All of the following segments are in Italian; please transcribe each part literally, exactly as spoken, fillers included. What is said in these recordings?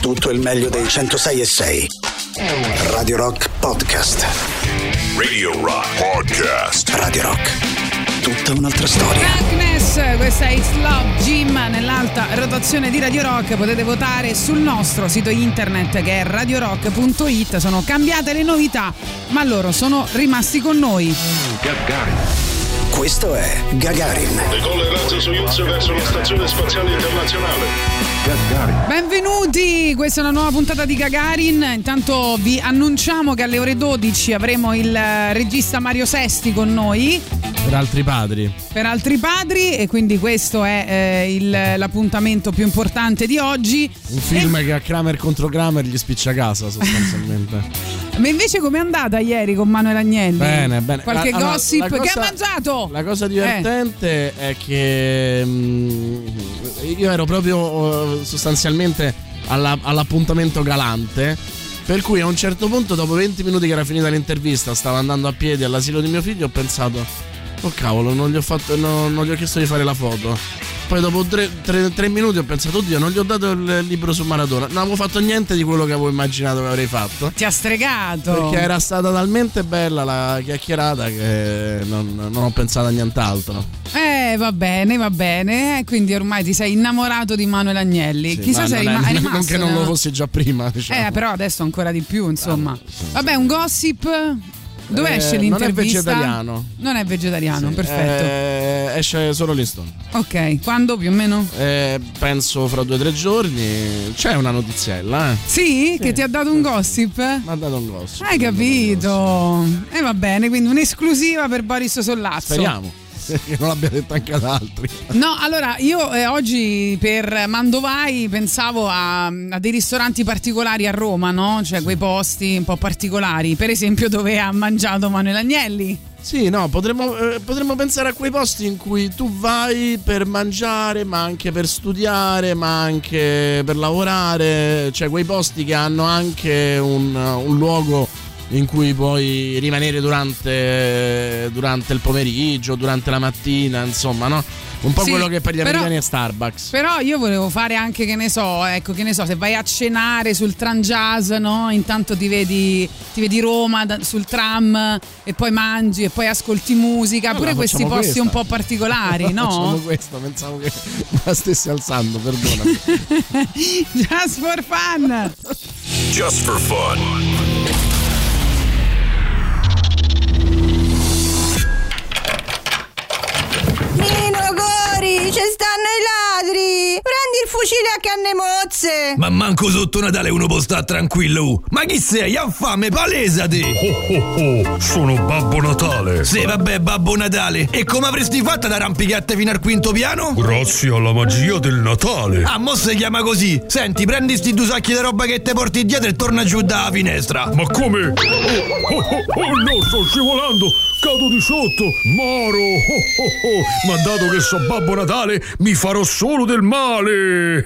tutto il meglio dei centosei e sei. Radio Rock Podcast. Radio Rock Podcast. Radio Rock. Tutta un'altra storia. Agnes, questa è It's Love Gym nell'alta rotazione di Radio Rock. Potete votare sul nostro sito internet che è radio rock punto it. Sono cambiate le novità, ma loro sono rimasti con noi. Gagarin. Questo è Gagarin. Decolla il razzo Soyuz verso la stazione spaziale internazionale. Gagarin. Benvenuti, questa è una nuova puntata di Gagarin. Intanto vi annunciamo che alle ore dodici avremo il regista Mario Sesti con noi. Per altri padri. Per altri padri, e quindi questo è eh, il, l'appuntamento più importante di oggi. Un film e... che a Kramer contro Kramer gli spiccia casa sostanzialmente. Ma invece com'è andata ieri con Manuel Agnelli? Bene, bene. Qualche allora, gossip? cosa, che ha mangiato? La cosa divertente eh. è che mh, io ero proprio uh, sostanzialmente alla, all'appuntamento galante, per cui a un certo punto, dopo venti minuti che era finita l'intervista, stavo andando a piedi all'asilo di mio figlio, ho pensato: oh cavolo, non gli ho fatto, no, non gli ho chiesto di fare la foto. Poi dopo tre, tre, tre minuti ho pensato: oddio, non gli ho dato il libro su Maradona. Non avevo fatto niente di quello che avevo immaginato che avrei fatto. Ti ha stregato. Perché era stata talmente bella la chiacchierata che non, non ho pensato a nient'altro. Eh, va bene, va bene. Quindi ormai ti sei innamorato di Manuel Agnelli. Sì, Chissà se non è, rima- è, è rimasto. Non che non no? lo fossi già prima, diciamo. Eh, però adesso ancora di più, insomma. Ah, sì, Vabbè, un gossip. Dove Eh, esce non è l'intervista? vegetariano. Non è vegetariano, Sì, perfetto. eh, esce solo l'Instone. Ok, quando più o meno? Eh, penso fra due o tre giorni. C'è una notiziella, eh. Sì? Che ti ha dato un gossip? Mi ha dato un gossip. Hai capito? E eh, va bene, quindi un'esclusiva per Boris Sollazzo. Speriamo che non l'abbia detto anche ad altri. No, allora io eh, oggi per Mandovai pensavo a, a dei ristoranti particolari a Roma, no? Cioè quei posti un po' particolari, per esempio dove ha mangiato Manuel Agnelli. Sì, no, potremmo, eh, potremmo pensare a quei posti in cui tu vai per mangiare, ma anche per studiare, ma anche per lavorare, cioè quei posti che hanno anche un, un luogo in cui puoi rimanere durante, durante il pomeriggio, durante la mattina, insomma, no? Un po' sì, quello che per gli però, americani è Starbucks. Però io volevo fare anche, che ne so, ecco, che ne so, se vai a cenare sul Tranjazz, no? Intanto ti vedi, ti vedi Roma da, sul tram e poi mangi e poi ascolti musica, allora, pure questi posti questa. un po' particolari, no? Facciamo questo, pensavo che la stessi alzando, perdonami. Just for fun. Just for fun. Ci stanno i ladri! Prendi il fucile a canne mozze! Ma manco sotto Natale uno può stare tranquillo! Ma chi sei? Ha fame, palesati! Oh oh oh, sono Babbo Natale! Sì, vabbè, Babbo Natale! E come avresti fatto ad arrampicarte fino al quinto piano? Grazie alla magia del Natale! Ah, mo si chiama così! Senti, prendi sti due sacchi di roba che te porti dietro e torna giù dalla finestra! Ma come? Oh, oh, oh, oh no, sto scivolando! Cado di sotto! Moro! Oh, oh, oh. Ma dato che so Babbo Natale, mi farò solo del male!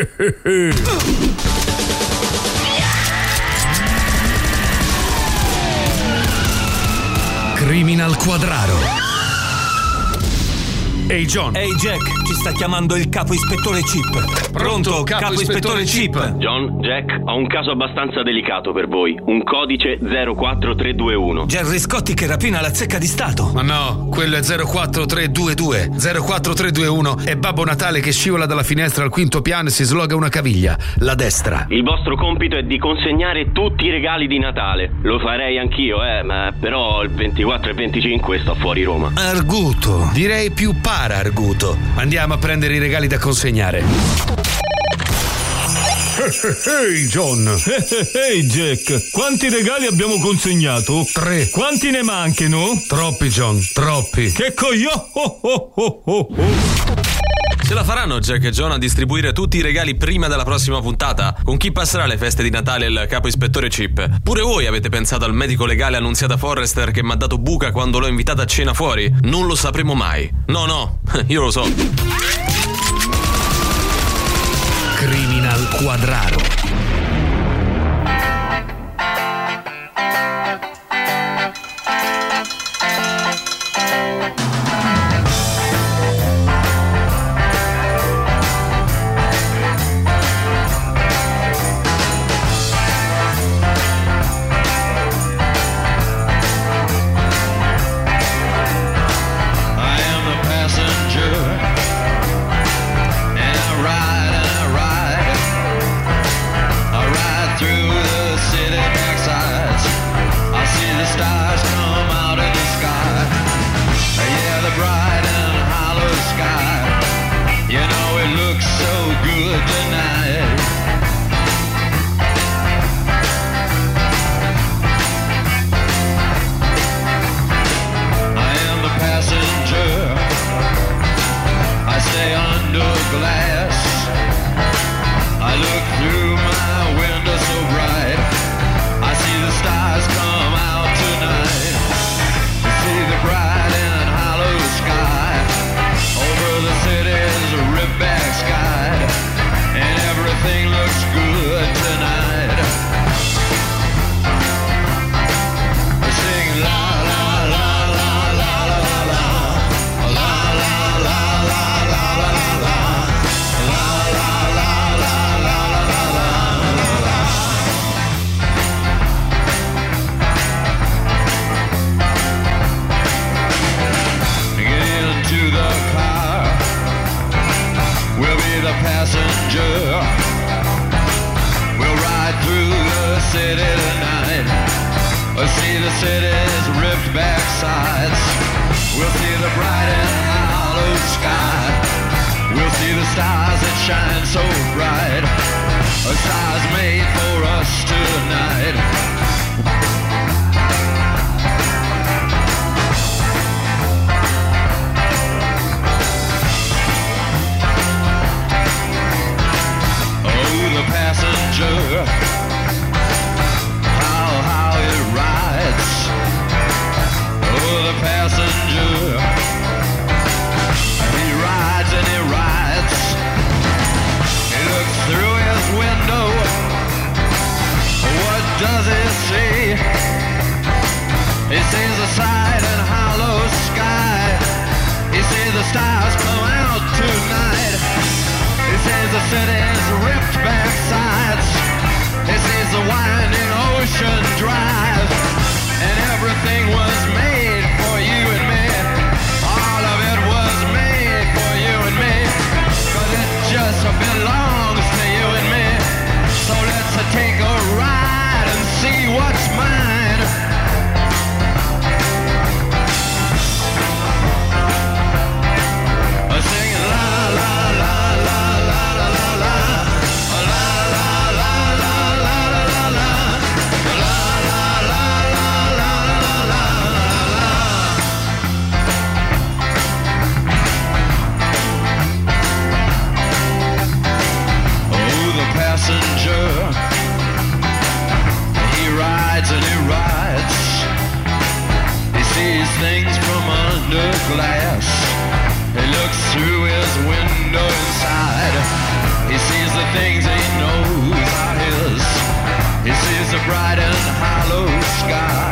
Criminal Quadraro. Ehi hey John. Ehi hey Jack, ci sta chiamando il capo ispettore Chip. Pronto, capo, capo ispettore, ispettore Chip. John, Jack, ho un caso abbastanza delicato per voi. Un codice zero quattro tre due uno. Gerry Scotti che rapina la zecca di Stato. Ma no, quello è zero quattro tre due due. zero quattro tre due uno è Babbo Natale che scivola dalla finestra al quinto piano e si sloga una caviglia, la destra. Il vostro compito è di consegnare tutti i regali di Natale. Lo farei anch'io, eh, ma però il ventiquattro e venticinque sto fuori Roma. Arguto. Direi più para Arguto. Andiamo a prendere i regali da consegnare. Ehi hey John. Ehi hey Jack, quanti regali abbiamo consegnato? Tre. Quanti ne mancano? Troppi John, troppi. Che coglio? Oh, oh, oh, oh, oh. Ce la faranno Jack e John a distribuire tutti i regali prima della prossima puntata? Con chi passerà le feste di Natale il capo ispettore Chip? Pure voi avete pensato al medico legale Annunziata Forrester che mi ha dato buca quando l'ho invitata a cena fuori? Non lo sapremo mai. No, no, io lo so. Criminal Quadraro. the city's ripped back sides. We'll see the bright and hollow sky. We'll see the stars that shine so bright. A stars made for us tonight. Oh, the passenger, how, how it rides. Oh, the passenger, he rides and he rides. He looks through his window. What does he see? He sees the side and hollow sky. He sees the stars come out tonight. He sees the city's ripped back sides. He sees the winding ocean drive. And everything was made for you and me. All of it was made for you and me. Cause it just belongs to you and me. So let's take a ride and see what's mine. Singing la la la la la la la la. La la la la la la la la. La la la la la la la la. Oh, the passenger, he rides and he rides. He sees things from under glass. He looks through his window inside. He sees the things he knows are his. He sees the bright and hollow sky.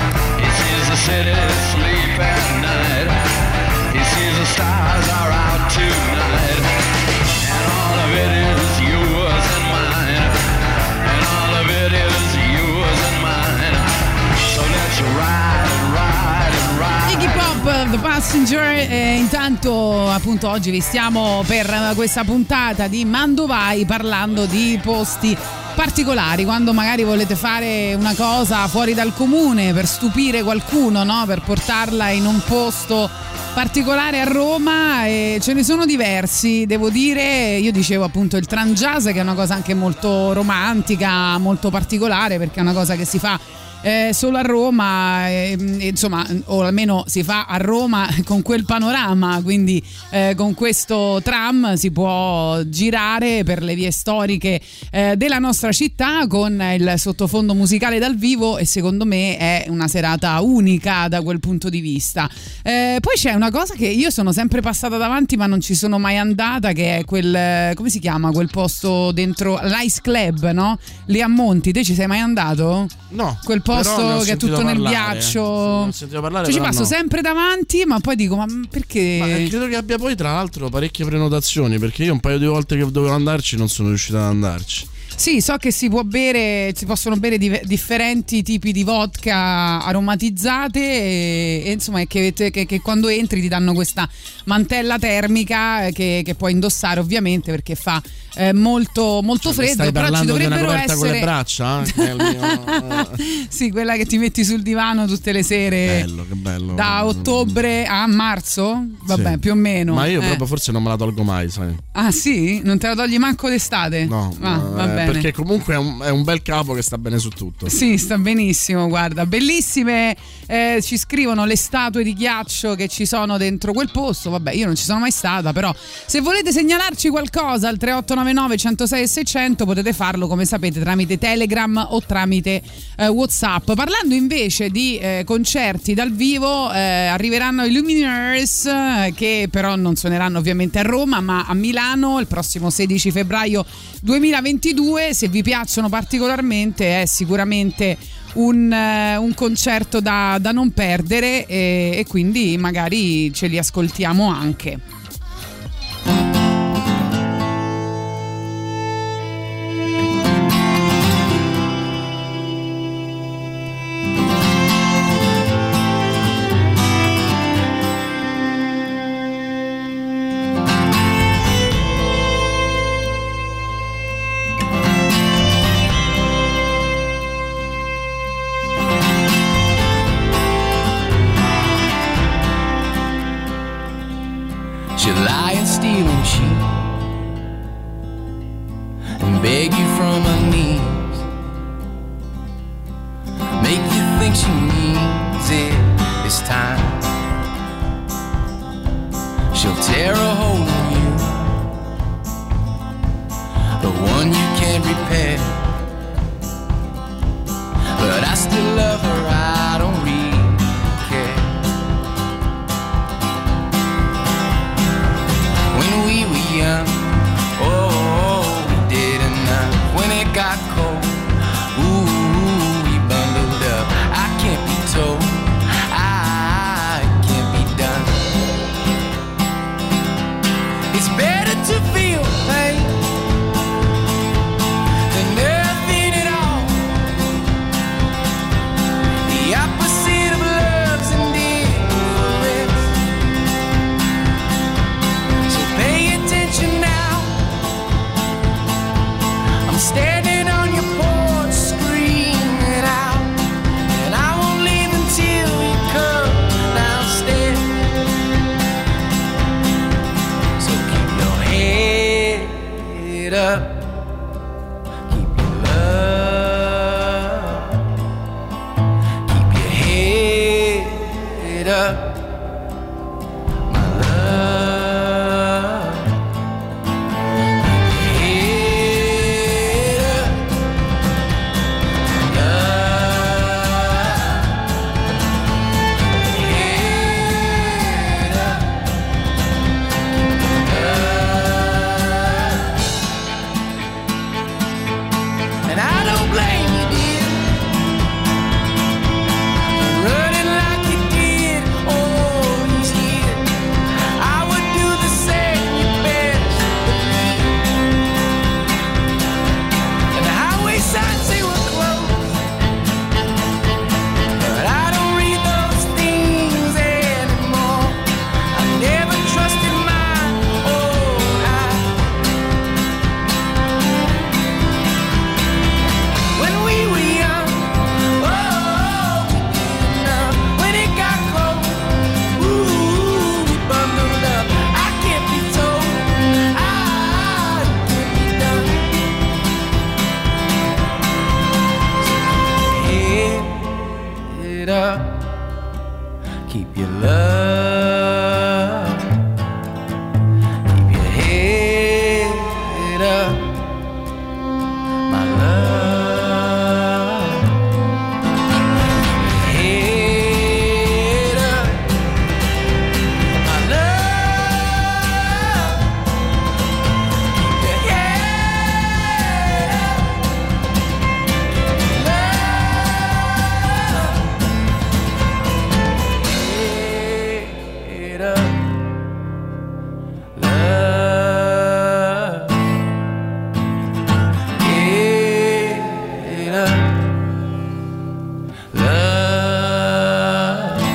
He sees the city sleep at night. He sees the stars are out tonight. And all of it is yours and mine. And all of it is yours and mine. So let's ride and ride and ride. Iggy Pop, The Passenger. E intanto appunto oggi vi stiamo per questa puntata di Mandovai parlando di posti particolari, quando magari volete fare una cosa fuori dal comune per stupire qualcuno, no? Per portarla in un posto particolare a Roma, e ce ne sono diversi, devo dire. Io dicevo appunto il Tram Jazz, che è una cosa anche molto romantica, molto particolare, perché è una cosa che si fa Eh, solo a Roma, eh, insomma, o almeno si fa a Roma con quel panorama, quindi eh, con questo tram si può girare per le vie storiche eh, della nostra città con il sottofondo musicale dal vivo, e secondo me è una serata unica da quel punto di vista. Eh, poi c'è una cosa che io sono sempre passata davanti ma non ci sono mai andata, che è quel, come si chiama quel posto dentro l'Ice Club, no? Lì a Monti, te ci sei mai andato? No. Quel posto che è tutto parlare. nel ghiaccio. Non ho sentito parlare, cioè, ci però passo no. sempre davanti, ma poi dico, ma perché? Ma credo che abbia poi tra l'altro parecchie prenotazioni, perché io un paio di volte che dovevo andarci non sono riuscito ad andarci. Sì, so che si può bere, si possono bere di, differenti tipi di vodka aromatizzate, e, e insomma che, che, che quando entri ti danno questa mantella termica che, che puoi indossare, ovviamente, perché fa eh, molto, molto cioè, freddo. Stai però parlando ci di una dovrebbero coperta essere con le braccia? Eh? Che è il mio... sì, quella che ti metti sul divano tutte le sere. Bello, che bello. Da ottobre a marzo? Vabbè, sì. più o meno. Ma io eh. proprio forse non me la tolgo mai, sai? Ah sì? Non te la togli manco d'estate? No, ah, eh, va bene. perché comunque è un, è un bel capo che sta bene su tutto. Sì, sta benissimo, guarda, bellissime. Eh, ci scrivono le statue di ghiaccio che ci sono dentro quel posto. Vabbè, io non ci sono mai stata, però se volete segnalarci qualcosa al tre otto nove nove uno zero sei sei zero zero potete farlo, come sapete, tramite Telegram o tramite eh, WhatsApp. Parlando invece di eh, concerti dal vivo, eh, arriveranno i Lumineers, eh, che però non suoneranno ovviamente a Roma ma a Milano il prossimo sedici febbraio duemilaventidue. Se vi piacciono particolarmente è sicuramente un, uh, un concerto da, da non perdere, e, e quindi magari ce li ascoltiamo anche. it got cold, ooh, we bundled up. I can't be told, I can't be done. It's better to feel pain than nothing at all. The opposite of love's indifference. So pay attention now. I'm standing on your porch screaming out, and I won't leave until you come downstairs. So keep your head up, keep your love, keep your head up, my love. Keep your head up, love. Keep your head up, love. And I don't blame you, dear, running like you did all these years. I would do the same, you best believe. And the highway signs say we're closed, but I don't read those things anymore. I never trusted my own eyes. When we were young, oh, we didn't know. When it got cold, ooh, we bundled up. I can't be told, I can't be done. So keep your head up, keep your love, keep your head up, my love. Keep your head up, my love. Keep your head up, head up, love. Head up, love.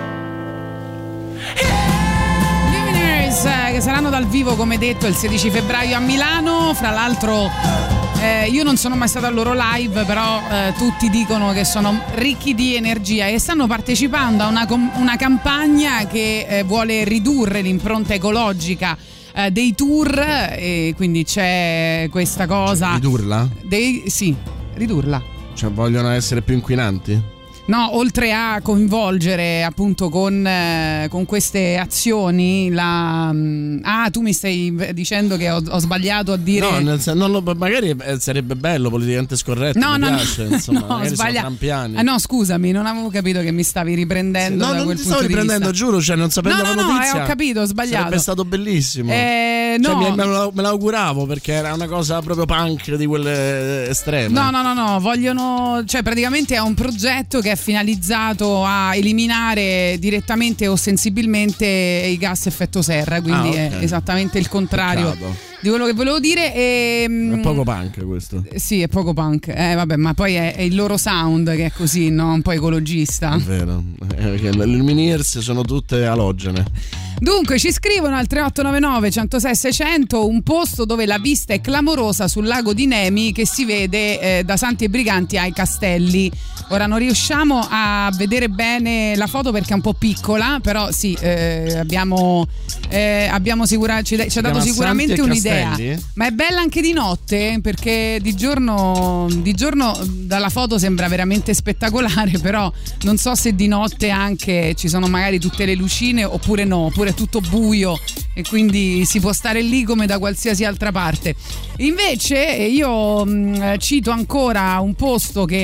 Lumineers, eh, che saranno dal vivo come detto il sedici febbraio a Milano. Fra l'altro eh, io non sono mai stata al loro live, però eh, tutti dicono che sono ricchi di energia e stanno partecipando a una, com- una campagna che eh, vuole ridurre l'impronta ecologica eh, dei tour, e quindi c'è questa cosa Ridurla? dei, sì, ridurla. Cioè vogliono essere più inquinanti? No, oltre a coinvolgere appunto con, eh, con queste azioni la... Ah, tu mi stai dicendo che ho, ho sbagliato a dire... No, nel sen- non lo- magari eh, sarebbe bello, politicamente scorretto, No, mi no, piace, no, insomma, no, magari sono sbaglia- trampiani. Ah, no, scusami, non avevo capito che mi stavi riprendendo No, da non quel ti punto stavo di riprendendo, vista. giuro, cioè non sapendo No, la no, no, notizia. eh, ho capito, ho sbagliato. Sarebbe stato bellissimo. Eh, Cioè, no. mi- me, lo, me l'auguravo perché era una cosa proprio punk di quelle estreme. No, no, no, no, vogliono, cioè praticamente è un progetto che è finalizzato a eliminare direttamente o sensibilmente i gas effetto serra, quindi Ah, ok. è esattamente il contrario Peccato. di quello che volevo dire. E, È poco punk questo. Sì, è poco punk. Eh, vabbè, ma poi è, è il loro sound che è così, no? Un po' ecologista. È vero. Eh, che le Lumineers sono tutte alogene. Dunque ci scrivono al tre otto nove nove, uno zero sei, seicento un posto dove la vista è clamorosa sul lago di Nemi che si vede eh, da Santi e Briganti ai Castelli. Ora non riusciamo a vedere bene la foto perché è un po' piccola, però sì, eh, abbiamo, eh, abbiamo sicura, ci, ci ha dato sicuramente Santi e un'idea. Castelli? Ma è bella anche di notte, perché di giorno, di giorno dalla foto sembra veramente spettacolare, però non so se di notte anche ci sono magari tutte le lucine oppure no, oppure è tutto buio e quindi si può stare lì come da qualsiasi altra parte. Invece io mh, cito ancora un posto che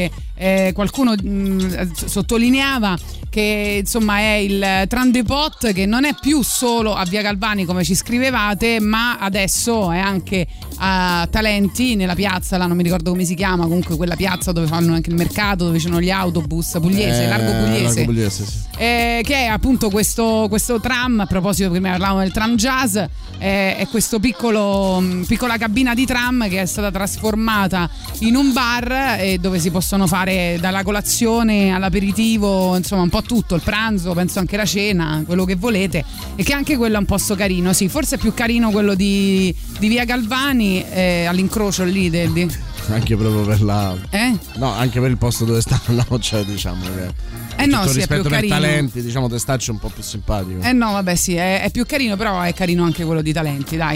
eh, qualcuno mh, sottolineava che insomma è il tram depot che non è più solo a Via Galvani come ci scrivevate, ma adesso è anche a Talenti, nella piazza, là non mi ricordo come si chiama, comunque quella piazza dove fanno anche il mercato, dove ci sono gli autobus, Pugliese, eh, Largo Pugliese, Largo Pugliese sì. eh, che è appunto questo, questo tram. A proposito, prima parlavamo del tram jazz, eh, è questo piccolo piccola cabina di tram che è stata trasformata in un bar, eh, dove si possono fare dalla colazione all'aperitivo, insomma un po' tutto, il pranzo, penso anche la cena, quello che volete, e che anche quello è un posto carino, sì, forse è più carino quello di, di Via Galvani, eh, all'incrocio lì del, di... anche proprio per la eh? no, anche per il posto dove stanno, cioè diciamo che eh no, tutto sì, rispetto è più per carino. Talenti, diciamo Testaccio è un po' più simpatico. Eh no, vabbè sì, è, è più carino, però è carino anche quello di Talenti, dai.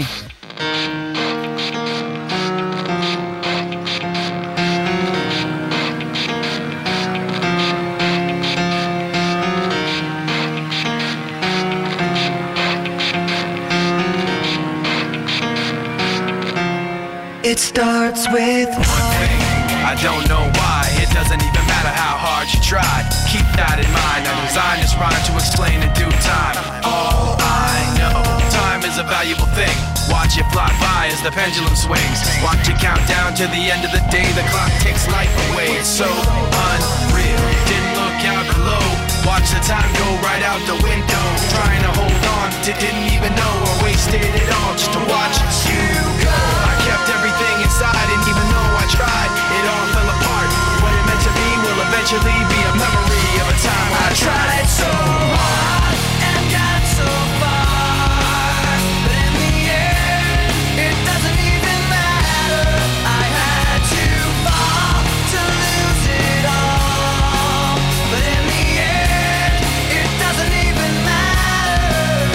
It starts with one thing, I don't know why. It doesn't even matter how hard you try. Keep that in mind. I designed this rhyme to explain in due time. All I know, time is a valuable thing. Watch it fly by as the pendulum swings. Watch it count down to the end of the day. The clock takes life away. It's so unreal. Didn't look out below. Watch the time go right out the window. Trying to hold on to didn't even know I wasted it all just to watch you go. I kept everything inside, and even though I tried, it all fell apart. What it meant to be will eventually be a memory of a time I tried so hard and got so far, but in the end, it doesn't even matter. I had to fall to lose it all, but in the end, it doesn't even matter.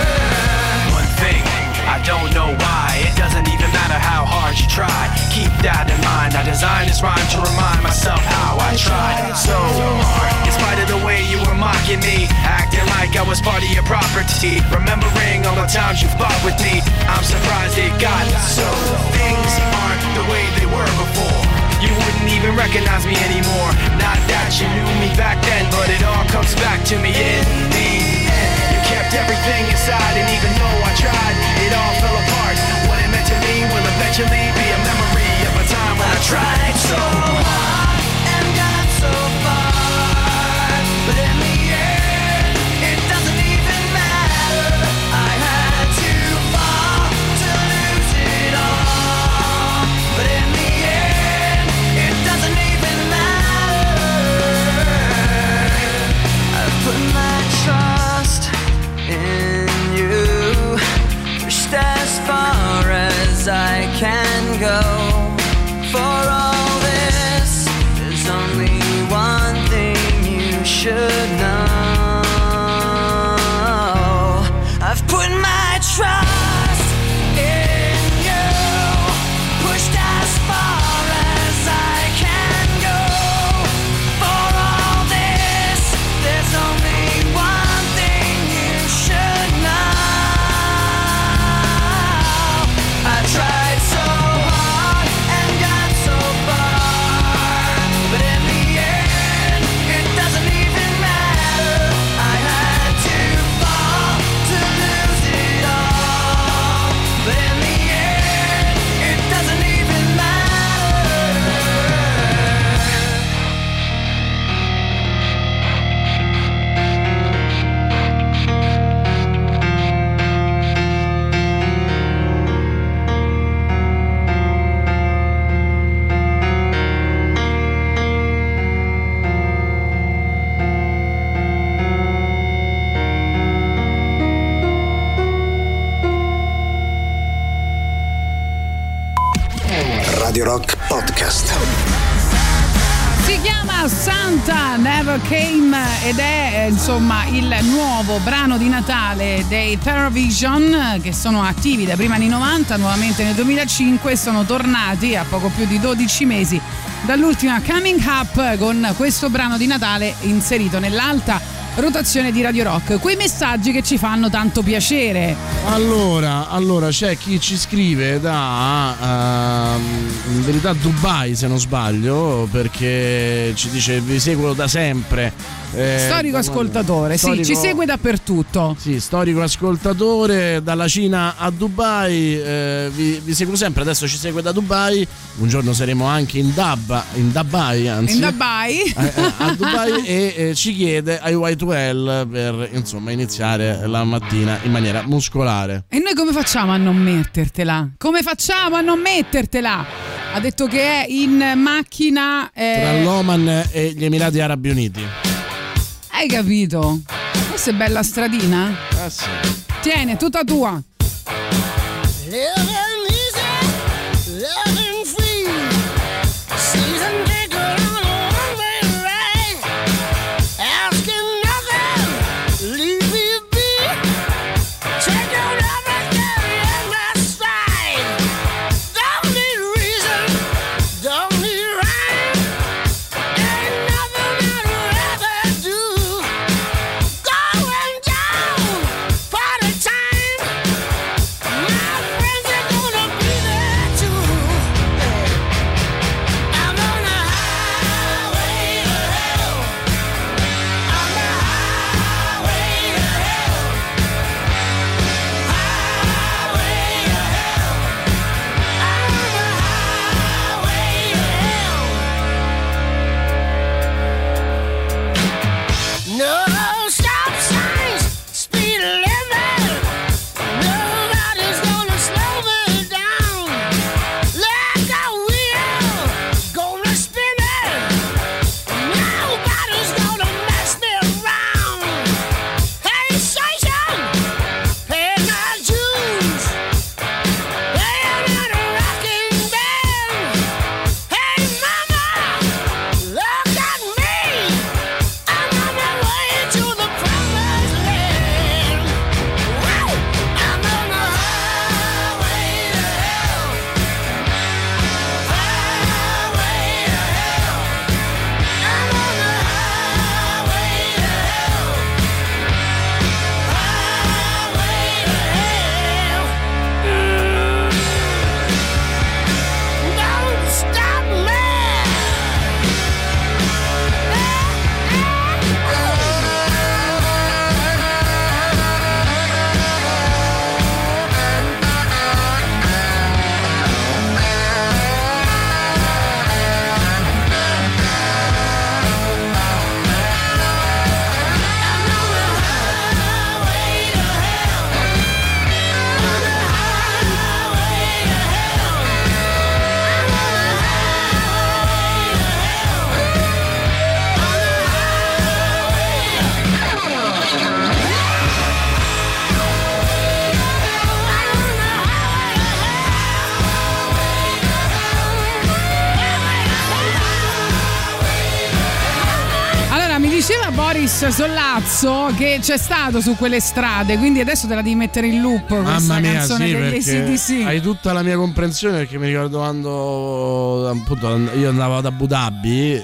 One thing, I don't know why. It doesn't even matter how hard you try. Keep that in mind. I designed this rhyme to remind myself how I tried so hard. In spite of the way you were mocking me, acting like I was part of your property, remembering all the times you fought with me, I'm surprised it got so. Things aren't the way they were before. You wouldn't even recognize me anymore. Not that you knew me back then, but it all comes back to me in the end. You kept everything inside, and even though I tried, it all fell apart. What it meant to me will eventually be a memory of a time when I tried so hard and got so far, but in the end, it doesn't even matter. I had to fall to lose it all, but in the end, it doesn't even matter. I've put my trust in you, pushed as far as I can go. For all this, there's only one thing you should know. I've put my trust in you, pushed as far as I can go. For all this, there's only one thing you should know. I tried so hard and got so far, but in the end, it doesn't even matter. I had to fall to lose it all, but in the end, it doesn't even matter. Radio Rock Podcast. Si chiama Santa Never Came ed è eh, insomma il nuovo brano di Natale dei Terrorvision, che sono attivi da prima anni novanta, nuovamente nel duemilacinque, sono tornati a poco più di dodici mesi dall'ultima Coming Up con questo brano di Natale inserito nell'alta rotazione di Radio Rock. Quei messaggi che ci fanno tanto piacere. Allora, allora c'è chi ci scrive da uh, in verità Dubai, se non sbaglio, perché ci dice vi seguo da sempre. Eh, storico ascoltatore, storico, sì, ci segue dappertutto. Sì, storico ascoltatore dalla Cina a Dubai, eh, vi, vi seguo sempre, adesso ci segue da Dubai, un giorno saremo anche in Dabba, in Dubai, anzi. In Dubai? Eh, eh, a Dubai e eh, ci chiede I Y due L per insomma iniziare la mattina in maniera muscolare. E noi come facciamo a non mettertela? Come facciamo a non mettertela? Ha detto che è in macchina eh... tra l'Oman e gli Emirati Arabi Uniti. Hai capito? Questa è bella stradina? Eh sì. Tieni, è tutta tua. Sollazzo che c'è stato su quelle strade, quindi adesso te la devi mettere in loop questa Mamma mia, canzone sì, degli A C D C. Hai tutta la mia comprensione, perché mi ricordo quando appunto io andavo ad Abu Dhabi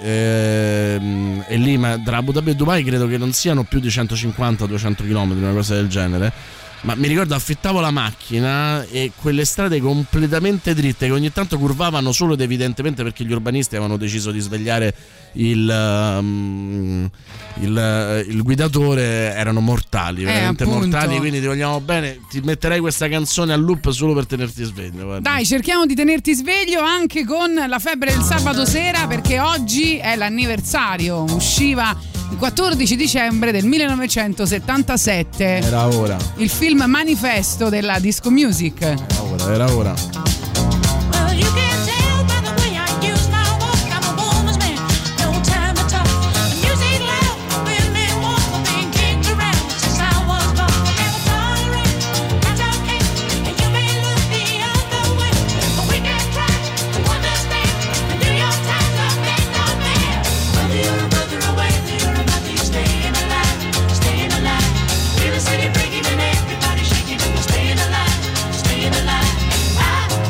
ehm, e lì ma tra Abu Dhabi e Dubai credo che non siano più di centocinquanta duecento chilometri, una cosa del genere. Ma mi ricordo affittavo la macchina e quelle strade completamente dritte che ogni tanto curvavano solo ed evidentemente perché gli urbanisti avevano deciso di svegliare il, um, il, il guidatore, erano mortali, veramente eh, mortali, quindi ti vogliamo bene, ti metterei questa canzone a loop solo per tenerti sveglio, guarda. Dai, cerchiamo di tenerti sveglio anche con la febbre del sabato sera, perché oggi è l'anniversario, usciva il quattordici dicembre del millenovecentosettantasette. Era ora. Il film Manifesto della disco music. Era ora, era ora. City breaking and everybody shaking and staying alive, staying alive. I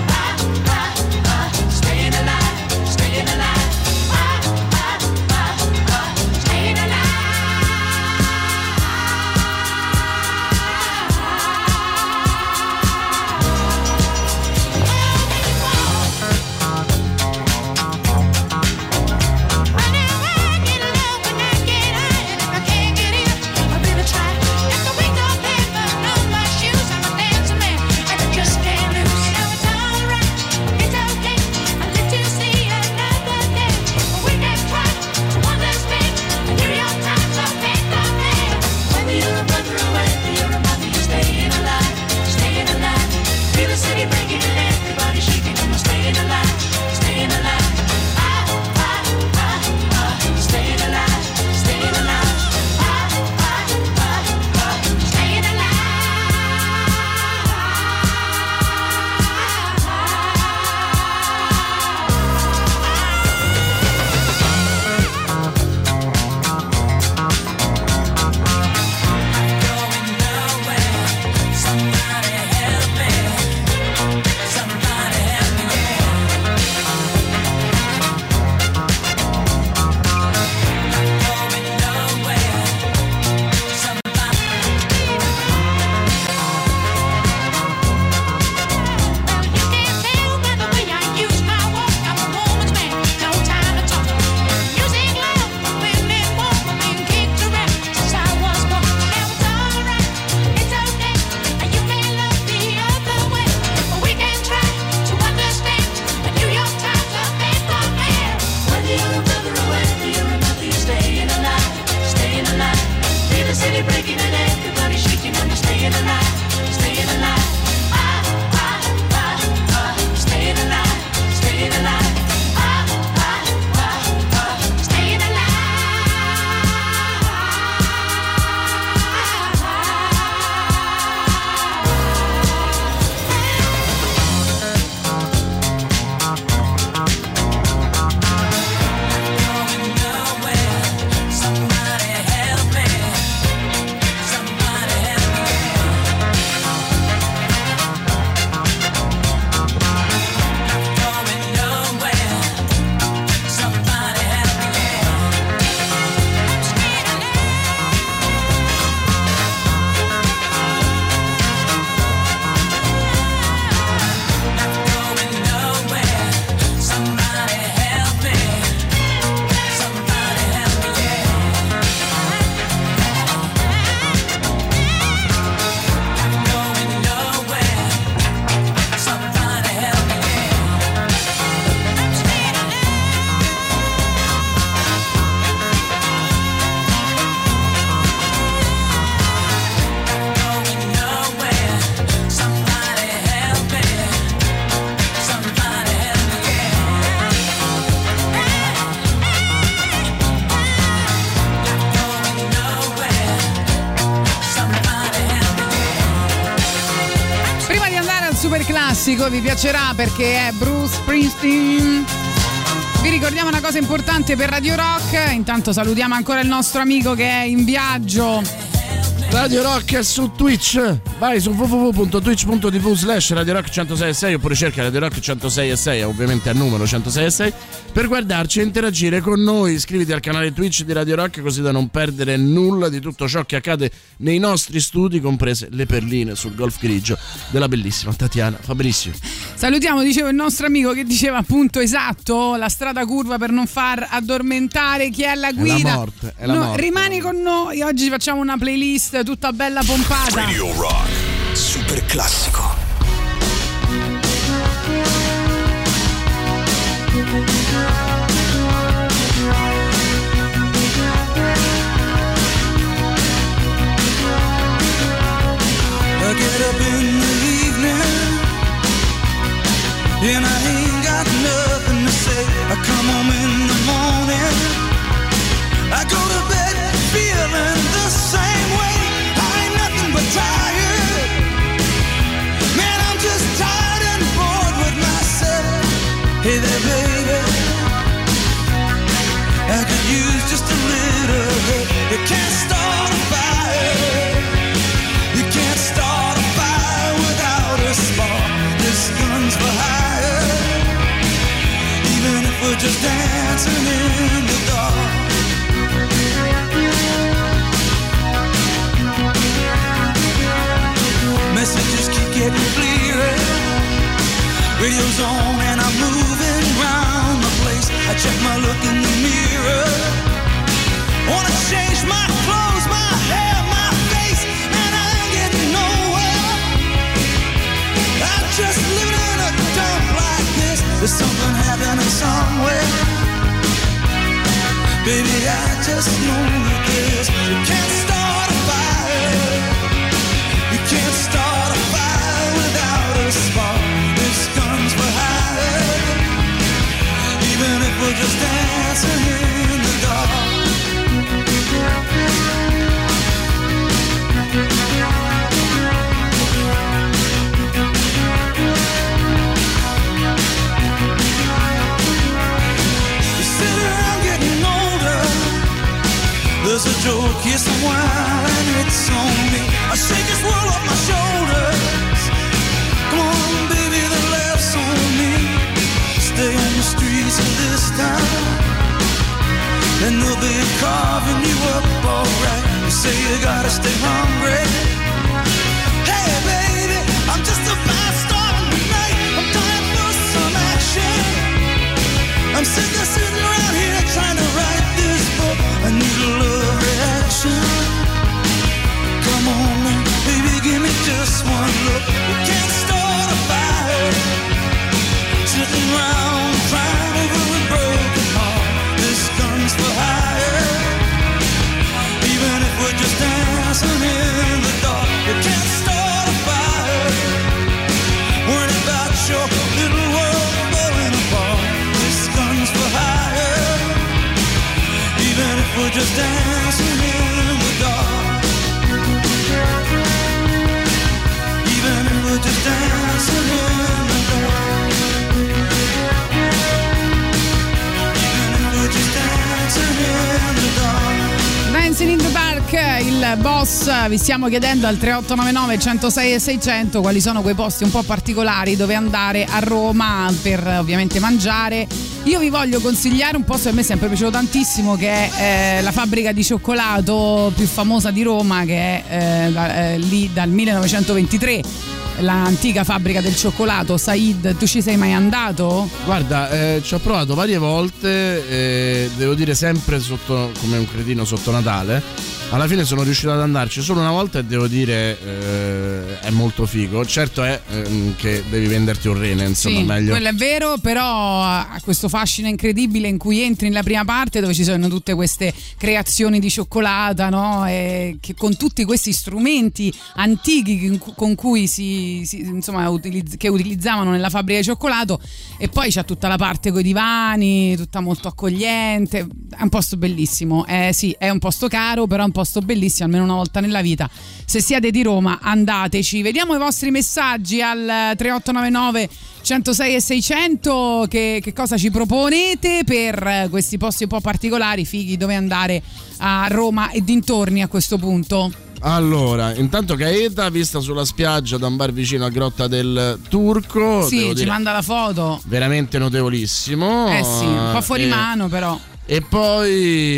do you remember or when do you remember you're staying alive, staying alive? Feel the city breaking and everybody shaking and you're staying alive, staying alive. Ah, ah, ah, ah, staying alive, staying alive. Ah, ah, ah, ah, staying alive. Vi piacerà perché è Bruce Springsteen. Vi ricordiamo una cosa importante per Radio Rock. Intanto salutiamo ancora il nostro amico che è in viaggio. Radio Rock è su Twitch. Vai su w w w punto twitch punto t v slash Radio Rock centosei e sei oppure cerca Radio Rock centosei e sei, ovviamente al numero centosei e sei, per guardarci e interagire con noi. Iscriviti al canale Twitch di Radio Rock così da non perdere nulla di tutto ciò che accade nei nostri studi, comprese le perline sul golf grigio della bellissima Tatiana Fabricio. Salutiamo, dicevo, il nostro amico che diceva appunto esatto, la strada curva per non far addormentare chi è alla guida. È la morte, è la no, morte. Rimani con noi, oggi facciamo una playlist tutta bella pompata. Radio Rock. Super classico. I get up in the evening and I ain't got nothing to say. I come home in the morning, I go to bed feeling the same way. I ain't nothing but tired. Man, I'm just tired and bored with myself. Hey there, baby, I could use just a little help. You can't start a fire. You can't start a fire without a spark. This gun's for hire. Even if we're just dancing in the dark. Messages keep getting clearer. Radio's on and I'm moving round the place. I check my look in the mirror. Wanna change my clothes, my hair, my face, and I ain't getting nowhere. I'm just living in a dump like this. There's something happening somewhere. Baby, I just know that this. You can't start a fire. You can't start a fire without a spark. This gun's for hire. Even if we're just dancing in the dark. You sit around getting older. There's a joke, yes, a while, and it's on me. I shake this world off my shoulders. Come on, baby, the laughs on me. Stay on the streets of this town, and they'll be carving you up alright. You say you gotta stay hungry. Hey, baby, I'm just a fast star tonight. I'm dying for some action. I'm sick of sitting around here trying to write this book. I need a love reaction. Come on now, baby, give me just one look. You can't start a fire sitting around crying over a broken heart. we're just dancing in the dark, even if we're just dancing in the dark, even if we're just dancing in the dark. Dancing in the Park, il boss. Vi stiamo chiedendo al tre otto nove nove, centosei e seicento quali sono quei posti un po' particolari dove andare a Roma per ovviamente mangiare. Io vi voglio consigliare un posto che a me è sempre piaciuto tantissimo, che è eh, la fabbrica di cioccolato più famosa di Roma, che è eh, da, eh, lì dal millenovecentoventitré, l'antica fabbrica del cioccolato. Said, tu ci sei mai andato? Guarda, eh, ci ho provato varie volte, eh, devo dire sempre sotto, come un cretino sotto Natale. Alla fine sono riuscito ad andarci solo una volta e devo dire eh, è molto figo. Certo è ehm, che devi venderti un rene, insomma, sì, meglio. Quello è vero, però ha questo fascino incredibile in cui entri nella prima parte dove ci sono tutte queste creazioni di cioccolata, no? E che con tutti questi strumenti antichi con cui si, si insomma utilizz- che utilizzavano nella fabbrica di cioccolato, e poi c'è tutta la parte coi divani, tutta molto accogliente. È un posto bellissimo. Eh, sì, è un posto caro, però è un posto bellissimo, almeno una volta nella vita. Se siete di Roma, andateci. Vediamo i vostri messaggi al tre otto nove nove, centosei e seicento. Che, che cosa ci proponete per questi posti un po' particolari, fighi, dove andare a Roma e dintorni a questo punto? Allora, intanto Gaeta, vista sulla spiaggia da un bar vicino a Grotta del Turco. Sì, ci dire, manda la foto. veramente notevolissimo. Eh sì, un po' fuori e, mano però. E poi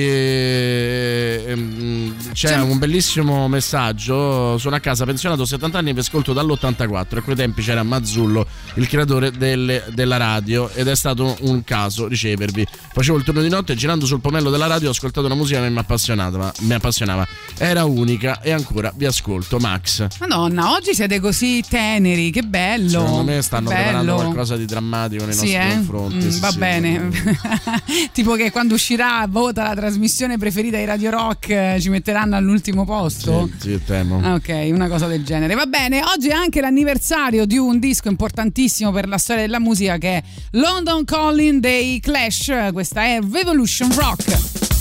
eh, ehm, c'è C'è- un bellissimo messaggio. Sono a casa, pensionato, settanta anni, vi ascolto dall'ottantaquattro. A quei tempi c'era Mazzullo, il creatore delle- della radio, ed è stato un caso ricevervi. Facevo il turno di notte, girando sul pomello della radio ho ascoltato una musica che mi appassionava, ma mi appassionava. Era unica e ancora vi ascolto. Max. Madonna, oggi siete così teneri, che bello. Secondo me stanno Bello. preparando qualcosa di drammatico nei Sì, nostri eh? confronti. Mm, sì, va sì. bene. Tipo che quando uscirà Vota la trasmissione preferita di Radio Rock, eh, ci metteranno all'ultimo posto. Sì, sì, temo. Ah, ok, una cosa del genere. Va bene, oggi è anche l'anniversario di un disco importantissimo per la storia della musica, che è London Calling dei Clash. Questa è Revolution Rock.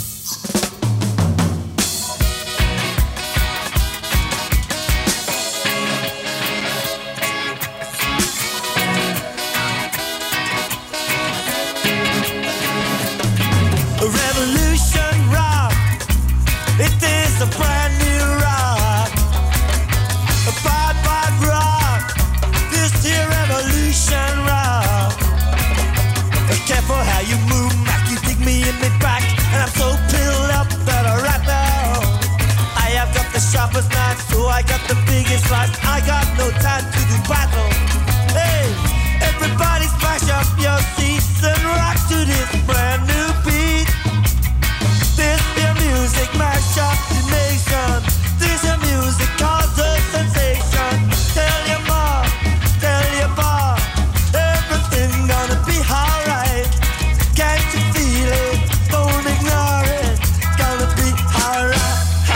Revolution rock, it is a brand new rock, a bad bad rock, this here revolution rock. Careful how you move, Mac, you dig me in me back, and I'm so filled up that I right now I have got the sharpest knife, so I got the biggest life. I got no time to do battle. Hey, everybody smash up your seats and rock to this brand new beat. This your music mash up the nation. This your music cause a sensation. Tell your mom, tell your pa, everything gonna be alright. Can't you feel it? Don't ignore it. Gonna be alright.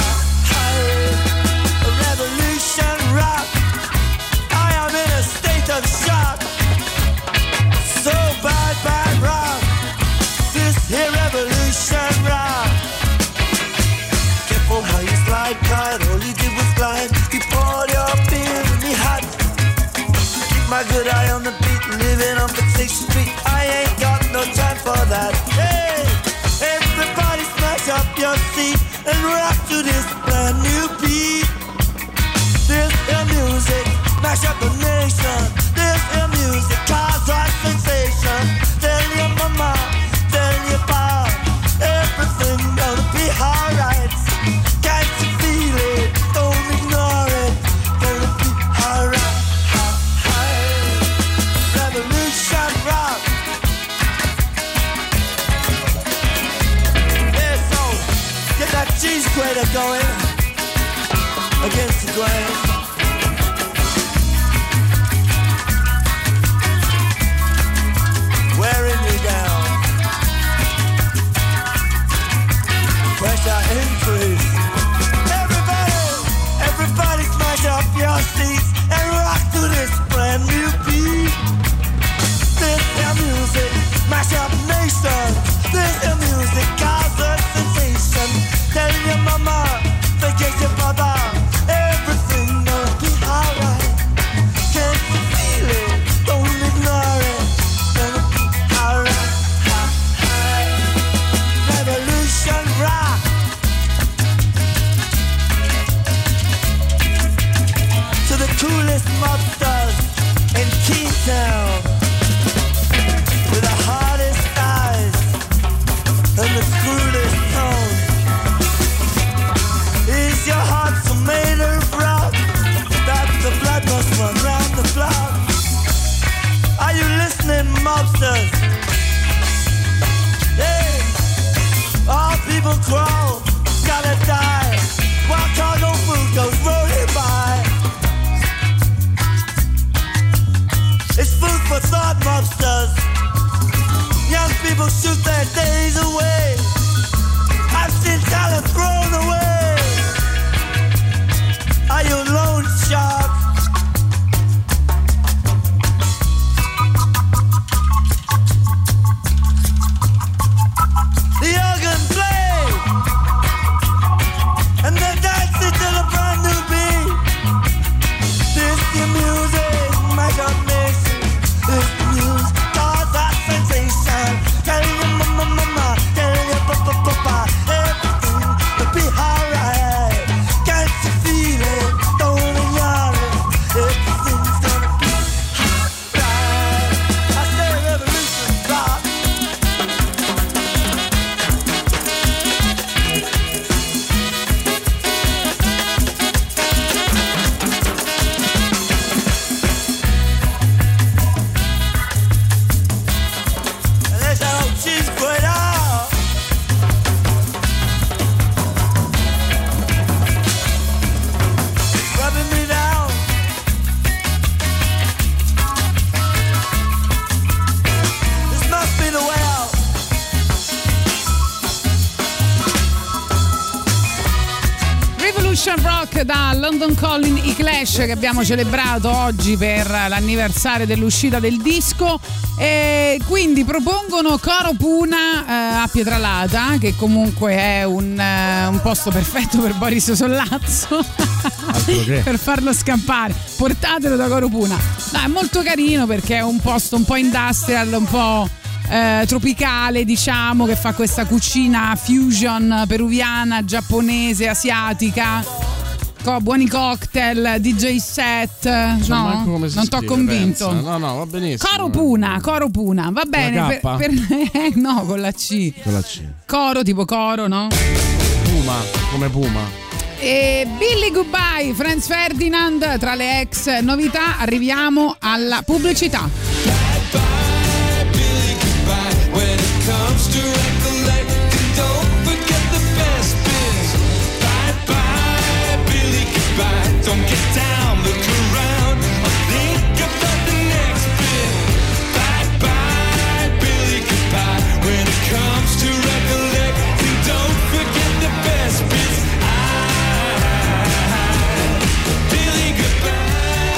A revolution rock. I am in a state of shock. So bad, bad rock. This here revolution rock. Careful how you slide, glide. All you did was glide. You poured your beer in me hot. Keep my good eye on the beat. Living on sixth Street. I ain't got no time for that. Hey, everybody smash up your seat and rock to this brand new beat. This is music, mash up the nation. This is music, cause a sensation. Tell your mama, tell your pa, everything gonna be alright. Can't you feel it? Don't ignore it. Gonna be alright. Revolution rock. Yeah, so get that cheese grater going against the grain. Wearing you down. Pressure increase. Everybody, everybody smash up your seats and rock to this brand new beat. This is music, mash up nation. This is music, cause a sensation. Revolution Rock da London Calling, i Clash, che abbiamo celebrato oggi per l'anniversario dell'uscita del disco, e quindi propongono Coro Puna eh, a Pietralata, che comunque è un, eh, un posto perfetto per Boris Sollazzo per farlo scappare. Portatelo da Coro Puna. No, è molto carino perché è un posto un po' industrial, un po' Eh, tropicale, diciamo, che fa questa cucina fusion peruviana, giapponese, asiatica, co- buoni cocktail, D J set. No, non t'ho convinto. Pensa. No, no, va benissimo. Coro Puna, Coro Puna, va bene. Per, per, eh, no, con la C. Con la C. Coro tipo coro, no? Puma, come Puma. E Billy Goodbye, Franz Ferdinand, tra le ex novità. Arriviamo alla pubblicità. When it comes to recollecting, don't forget the best bits. Bye bye, Billy, goodbye. Don't get down, look around, think about the next bit. Bye bye, Billy, goodbye. When it comes to recollecting, don't forget the best bits. I, Billy, goodbye.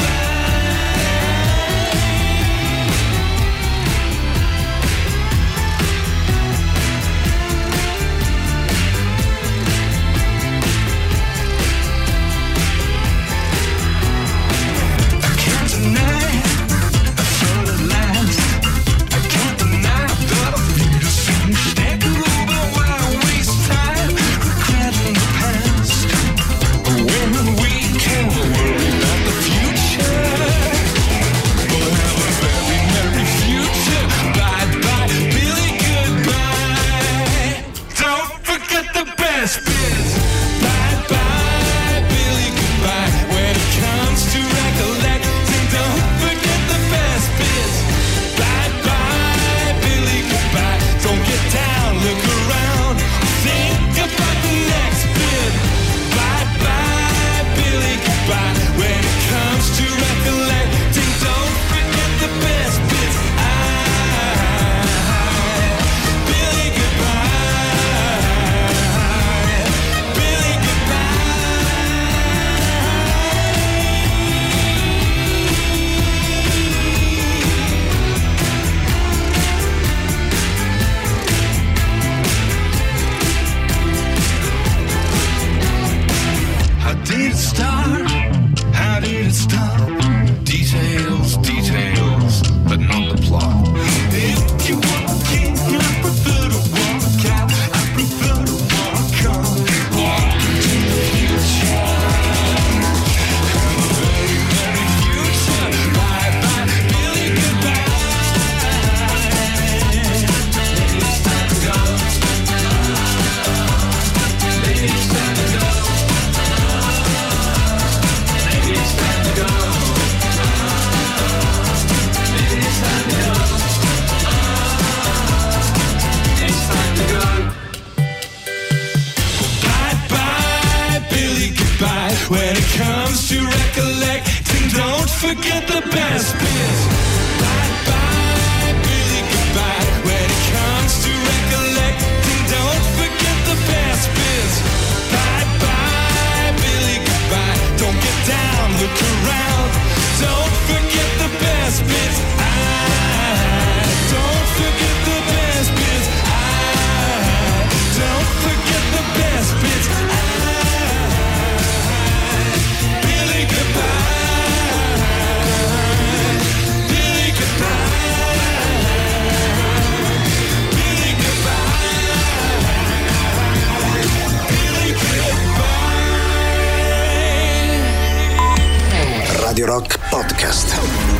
When it comes to recollecting, don't forget the best bits. Bye bye, Billy, goodbye. When it comes to recollecting, don't forget the best bits. Bye bye, Billy, goodbye. Don't get down, look around. Don't forget the best bits. I don't forget the best bits. I don't forget the best bits. I Radio Rock Podcast.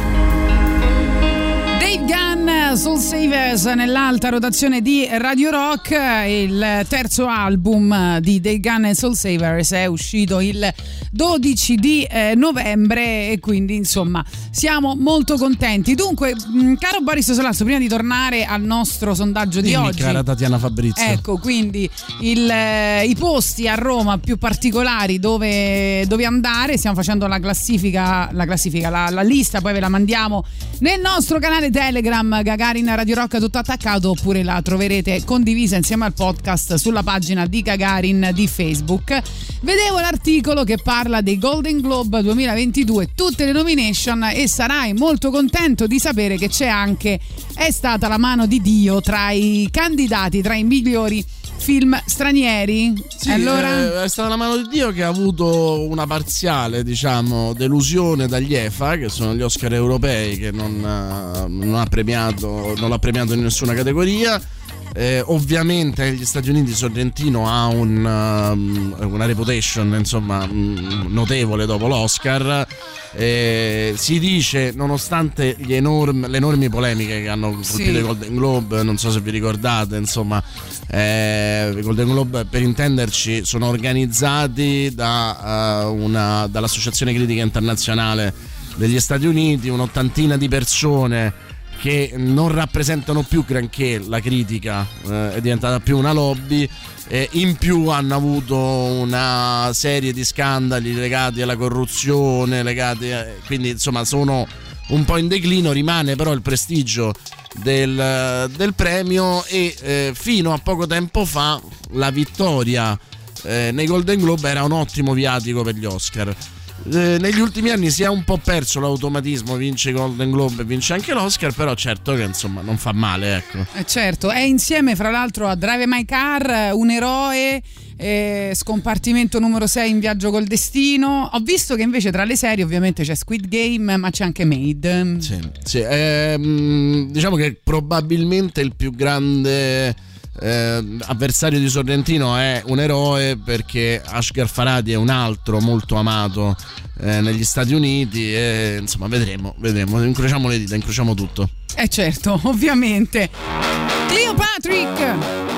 Dave Gunn, Soul Savers, nell'alta rotazione di Radio Rock. Il terzo album di Dave Gunn e Soul Savers è uscito il dodici di eh, novembre e quindi insomma siamo molto contenti. Dunque, mh, caro Boris Sollazzo, prima di tornare al nostro sondaggio di Dimmi, oggi, cara Tatiana Fabrizio, ecco, quindi il, eh, i posti a Roma più particolari dove, dove andare. Stiamo facendo la classifica, la classifica, la, la lista, poi ve la mandiamo nel nostro canale Telegram Gagarin Gagarin Radio Rock tutto attaccato, oppure la troverete condivisa insieme al podcast sulla pagina di Gagarin di Facebook. Vedevo l'articolo che parla dei Golden Globe duemilaventidue, tutte le nomination, e sarai molto contento di sapere che c'è anche È stata la mano di Dio tra i candidati, tra i migliori film stranieri. Sì, allora... eh, è stata la mano di Dio, che ha avuto una parziale, diciamo, delusione dagli E F A, che sono gli Oscar europei, che non, non ha premiato, non l'ha premiato in nessuna categoria. Eh, ovviamente negli Stati Uniti Sorrentino ha un, um, una reputation, insomma, um, notevole dopo l'Oscar. Eh, si dice, nonostante gli enormi, le enormi polemiche che hanno colpito sì. i Golden Globe, non so se vi ricordate, insomma, eh, i Golden Globe, per intenderci, sono organizzati da, uh, una, dall'Associazione Critica Internazionale degli Stati Uniti, un'ottantina di persone che non rappresentano più granché la critica, eh, è diventata più una lobby. Eh, in più hanno avuto una serie di scandali legati alla corruzione, legati a, quindi insomma sono un po' in declino. Rimane però il prestigio del, del premio, e eh, fino a poco tempo fa la vittoria eh, nei Golden Globe era un ottimo viatico per gli Oscar. Eh, negli ultimi anni si è un po' perso l'automatismo, vince i Golden Globe e vince anche l'Oscar, però certo che insomma non fa male, ecco. Eh certo, è insieme fra l'altro a Drive My Car, Un eroe, eh, Scompartimento numero sei, In viaggio col destino. Ho visto che invece tra le serie ovviamente c'è Squid Game, ma c'è anche Made. Sì, sì, ehm, diciamo che probabilmente il più grande Eh, avversario di Sorrentino è Un eroe, perché Asghar Farhadi è un altro molto amato eh, negli Stati Uniti, e insomma vedremo, vedremo, incrociamo le dita, incrociamo tutto. Eh certo, ovviamente. Cleopatrick.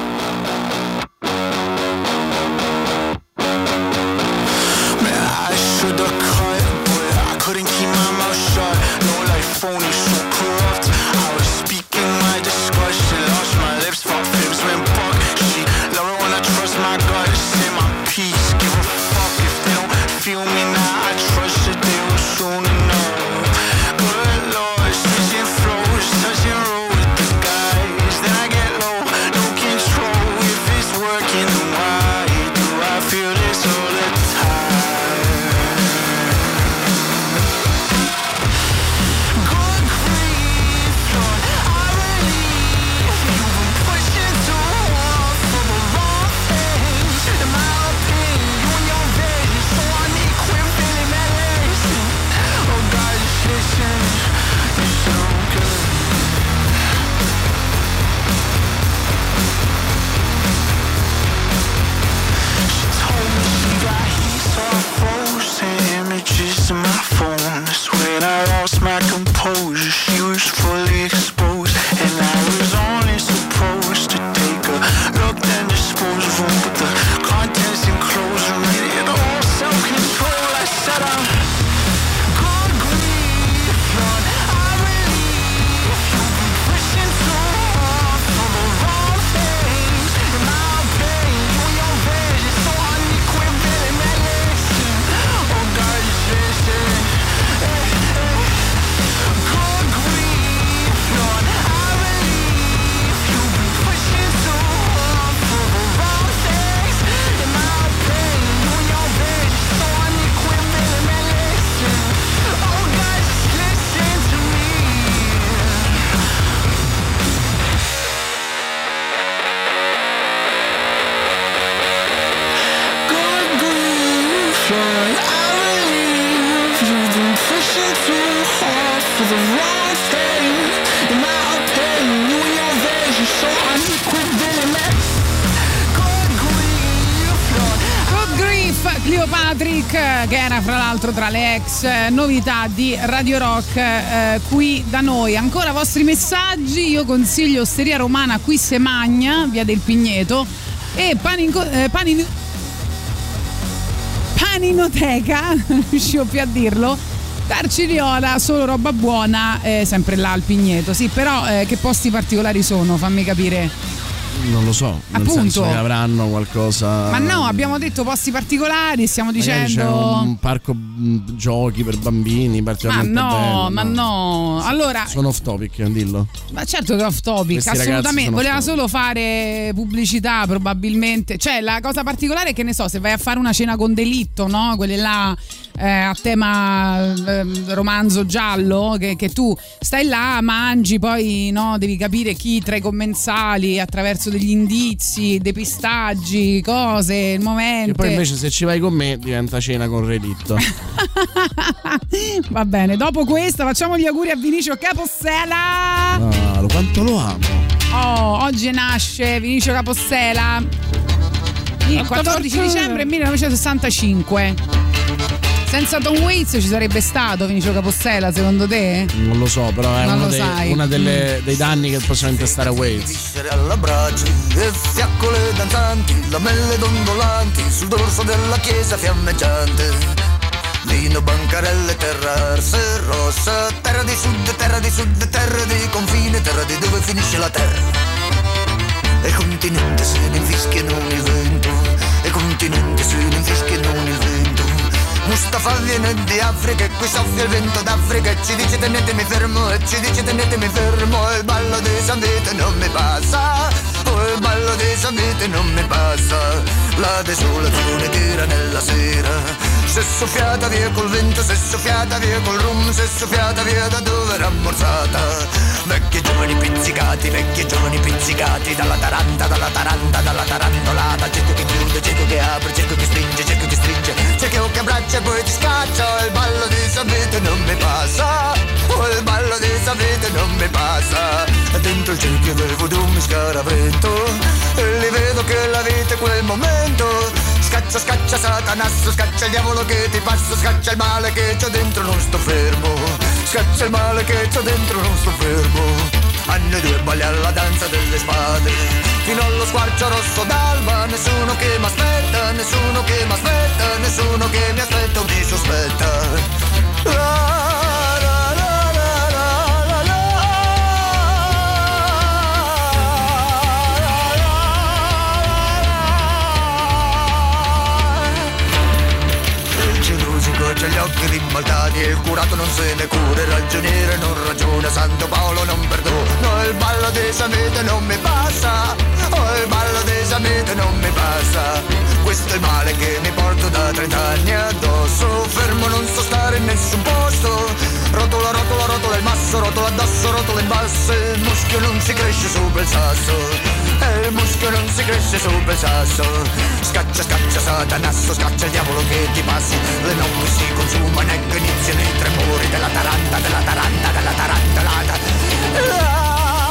Cleopatrick, che era fra l'altro tra le ex novità di Radio Rock eh, qui da noi. Ancora vostri messaggi. Io consiglio Osteria Romana qui se magna, via del Pigneto, e Paninco, eh, Panin, Paninoteca, non riuscivo più a dirlo, Tarciriola, solo roba buona, eh, sempre là al Pigneto. Sì, però eh, che posti particolari sono? Fammi capire. Non lo so, nel Appunto. senso che avranno qualcosa. Ma no, abbiamo detto posti particolari, stiamo Magari dicendo. c'è un parco mh, giochi per bambini Ma particolarmente no, bello, ma no. Allora, Sono off topic, dillo. ma certo che è off topic, Questi ragazzi assolutamente. sono Voleva off topic. solo fare pubblicità, probabilmente. Cioè, la cosa particolare è che ne so, se vai a fare una cena con delitto, no? Quelle là eh, a tema eh, romanzo giallo, che, che tu stai là, mangi, poi no, devi capire chi tra i commensali attraverso degli indizi, depistaggi, cose, il momento. E poi invece se ci vai con me diventa cena con relitto. Va bene, dopo questa facciamo gli auguri a Vinicio Capossela. Ah, quanto lo amo. Oh, oggi nasce Vinicio Capossela il quattordici dicembre millenovecentosessantacinque. Senza Tom Waits ci sarebbe stato Vinicio Capossela, secondo te? Non lo so, però è Non uno lo dei, sai. una delle, dei danni che possiamo intestare a Waits. Viscere alla braccia e fiaccole danzanti, lamelle dondolanti sul dorso della chiesa fiammeggiante. Vino, bancarelle, terra arsa e rossa, terra di sud, terra di sud, terra di confine, terra di dove finisce la terra. E il continente se ne infischia non il vento, e il continente se ne infischia non il vento. Mustafa viene di Africa e qui soffia il vento d'Africa e ci dice tenetemi fermo, e ci dice tenetemi fermo. E il ballo di San Vito non mi passa, oh il ballo di San Vito non mi passa. La desolazione tira nella sera, se soffiata via col vento, se soffiata via col rum, se soffiata via da dove era ammorzata. Vecchi giovani pizzicati, vecchi giovani pizzicati, dalla taranta, dalla taranta, dalla tarantolata. Cerco che chiude, cerco che apre, cerco che stringe, cerco che stringe, cerco che abbraccia e poi ti scaccia. Il ballo di San Vito non mi passa, oh il ballo di San Vito non mi passa. E dentro il cerchio del voodoo mi scaravento, e li vedo che la vita è quel momento. Scaccia, scaccia Satanasso, scaccia il diavolo che ti passa, scaccia il male che c'ho dentro, non sto fermo. Scaccia il male che c'ho dentro, non sto fermo. Anni due balli alla danza delle spade, fino allo squarcio rosso d'alba. Nessuno che m'aspetta, nessuno che m'aspetta, nessuno che mi aspetta o mi sospetta. La, c'ha gli occhi ribaltati e il curato non se ne cura, il ragioniere non ragiona, Santo Paolo non perdona. Il ballo di San Vito non mi passa, oh il ballo di San Vito non mi passa. Questo è il male che mi porto da trent'anni addosso, fermo non so stare in nessun posto. Rotola, rotola, rotola il masso, rotola addosso, rotola in basso, il muschio non si cresce sopra il sasso, e il muschio non si cresce sopra il sasso. Scaccia, scaccia Satanasso, scaccia il diavolo che ti passi, le notti si consumano ecco iniziano i tremori della taranta, della taranta, della tarantalata. La,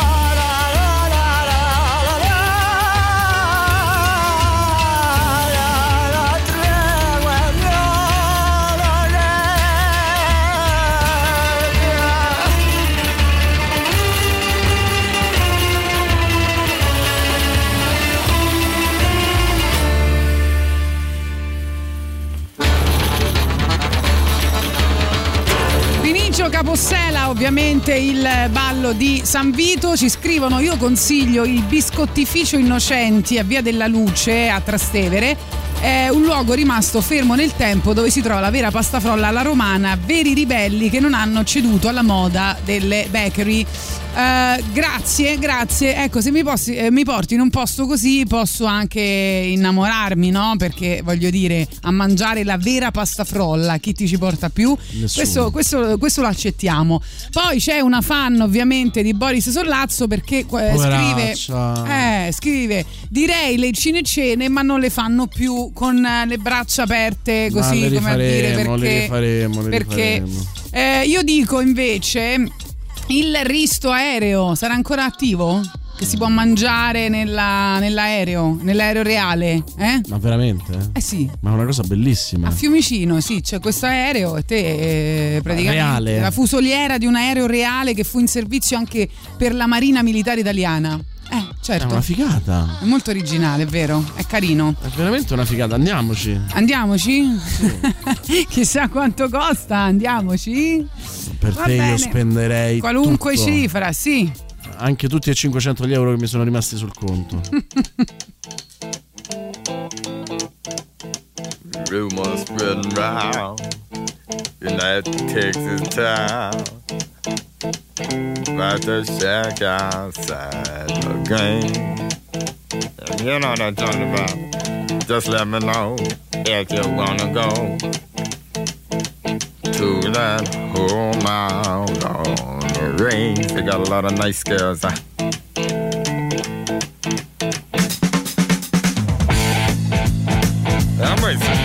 Capossela, ovviamente il ballo di San Vito. Ci scrivono: io consiglio il Biscottificio Innocenti a Via della Luce a Trastevere, è un luogo rimasto fermo nel tempo dove si trova la vera pasta frolla alla romana, veri ribelli che non hanno ceduto alla moda delle bakery. Uh, grazie, grazie. Ecco, se mi, possi, eh, mi porti in un posto così posso anche innamorarmi, no? Perché voglio dire, a mangiare la vera pasta frolla, chi ti ci porta più? Questo, questo, questo lo accettiamo. Poi c'è una fan ovviamente di Boris Sollazzo perché eh, scrive, eh, scrive: direi le cinecene ma non le fanno più con le braccia aperte così, come faremo, a dire, perché, le rifaremo, le perché rifaremo. Eh, io dico invece il risto aereo sarà ancora attivo? Che si può mangiare nella, nell'aereo, nell'aereo reale, eh? Ma veramente? Eh sì. Ma è una cosa bellissima. A Fiumicino, sì, c'è questo aereo e te eh, praticamente reale. La fusoliera di un aereo reale che fu in servizio anche per la Marina Militare Italiana. Eh, certo. È una figata. È molto originale, è vero? È carino. È veramente una figata, andiamoci. Andiamoci? Sì. Chissà quanto costa, andiamoci. Per Va te bene. io spenderei qualunque tutto. cifra, sì. Anche tutti e cinquecento gli euro che mi sono rimasti sul conto. Rumors spreading round in that Texas town about the shack outside the game. And you know what I'm talking about. Just let me know if you wanna go to that home out on the range. They got a lot of nice girls. Huh? I'm racing.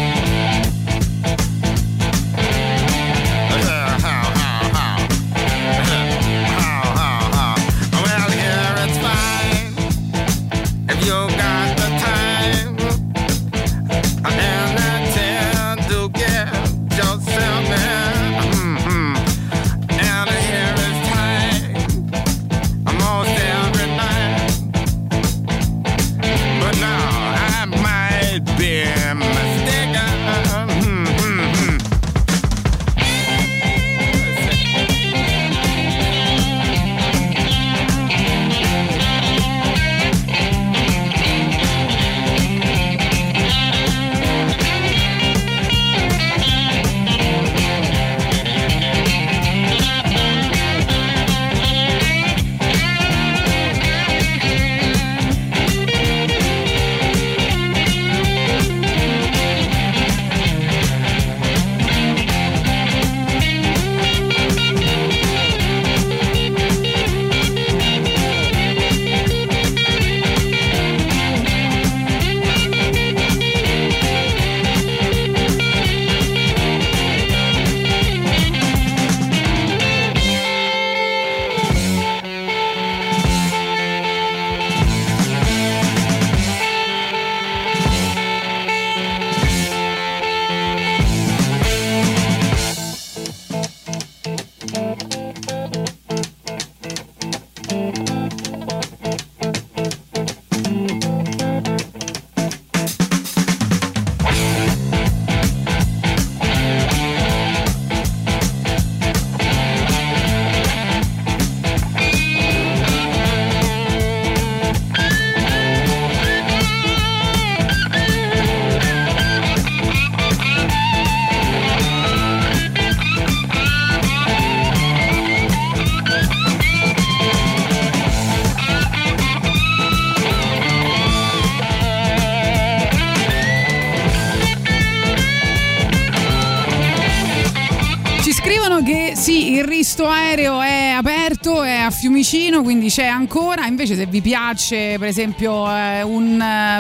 Risto aereo è aperto, è a Fiumicino, quindi c'è ancora. Invece se vi piace per esempio eh, un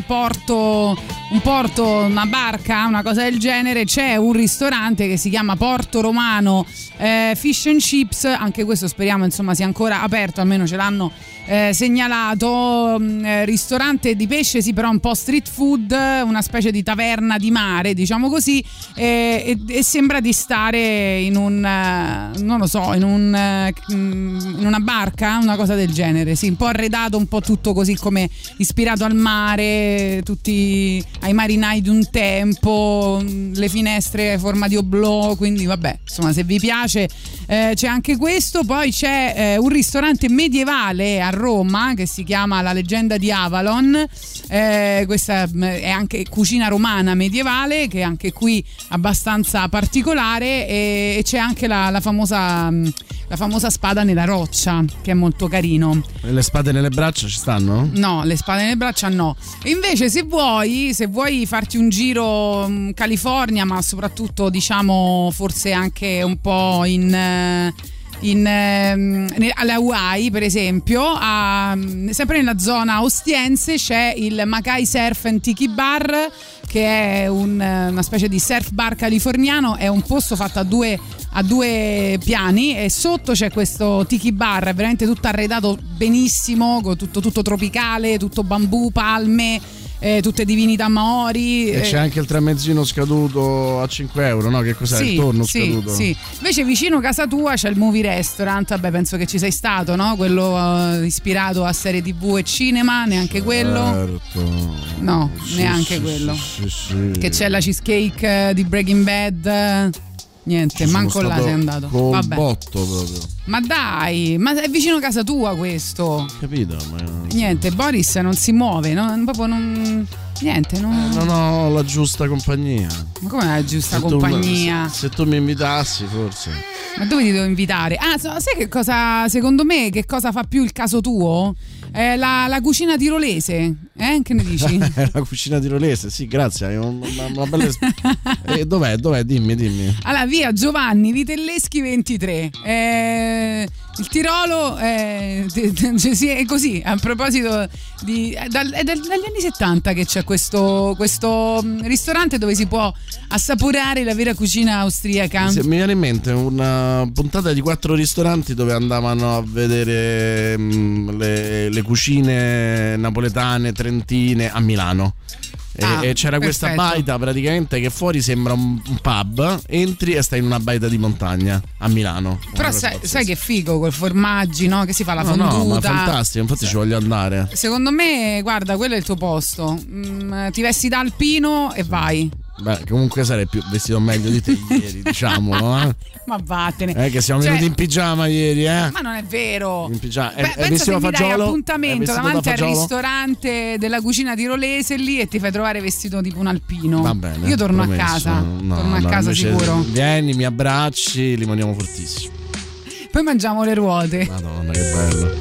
porto, un porto, una barca, una cosa del genere, c'è un ristorante che si chiama Porto Romano eh, Fish and Chips. Anche questo speriamo insomma sia ancora aperto, almeno ce l'hanno eh, segnalato. Eh, ristorante di pesce, sì, però un po' street food, una specie di taverna di mare, diciamo così, eh, e, e sembra di stare in un uh, non lo so, in un uh, in una barca, una cosa del genere, sì, un po' arredato, un po' tutto così come ispirato al mare, tutti ai marinai di un tempo, le finestre a forma di oblò, quindi vabbè, insomma, se vi piace eh, c'è anche questo. Poi c'è eh, un ristorante medievale a Roma che si chiama La Leggenda di Avalon. Eh, questa è anche cucina romana medievale, che anche qui abbastanza particolare, e, e c'è anche la, la famosa la famosa spada nella roccia, che è molto carino. Le spade nelle braccia ci stanno? No, le spade nelle braccia no. E invece se vuoi se vuoi farti un giro in California, ma soprattutto diciamo forse anche un po' in in ehm, alle Hawaii per esempio, a, sempre nella zona ostiense c'è il Makai Surf and Tiki Bar, che è un, una specie di surf bar californiano. È un posto fatto a due a due piani e sotto c'è questo tiki bar, è veramente tutto arredato benissimo, tutto, tutto tropicale, tutto bambù, palme, eh, tutte divinità maori. E c'è eh. anche il tramezzino scaduto a cinque euro, no? Che cos'è? Sì, il torno sì, scaduto? Sì. Invece vicino a casa tua c'è il Movie Restaurant, vabbè, penso che ci sei stato, no? Quello uh, ispirato a serie tv e cinema, neanche quello. Certo. No, sì, neanche sì, quello. Sì, sì, sì. Che c'è la cheesecake di Breaking Bad. Niente, Ci manco là sei andato. Col Vabbè. botto proprio. Ma dai, ma è vicino a casa tua questo? Capito? Ma... Niente, Boris non si muove, no? Proprio non... Niente, non... non ho la giusta compagnia. Ma come la giusta se compagnia? Tu, se, se tu mi invitassi, forse. Ma dove ti devo invitare? Ah, sai che cosa, secondo me, che cosa fa più il caso tuo? Eh, la, la cucina tirolese, eh? Che ne dici? La cucina tirolese, sì, grazie. È una, una bella... eh, dov'è? Dov'è? Dimmi, dimmi. Allora, via Giovanni Vitelleschi ventitré. Eh, il Tirolo eh, è così. A proposito di. È, dal, è dagli anni settanta che c'è questo, questo ristorante dove si può assaporare la vera cucina austriaca. Sì, mi viene in mente una puntata di quattro ristoranti dove andavano a vedere mh, le, le cucine napoletane, trentine a Milano. E, ah, e c'era perfetto. Questa baita praticamente che fuori sembra un, un pub, entri e stai in una baita di montagna a Milano. Però sai, sai che figo col formaggi, no? Che si fa la no, fonduta. No, ma fantastico, infatti sì. Ci voglio andare. Secondo me, guarda, quello è il tuo posto. Mm, ti vesti da alpino e vai. Beh, comunque sarei più vestito meglio di te ieri, diciamo, eh? Ma vattene. Eh, che siamo cioè, venuti in pigiama ieri, eh? Ma non è vero. In pigiama. Beh, è, pensa che mi dai fagiolo? appuntamento davanti al ristorante della cucina tirolese lì e ti fai trovare vestito tipo un alpino. Va bene. Io torno promesso. a casa. No, torno no, a casa sicuro. Vieni, mi abbracci, rimaniamo fortissimi. Poi mangiamo le ruote. Madonna, che bello.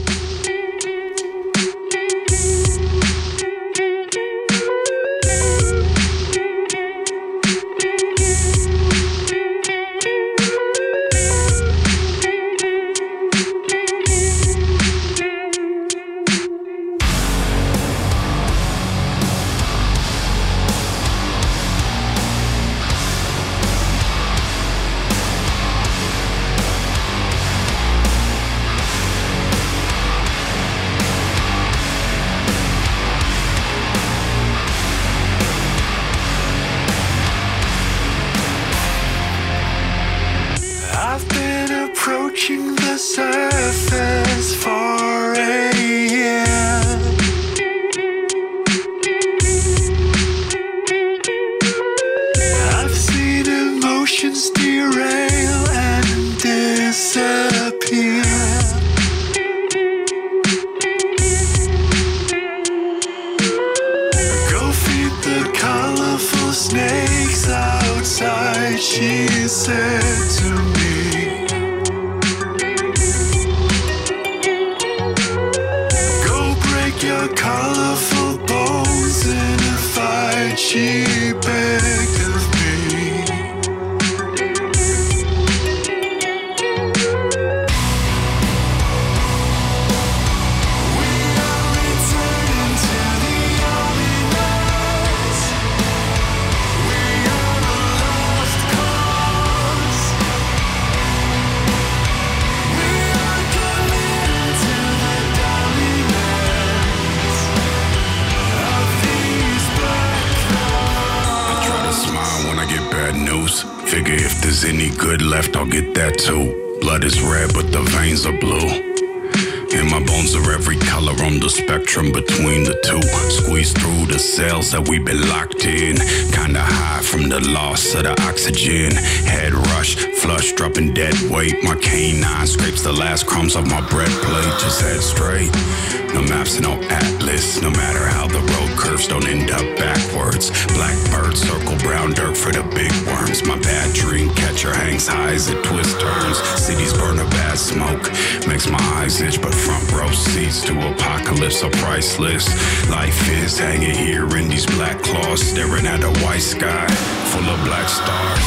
That we've been locked in, kinda high from the loss of the oxygen. Head rush, flush, dropping dead weight. My canine scrapes the last crumbs off my bread plate. Just head straight, no maps, no atlas. No matter how the road curves, don't end up backwards. Blackbird circle brown dirt for the big worms. My bad dream catcher hangs high as it twist turns. Cities burn a bad smoke, makes my eyes itch, but front row seats to apocalypse are priceless. Life is hanging here in these black claws, staring at a white sky full of black stars.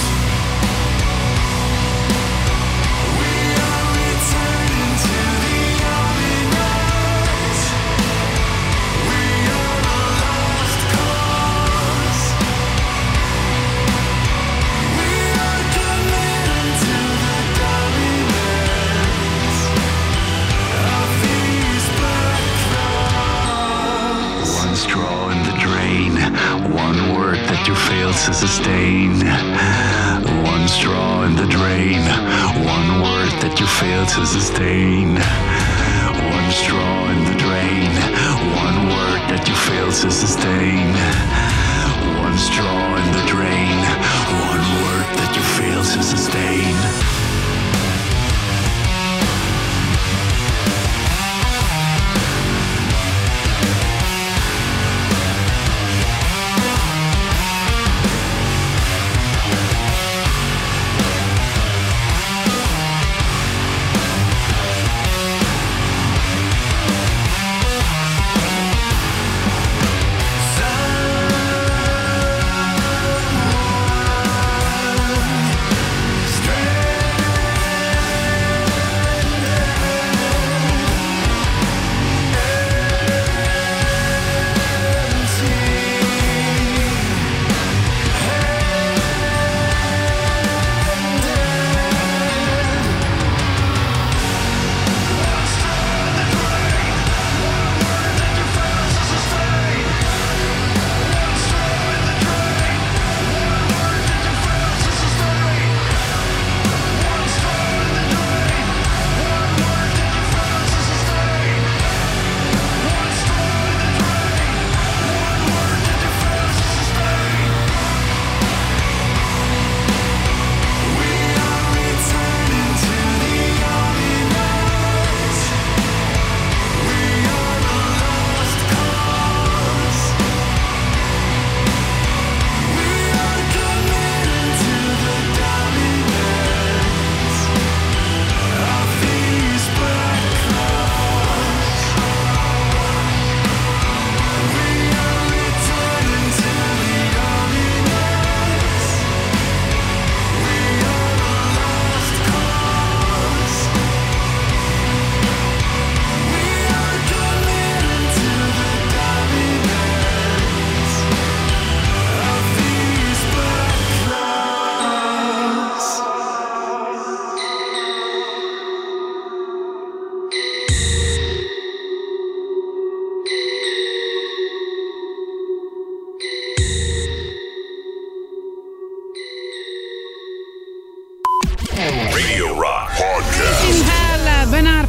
To sustain one straw in the drain, one word that you fail to sustain. One straw in the drain, one word that you fail to sustain. One straw in the drain, one word that you fail to sustain.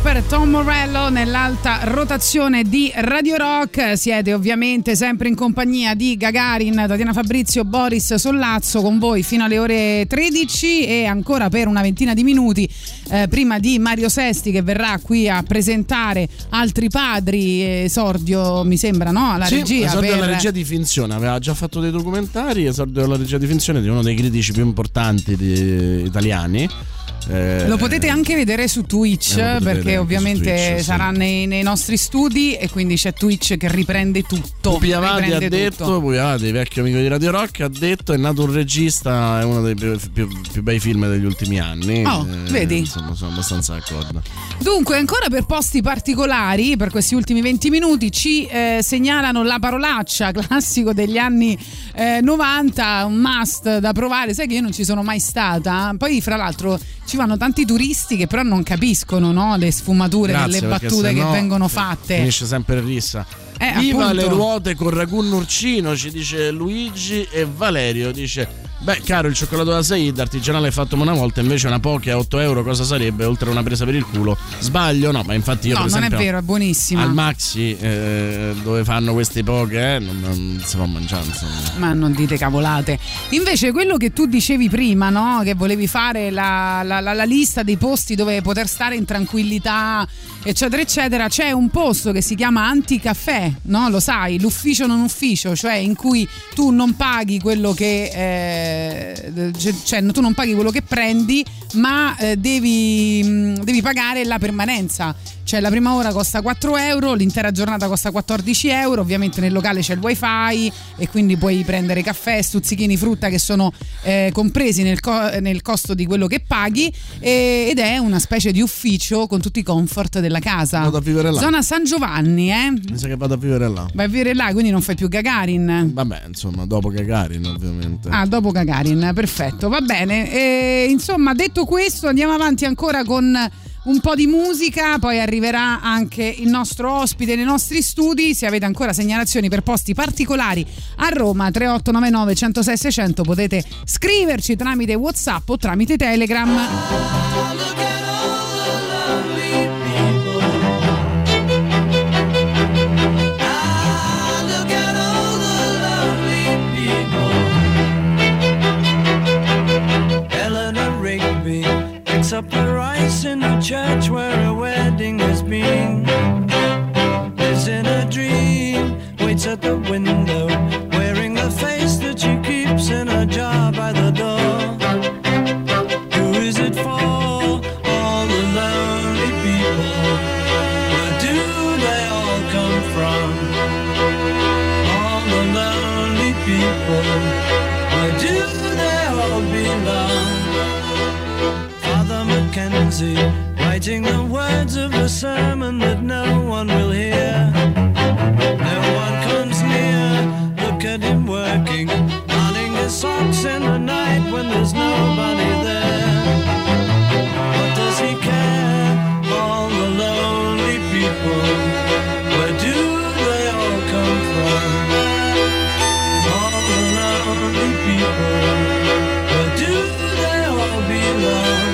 per Tom Morello nell'alta rotazione di Radio Rock. Siete ovviamente sempre in compagnia di Gagarin, Tatiana Fabrizio, Boris Sollazzo con voi fino alle ore tredici e ancora per una ventina di minuti eh, prima di Mario Sesti che verrà qui a presentare Altri Padri, esordio mi sembra, no? Alla sì, regia. Esordio per... alla regia di finzione, aveva già fatto dei documentari, esordio alla regia di finzione di uno dei critici più importanti di, italiani. Eh, lo potete anche vedere su Twitch eh, perché ovviamente Twitch, sarà sì. nei, nei nostri studi e quindi c'è Twitch che riprende tutto. Pupi Avati ha riprende detto, tutto. Pupi Avati, vecchio amico di Radio Rock, ha detto è nato un regista, è uno dei più, più, più bei film degli ultimi anni. Oh, eh, vedi? Insomma, sono abbastanza d'accordo. Dunque, ancora per posti particolari, per questi ultimi venti minuti ci eh, segnalano La Parolaccia, classico degli anni eh, novanta, un must da provare. Sai che io non ci sono mai stata? Poi, fra l'altro, ci vanno tanti turisti che però non capiscono, no? Le sfumature Grazie, delle battute che vengono fatte. Finisce sempre in rissa. Eh, Viva appunto. le ruote con ragù Nurcino, ci dice Luigi, e Valerio dice beh caro, il cioccolato da Said artigianale fatto una volta, invece una poche a otto euro cosa sarebbe oltre a una presa per il culo? Sbaglio? No, ma infatti io no, per non esempio è vero, è buonissima. al Maxi eh, dove fanno queste poche eh, non, non si può mangiare, insomma. Ma non dite cavolate. Invece quello che tu dicevi prima, no? Che volevi fare la, la, la, la lista dei posti dove poter stare in tranquillità eccetera eccetera, c'è un posto che si chiama Anticaffè, no? Lo sai, l'ufficio non ufficio, cioè in cui tu non paghi quello che eh, cioè tu non paghi quello che prendi, ma eh, devi, devi pagare la permanenza. Cioè la prima ora costa quattro euro, l'intera giornata costa quattordici euro, ovviamente nel locale c'è il wifi e quindi puoi prendere caffè, stuzzichini, frutta che sono eh, compresi nel, co- nel costo di quello che paghi e- ed è una specie di ufficio con tutti i comfort della casa. Vado a vivere là. Zona San Giovanni, eh? Mi sa che vado a vivere là. Vai a vivere là, quindi non fai più Gagarin. Vabbè, insomma, dopo Gagarin ovviamente. Ah, dopo Gagarin, perfetto, va bene. E, insomma, detto questo, andiamo avanti ancora con un po' di musica, poi arriverà anche il nostro ospite nei nostri studi. Se avete ancora segnalazioni per posti particolari a Roma, tre otto nove nove, uno zero sei, sei zero zero, potete scriverci tramite WhatsApp o tramite Telegram. Picks up the rice in the church where a wedding has been. Lives in a dream, waits at the window, wearing the face that she keeps in a jar by the door. Who is it for? All the lonely people. Where do they all come from? All the lonely people. Where do they all belong? Mackenzie, writing the words of a sermon that no one will hear. No one comes near, look at him working, darning his socks in the night when there's nobody there. What does he care? All the lonely people, where do they all come from? All the lonely people, where do they all belong?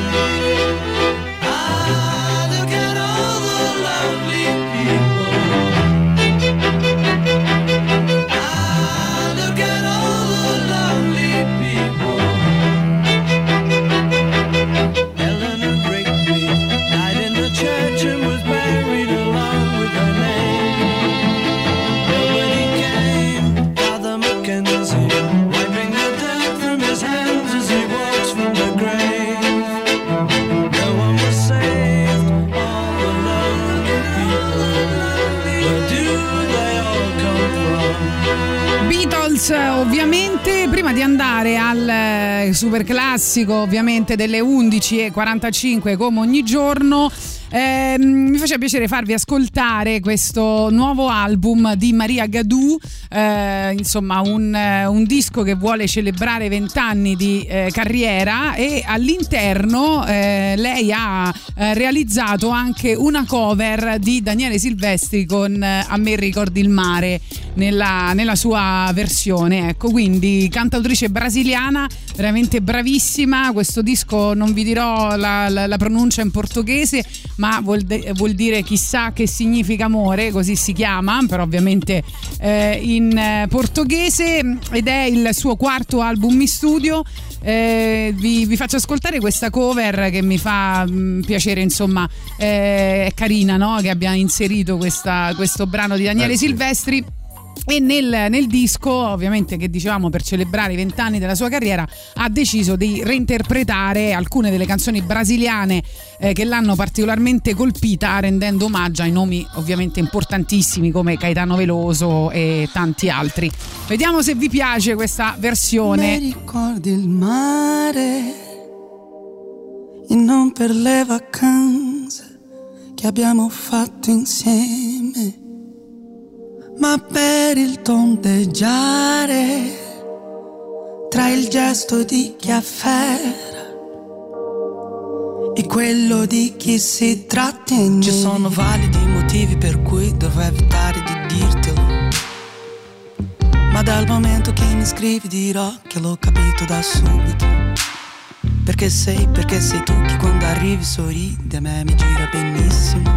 Ovviamente prima di andare al super classico ovviamente delle undici e quarantacinque come ogni giorno, eh, mi faceva piacere farvi ascoltare questo nuovo album di Maria Gadù, eh, insomma un, un disco che vuole celebrare vent'anni di eh, carriera e all'interno eh, lei ha eh, realizzato anche una cover di Daniele Silvestri con eh, A me ricordi il mare nella, nella sua versione, ecco, quindi cantautrice brasiliana veramente bravissima. Questo disco non vi dirò la, la, la pronuncia in portoghese, ma ma vuol, de- vuol dire chissà che significa amore, così si chiama, però ovviamente eh, in eh, portoghese, ed è il suo quarto album in studio. Eh, vi, vi faccio ascoltare questa cover che mi fa mh, piacere, insomma, eh, è carina, no? Che abbia inserito questa, questo brano di Daniele eh, sì. Silvestri. E nel, nel disco, ovviamente, che dicevamo, per celebrare i vent'anni della sua carriera, ha deciso di reinterpretare alcune delle canzoni brasiliane eh, che l'hanno particolarmente colpita, rendendo omaggio ai nomi ovviamente importantissimi come Caetano Veloso e tanti altri. Vediamo se vi piace questa versione. Mi ricordi il mare e non per le vacanze che abbiamo fatto insieme, ma per il tondeggiare tra il gesto di chi afferra e quello di chi si trattiene. Ci sono validi motivi per cui dovrei evitare di dirtelo, ma dal momento che mi scrivi dirò che l'ho capito da subito. Perché sei, perché sei tu che quando arrivi sorridi, a me mi gira benissimo.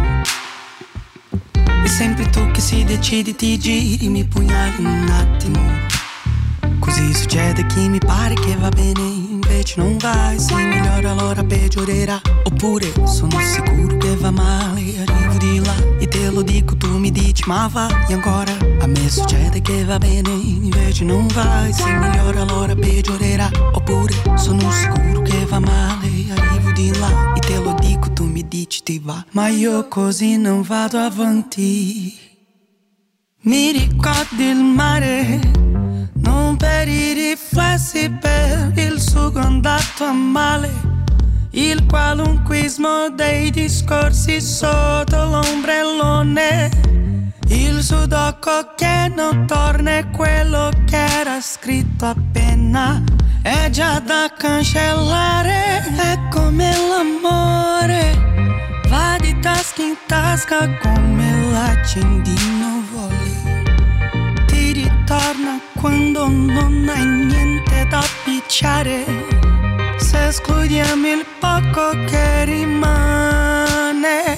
E sempre tu che si decidi, ti giri, mi pugnali in un attimo. Così succede che mi pare che va bene, invece non vai. Se migliora allora peggiorerà, oppure sono sicuro che va male. Arrivo di là e te lo dico, tu mi dici ma vai ancora. A me succede che va bene, invece non vai. Se migliora allora peggiorerà, oppure sono sicuro che va male. Arrivo di là e te lo dico, tu mi dici ti va, ma io così non vado avanti. Mi ricordi il mare, non per i riflessi, per il sugo andato a male, il qualunquismo dei discorsi sotto l'ombrellone, il sudoku che non torna è quello che era scritto appena, è già da cancellare. È come l'amore, va di tasca in tasca come l'accendino vuole, ti ritorna quando non hai niente da picciare. Se escludiamo il poco che rimane,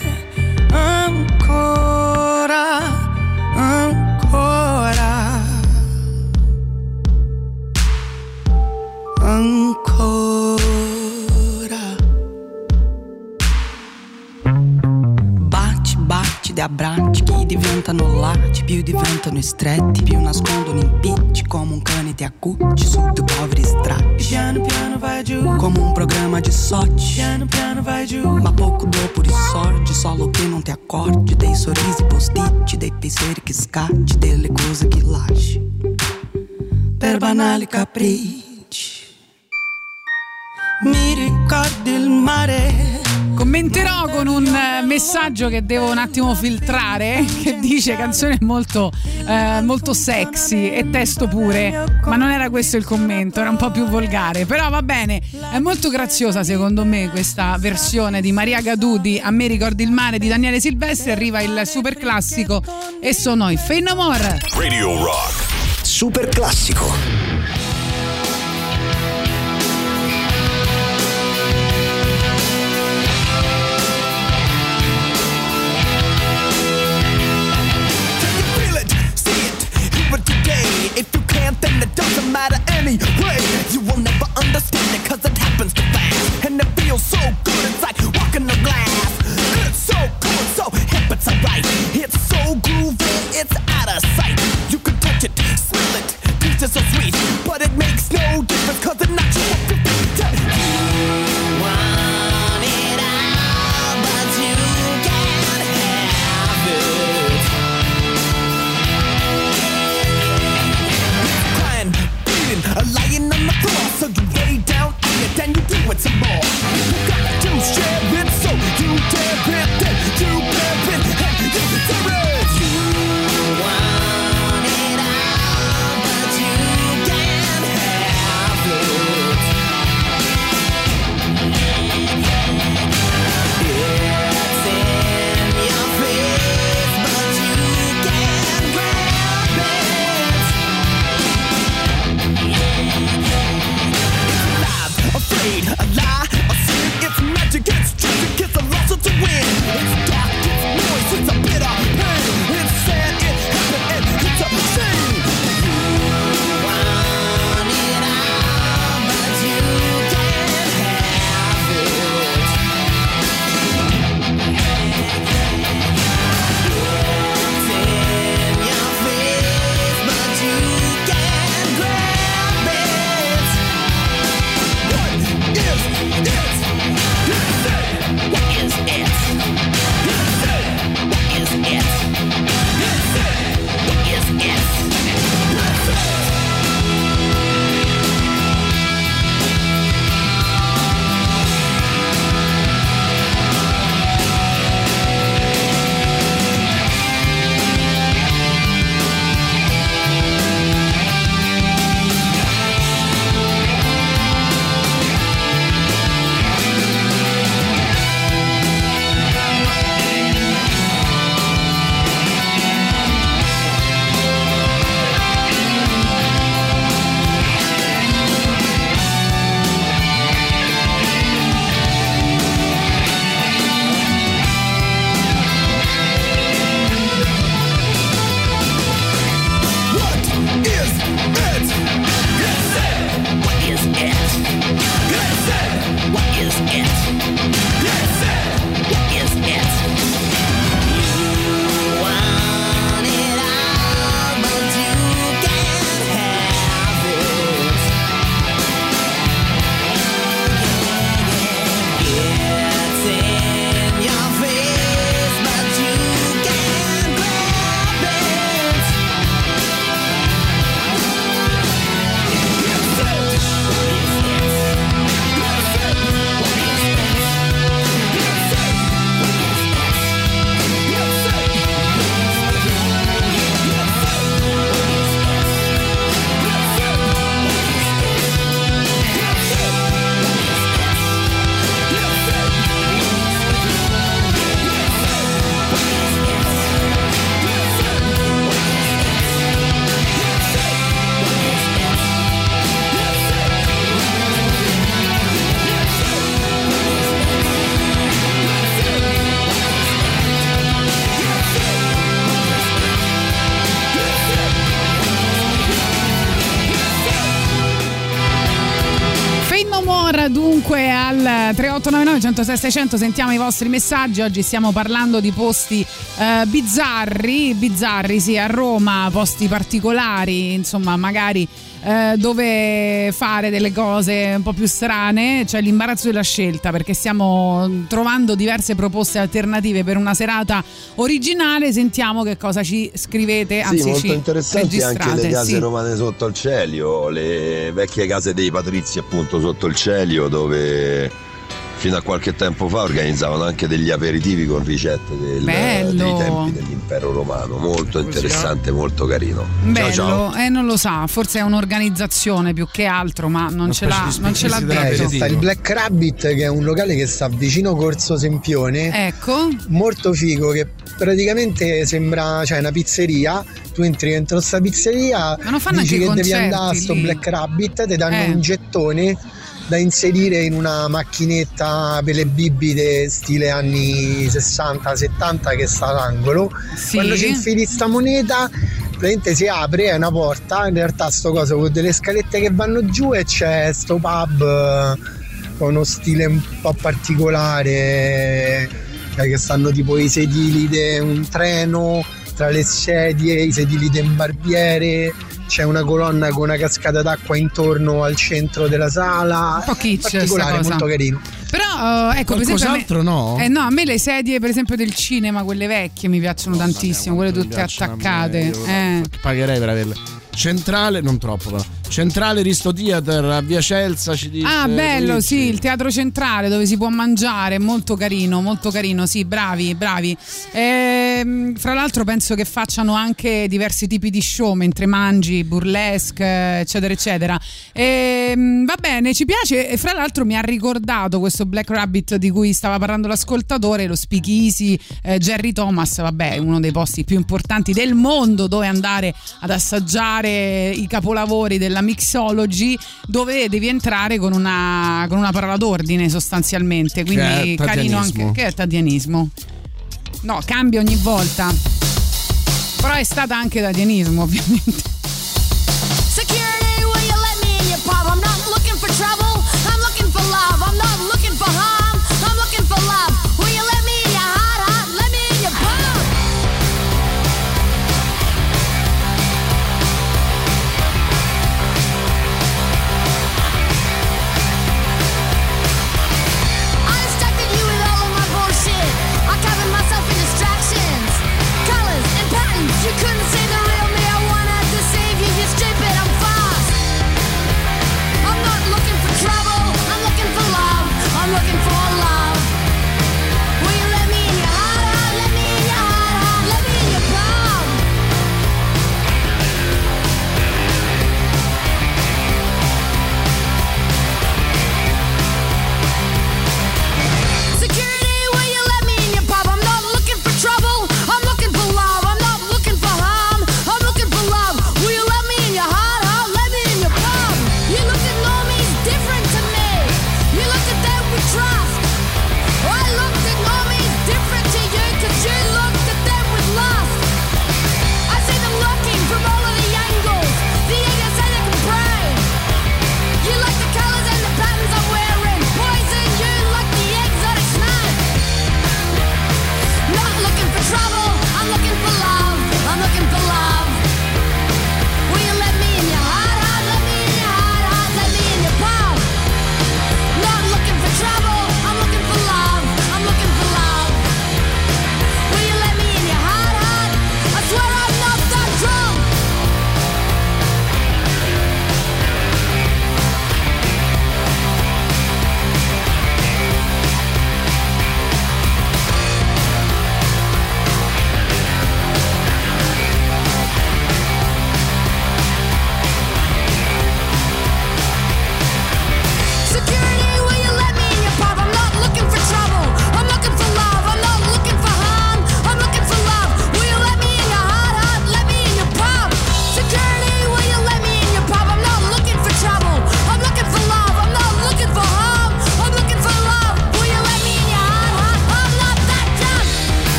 ancora, ancora, ancora. Baci, baci di abbracci che diventano lati, più diventano stretti, più nascondono impicci, come un cane ti accucci su due poveri stracci. Piano piano vai giù, come un programma di soci. Piano piano vai giù, ma poco dopo risorgi, solo che non ti accorgi dei sorrisi posticci, dei pensieri che scacci, delle cose che lasci per banali capricci. Mi ricordi il mare. Commenterò con un messaggio che devo un attimo filtrare, che dice canzone molto, eh, molto sexy e testo pure, ma non era questo il commento, era un po' più volgare, però va bene, è molto graziosa secondo me questa versione di Maria Gadù di A me ricordi il mare di Daniele Silvestri. Arriva il super classico e sono i Fey No More. Radio Rock Super classico. If you can't, then it doesn't matter anyway. You will never understand it, cause it happens too fast. And it feels so good, it's like walking on glass. It's so good, so hip, it's alright. It's so groovy, it's out of sight. You can touch it, smell it, taste it so sweet. But it makes no difference, cause it knocks you off your feet. You want it all, but you can't have it. Lying on the floor, so you lay down on it, then you do it some more. You got to share it, so you dare it, then you bear it, and you deserve it. You want it all, but you can't have it. dunque al tre otto nove nove uno zero sei sei zero zero, sentiamo i vostri messaggi. Oggi stiamo parlando di posti eh, bizzarri, bizzarri sì, a Roma, posti particolari, insomma magari eh, dove fare delle cose un po' più strane. C'è l'imbarazzo della scelta perché stiamo trovando diverse proposte alternative per una serata originale. Sentiamo che cosa ci scrivete, anzi sì, molto ci interessanti registrate. anche le case sì. romane sotto il Celio, le vecchie case dei patrizi appunto sotto il Celio, dove fino a qualche tempo fa organizzavano anche degli aperitivi con ricette del, dei tempi dell'impero romano. Molto interessante, molto carino. Bello, ciao, ciao. eh, non lo sa, forse è un'organizzazione più che altro, ma non ce l'ha, non ce l'ha detto. Sta il Black Rabbit, che è un locale che sta vicino Corso Sempione. Ecco. Molto figo, che praticamente sembra, cioè, una pizzeria. Tu entri dentro sta pizzeria, ma non fanno dici anche che devi concerti andare a sto lì? Black Rabbit, ti danno Eh. un gettone da inserire in una macchinetta per le bibite stile anni sessanta settanta che sta all'angolo. Sì. Quando ci infili sta moneta praticamente si apre, è una porta, in realtà sto coso con delle scalette che vanno giù e c'è sto pub eh, con uno stile un po' particolare, eh, che stanno tipo i sedili di un treno, tra le sedie i sedili di un barbiere, c'è una colonna con una cascata d'acqua intorno al centro della sala. Un po' kitsch particolare, sta cosa. molto carino. Però ecco, per esempio, Qualcos'altro no? Eh no, a me le sedie per esempio del cinema, quelle vecchie, mi piacciono tantissimo, quelle tutte attaccate. Eh. Pagherei per averle. Centrale, non troppo però. Centrale Risto Theater a Via Celsa ci dice. Ah, bello, Luigi. sì, il teatro centrale dove si può mangiare, molto carino, molto carino, sì, bravi, bravi. Ehm, fra l'altro penso che facciano anche diversi tipi di show mentre mangi, burlesque, eccetera, eccetera. Ehm, va bene, ci piace, e fra l'altro mi ha ricordato questo Black Rabbit di cui stava parlando l'ascoltatore, lo Speakeasy, eh, Jerry Thomas, vabbè, uno dei posti più importanti del mondo dove andare ad assaggiare i capolavori della mixology, dove devi entrare con una, con una parola d'ordine sostanzialmente, quindi Che è carino tatianismo. anche, che è tatianismo, no, cambia ogni volta, però è stata anche tatianismo ovviamente. Security, will you let me in your pub? I'm not looking for trouble, I'm looking for love. I'm not looking for harm, I'm looking for love. Will you let me in your heart, heart? Let me in your pub. I distracted you with all of my bullshit. I covered myself in distractions, colors and patterns. You couldn't see the real me. I wanted to see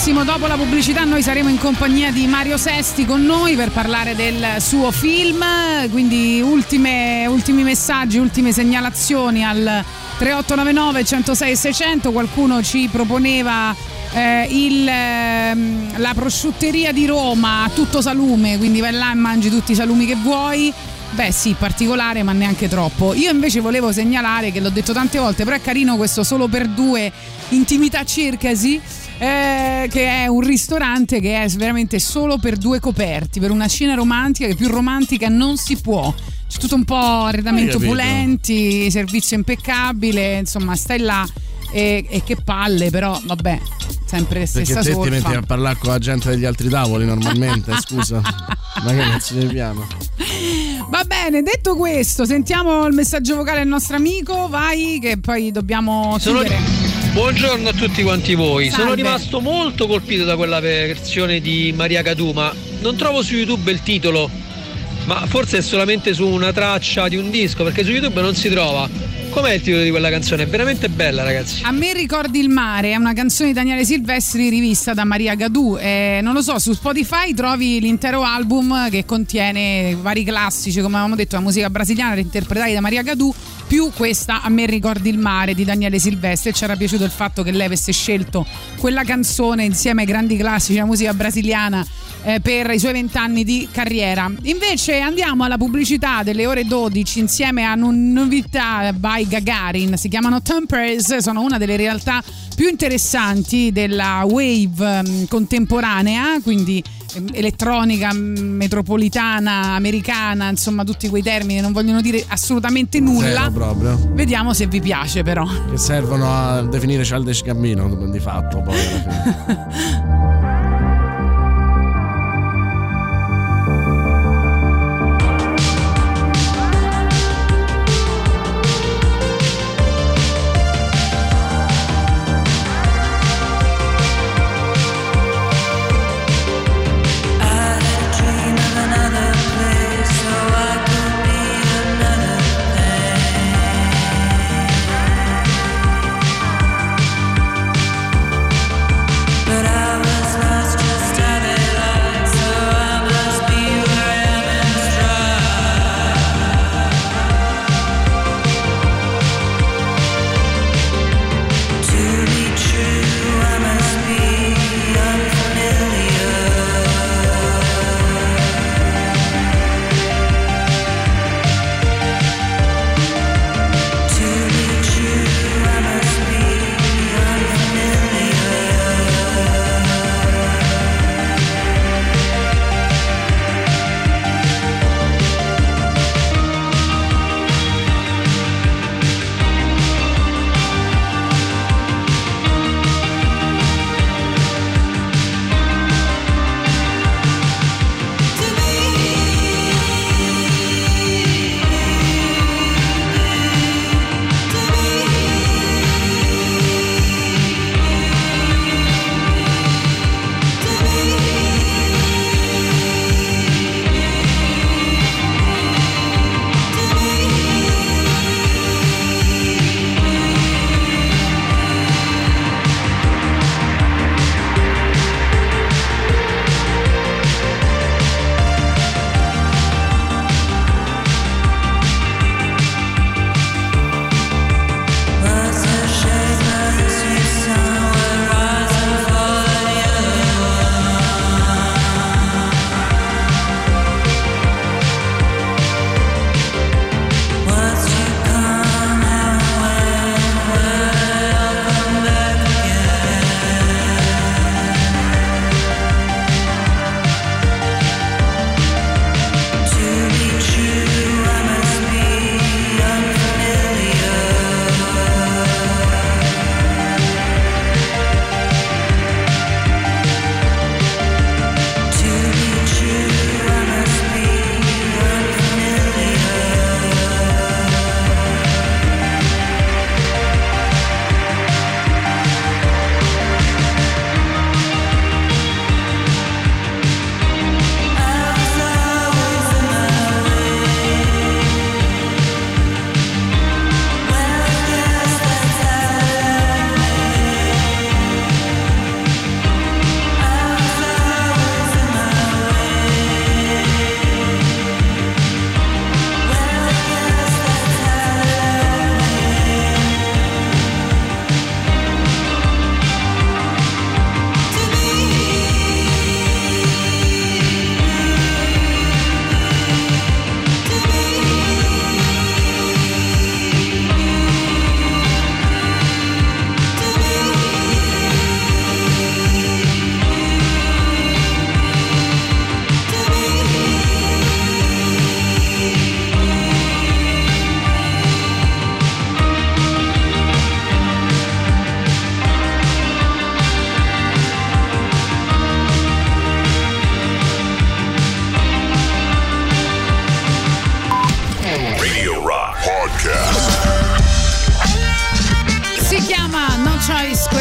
prestissimo, dopo la pubblicità noi saremo in compagnia di Mario Sesti con noi per parlare del suo film, quindi ultime, ultimi messaggi, ultime segnalazioni al tre otto nove nove, centosei e seicento. Qualcuno ci proponeva eh, il, eh, la prosciutteria di Roma, tutto salume, quindi vai là e mangi tutti i salumi che vuoi. Beh sì, particolare ma neanche troppo. Io invece volevo segnalare, che l'ho detto tante volte, però è carino questo Solo per Due Intimità Circasi, eh, che è un ristorante che è veramente solo per due coperti, per una cena romantica che più romantica non si può. C'è tutto un po' arredamento opulenti, servizio impeccabile, insomma stai là e, e che palle, però vabbè, sempre stessa Perché te solfa. ti metti a parlare con la gente degli altri tavoli normalmente, scusa. Ma che cazzo di piano? Va bene, detto questo, sentiamo il messaggio vocale del nostro amico, vai che poi dobbiamo chiudere. Buongiorno a tutti quanti voi. Salve. Sono rimasto molto colpito da quella versione di Maria Gadù, ma non trovo su YouTube il titolo, ma forse è solamente su una traccia di un disco, perché su YouTube non si trova. Com'è il titolo di quella canzone? È veramente bella, ragazzi. A me ricordi il mare, è una canzone di Daniele Silvestri rivista da Maria Gadù. Eh, non lo so, su Spotify trovi l'intero album che contiene vari classici, come avevamo detto, la musica brasiliana interpretati da Maria Gadù, più questa A me ricordi il mare di Daniele Silvestri. E ci era piaciuto il fatto che lei avesse scelto quella canzone insieme ai grandi classici della musica brasiliana eh, per i suoi vent'anni di carriera. Invece andiamo alla pubblicità delle ore dodici insieme a novità by Gagarin, si chiamano Tempers, sono una delle realtà più interessanti della wave um, contemporanea, quindi um, elettronica, metropolitana, americana, insomma tutti quei termini non vogliono dire assolutamente nulla. Proprio. Vediamo se vi piace però. Che servono a definire Childish Gambino di fatto poi alla fine. But I was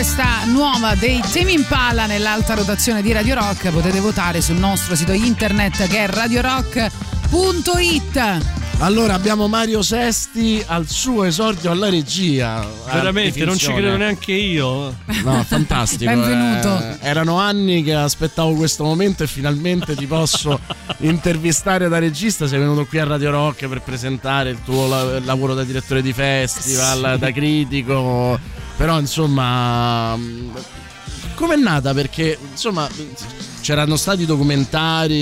questa nuova dei Tame Impala nell'alta rotazione di Radio Rock. Potete votare sul nostro sito internet che è radio rock punto it. Allora abbiamo Mario Sesti al suo esordio alla regia. Veramente, non ci credo neanche io. No, fantastico. Benvenuto. Eh, erano anni che aspettavo questo momento e finalmente ti posso intervistare da regista. Sei venuto qui a Radio Rock per presentare il tuo la- lavoro da direttore di festival, sì, da critico. Però insomma, com'è nata? Perché insomma c'erano stati documentari,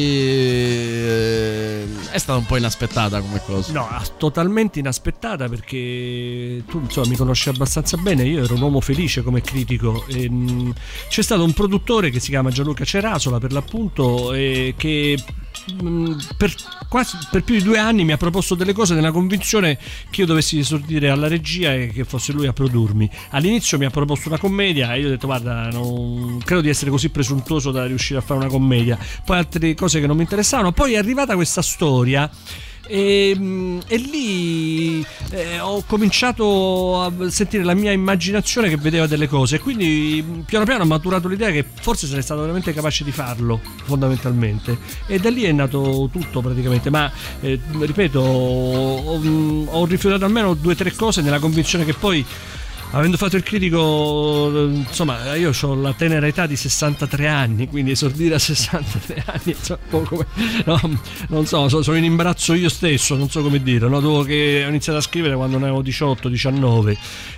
eh, è stata un po' inaspettata come cosa. No, totalmente inaspettata, perché tu insomma mi conosci abbastanza bene. Io ero un uomo felice come critico e, mh, c'è stato un produttore che si chiama Gianluca Cerasola, per l'appunto, e che mh, per quasi per più di due anni mi ha proposto delle cose nella convinzione che io dovessi esordire alla regia e che fosse lui a produrmi. All'inizio mi ha proposto una commedia e io ho detto guarda, non credo di essere così presuntuoso da riuscire a fare una commedia. Poi altre cose che non mi interessavano. Poi è arrivata questa storia e, e lì eh, ho cominciato a sentire la mia immaginazione che vedeva delle cose, e quindi piano piano ho maturato l'idea che forse sarei stato veramente capace di farlo, fondamentalmente, e da lì è nato tutto praticamente. Ma eh, ripeto, ho, ho rifiutato almeno due o tre cose nella convinzione che poi, avendo fatto il critico, insomma, io ho la tenera età di sessantatré anni, quindi esordire a sessantatré anni, insomma, un po' come, no, non so, sono in imbarazzo io stesso, non so come dire, no? Dopo che ho iniziato a scrivere quando ne avevo diciotto diciannove,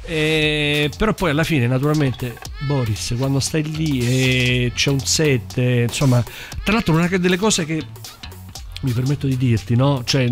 e, però poi alla fine, naturalmente, Boris, quando stai lì e c'è un set, e, insomma, tra l'altro una delle cose che mi permetto di dirti, no? Cioè,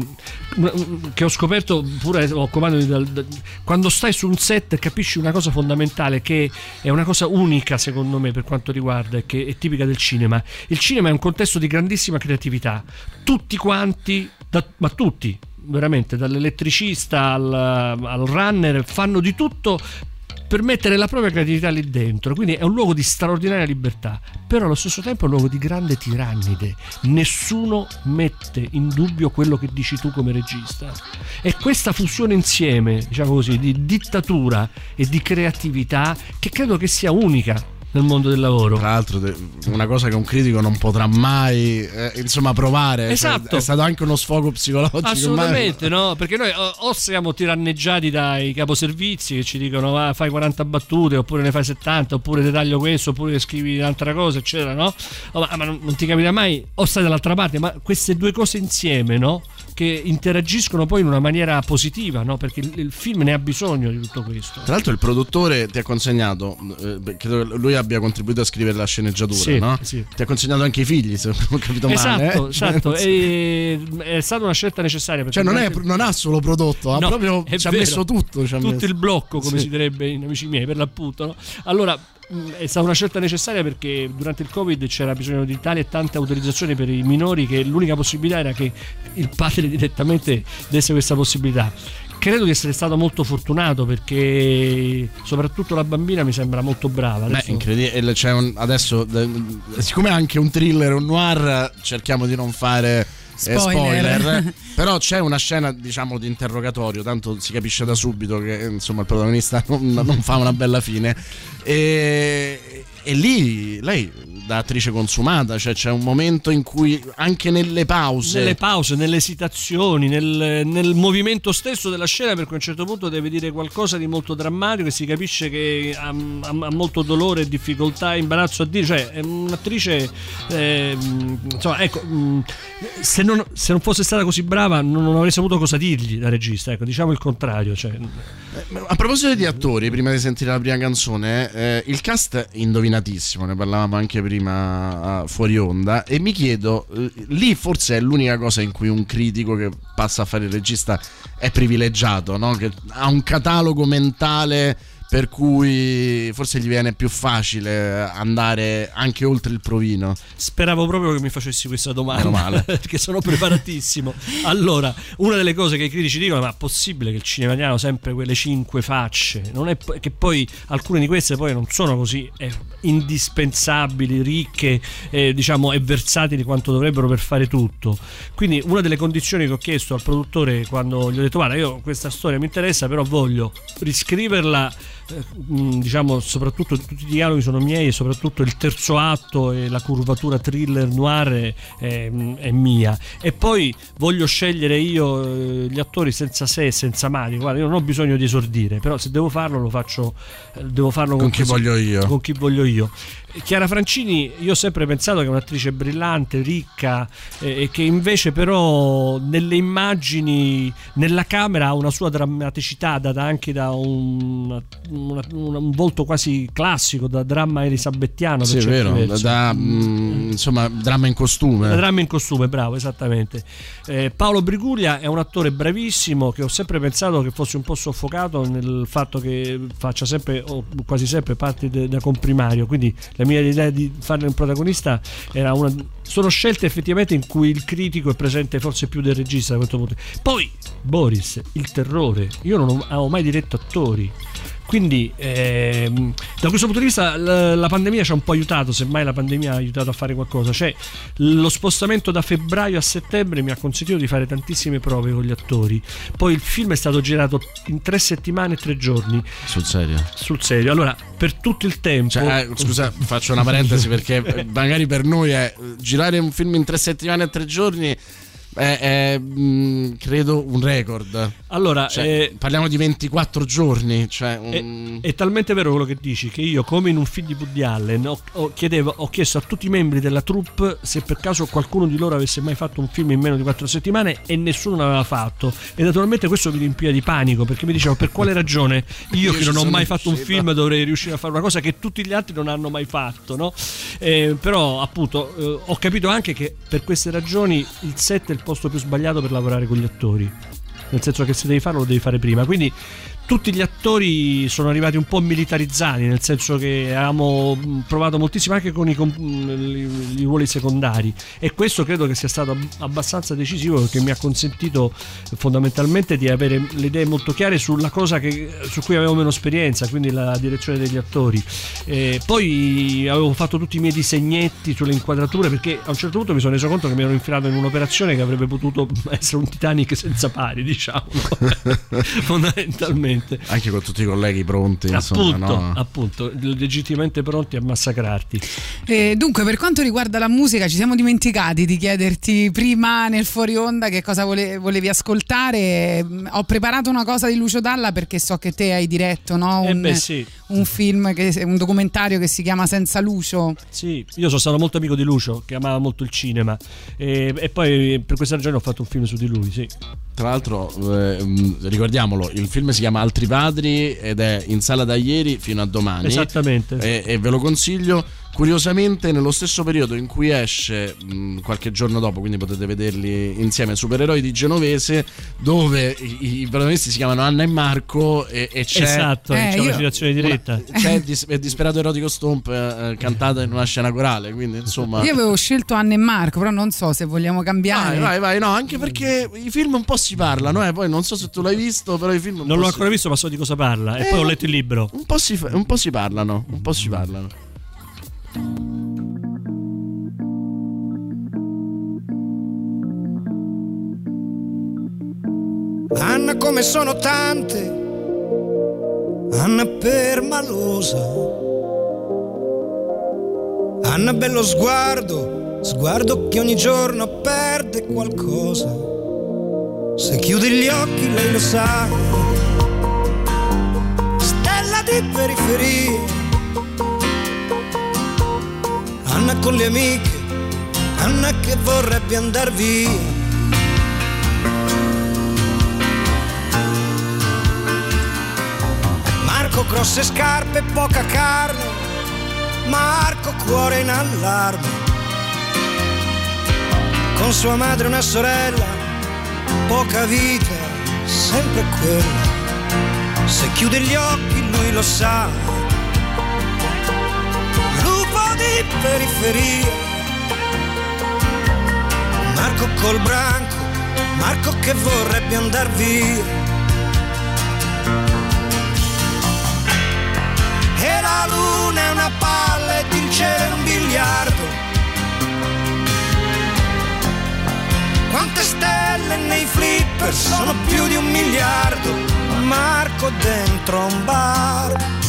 che ho scoperto pure ho comando di, quando stai su un set capisci una cosa fondamentale, che è una cosa unica secondo me per quanto riguarda, che è tipica del cinema. Il cinema è un contesto di grandissima creatività, tutti quanti, da, ma tutti veramente, dall'elettricista al, al runner, fanno di tutto per mettere la propria creatività lì dentro, quindi è un luogo di straordinaria libertà, però allo stesso tempo è un luogo di grande tirannide. Nessuno mette in dubbio quello che dici tu come regista, e questa fusione insieme, diciamo così, di dittatura e di creatività, che credo che sia unica nel mondo del lavoro. Tra l'altro una cosa che un critico non potrà mai eh, insomma provare. Esatto. Cioè, è stato anche uno sfogo psicologico. Assolutamente, ma... no? Perché noi o, o siamo tiranneggiati dai caposervizi che ci dicono va, fai quaranta battute, oppure ne fai settanta, oppure ti taglio questo, oppure scrivi un'altra cosa, eccetera, no? Oh, ma, ma non, non ti capita mai, o stai dall'altra parte. Ma queste due cose insieme, no? Che interagiscono poi in una maniera positiva, no? Perché il, il film ne ha bisogno di tutto questo. Tra l'altro il produttore ti ha consegnato, eh, credo che lui abbia contribuito a scrivere la sceneggiatura, sì, no? Sì. Ti ha consegnato anche i figli, se non ho capito esatto, male. Eh? Esatto, e, è stata una scelta necessaria. Cioè non, è, non ha solo prodotto, ha no, proprio ci ha vero. messo tutto. Ci ha tutto messo. il blocco, come sì. si direbbe in amici miei, per l'appunto, no? Allora, è stata una scelta necessaria perché durante il Covid c'era bisogno di tali e tante autorizzazioni per i minori che l'unica possibilità era che il padre direttamente desse questa possibilità. Credo di essere stato molto fortunato, perché soprattutto la bambina mi sembra molto brava. Adesso... Beh, incredibile. C'è un, adesso, siccome è anche un thriller, un noir, cerchiamo di non fare spoiler, spoiler. Però c'è una scena, diciamo, di interrogatorio, tanto si capisce da subito che insomma il protagonista non, non fa una bella fine, e, e lì lei da attrice consumata, cioè c'è un momento in cui anche nelle pause nelle pause, nelle esitazioni, nel, nel movimento stesso della scena, perché a un certo punto deve dire qualcosa di molto drammatico e si capisce che ha, ha, ha molto dolore, difficoltà, imbarazzo a dire, cioè è un'attrice eh, insomma, ecco, se non, se non fosse stata così brava non, non avrei saputo cosa dirgli da regista, ecco, diciamo il contrario, cioè. A proposito di attori, prima di sentire la prima canzone, eh, il cast è indovinatissimo, ne parlavamo anche prima fuori onda, e mi chiedo, eh, lì forse è l'unica cosa in cui un critico che passa a fare il regista è privilegiato, no? Che ha un catalogo mentale per cui forse gli viene più facile andare anche oltre il provino. Speravo proprio che mi facessi questa domanda. Meno male. Perché sono preparatissimo. Allora, una delle cose che i critici dicono: ma è possibile che il cinema italiano ha sempre quelle cinque facce? Non è che poi alcune di queste poi non sono così eh, indispensabili, ricche, eh, diciamo, e versatili quanto dovrebbero per fare tutto. Quindi una delle condizioni che ho chiesto al produttore quando gli ho detto: guarda, io questa storia mi interessa, però voglio riscriverla diciamo soprattutto tutti i dialoghi sono miei e soprattutto il terzo atto e la curvatura thriller noir è, è mia, e poi voglio scegliere io gli attori senza se e senza mani. Guarda, io non ho bisogno di esordire, però se devo farlo lo faccio, devo farlo con, con chi voglio io con chi voglio io. Chiara Francini, io ho sempre pensato che è un'attrice brillante, ricca, eh, e che invece però nelle immagini, nella camera ha una sua drammaticità data anche da un, una, un, un volto quasi classico, da dramma elisabettiano. Sì, è vero, versi. da mm, insomma dramma in costume. Da dramma in costume, bravo, esattamente. Eh, Paolo Briguglia è un attore bravissimo che ho sempre pensato che fosse un po' soffocato nel fatto che faccia sempre o quasi sempre parte de, da comprimario, quindi la mia idea di farne un protagonista era una. Sono scelte effettivamente in cui il critico è presente forse più del regista da questo punto. Poi Boris, il terrore. Io non ho mai diretto attori, quindi ehm, da questo punto di vista la, la pandemia ci ha un po' aiutato, semmai la pandemia ha aiutato a fare qualcosa. Cioè lo spostamento da febbraio a settembre mi ha consentito di fare tantissime prove con gli attori. Poi il film è stato girato in tre settimane e tre giorni. Sul serio? Sul serio. Allora, per tutto il tempo, cioè, eh, scusa, faccio una parentesi perché magari per noi è girare un film in tre settimane e tre giorni è, è mh, credo un record. Allora, cioè, eh, parliamo di ventiquattro giorni, cioè un... è, è talmente vero quello che dici che io, come in un film di Woody Allen, ho, ho, chiedevo, ho chiesto a tutti i membri della troupe se per caso qualcuno di loro avesse mai fatto un film in meno di quattro settimane, e nessuno l'aveva fatto, e naturalmente questo mi riempiva di panico, perché mi dicevo: per quale ragione io, io che non ho mai fatto riuscito. un film dovrei riuscire a fare una cosa che tutti gli altri non hanno mai fatto, no? Eh, però appunto eh, ho capito anche che per queste ragioni il set è il posto più sbagliato per lavorare con gli attori, nel senso che se devi farlo lo devi fare prima. Quindi tutti gli attori sono arrivati un po' militarizzati, nel senso che avevamo provato moltissimo anche con i, i, i ruoli secondari, e questo credo che sia stato abbastanza decisivo, perché mi ha consentito fondamentalmente di avere le idee molto chiare sulla cosa che, su cui avevo meno esperienza, quindi la direzione degli attori. E poi avevo fatto tutti i miei disegnetti sulle inquadrature, perché a un certo punto mi sono reso conto che mi ero infilato in un'operazione che avrebbe potuto essere un Titanic senza pari, diciamo, fondamentalmente. Anche con tutti i colleghi pronti, insomma, appunto, no? appunto, legittimamente pronti a massacrarti. E dunque, per quanto riguarda la musica, ci siamo dimenticati di chiederti prima nel fuori onda che cosa vole, volevi ascoltare. Ho preparato una cosa di Lucio Dalla, perché so che te hai diretto, no? Un, eh beh, sì. un film, che, un documentario che si chiama Senza Lucio. Sì, io sono stato molto amico di Lucio, che amava molto il cinema, e, e poi per questa ragione ho fatto un film su di lui, sì. Tra l'altro, eh, ricordiamolo, il film si chiama Altri Padri ed è in sala da ieri fino a domani. Esattamente. E, e ve lo consiglio. Curiosamente, nello stesso periodo in cui esce, mh, qualche giorno dopo, quindi potete vederli insieme, Supereroi di Genovese, dove i, i protagonisti si chiamano Anna e Marco, e, e c'è, esatto, eh, c'è una citazione diretta. Una, c'è dis, Disperato Erotico Stomp eh, cantata in una scena corale, quindi insomma. Io avevo scelto Anna e Marco, però non so se vogliamo cambiare. Vai, vai, vai, no, anche perché i film un po' si parlano, eh, poi non so se tu l'hai visto, però i film un non po' l'ho si... ancora visto, ma so di cosa parla, eh, e poi ho letto il libro. Un po' si, un po' si parlano, un po' si parlano. Anna come sono tante, Anna permalosa, Anna bello sguardo, sguardo che ogni giorno perde qualcosa. Se chiudi gli occhi lei lo sa, stella di periferia. Anna con le amiche, Anna che vorrebbe andar via. Marco grosse scarpe, poca carne, Marco cuore in allarme. Con sua madre una sorella, poca vita, sempre quella. Se chiude gli occhi lui lo sa, lupo di periferia. Marco col branco, Marco che vorrebbe andar via. E la luna è una palla ed il cielo è un biliardo. Quante stelle nei flipper, sono più di un miliardo. Marco dentro un bar.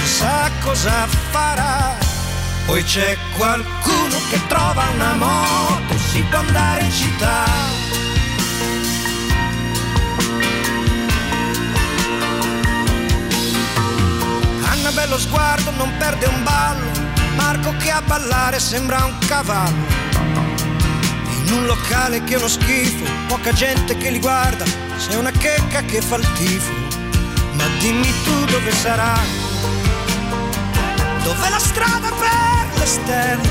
non sa cosa farà. Poi c'è qualcuno che trova una moto, si può andare in città. Anna bello sguardo, non perde un ballo, Marco che a ballare sembra un cavallo. In un locale che è uno schifo, poca gente che li guarda, c'è una checca che fa il tifo. Ma dimmi tu dove sarà, dov'è la strada per le stelle?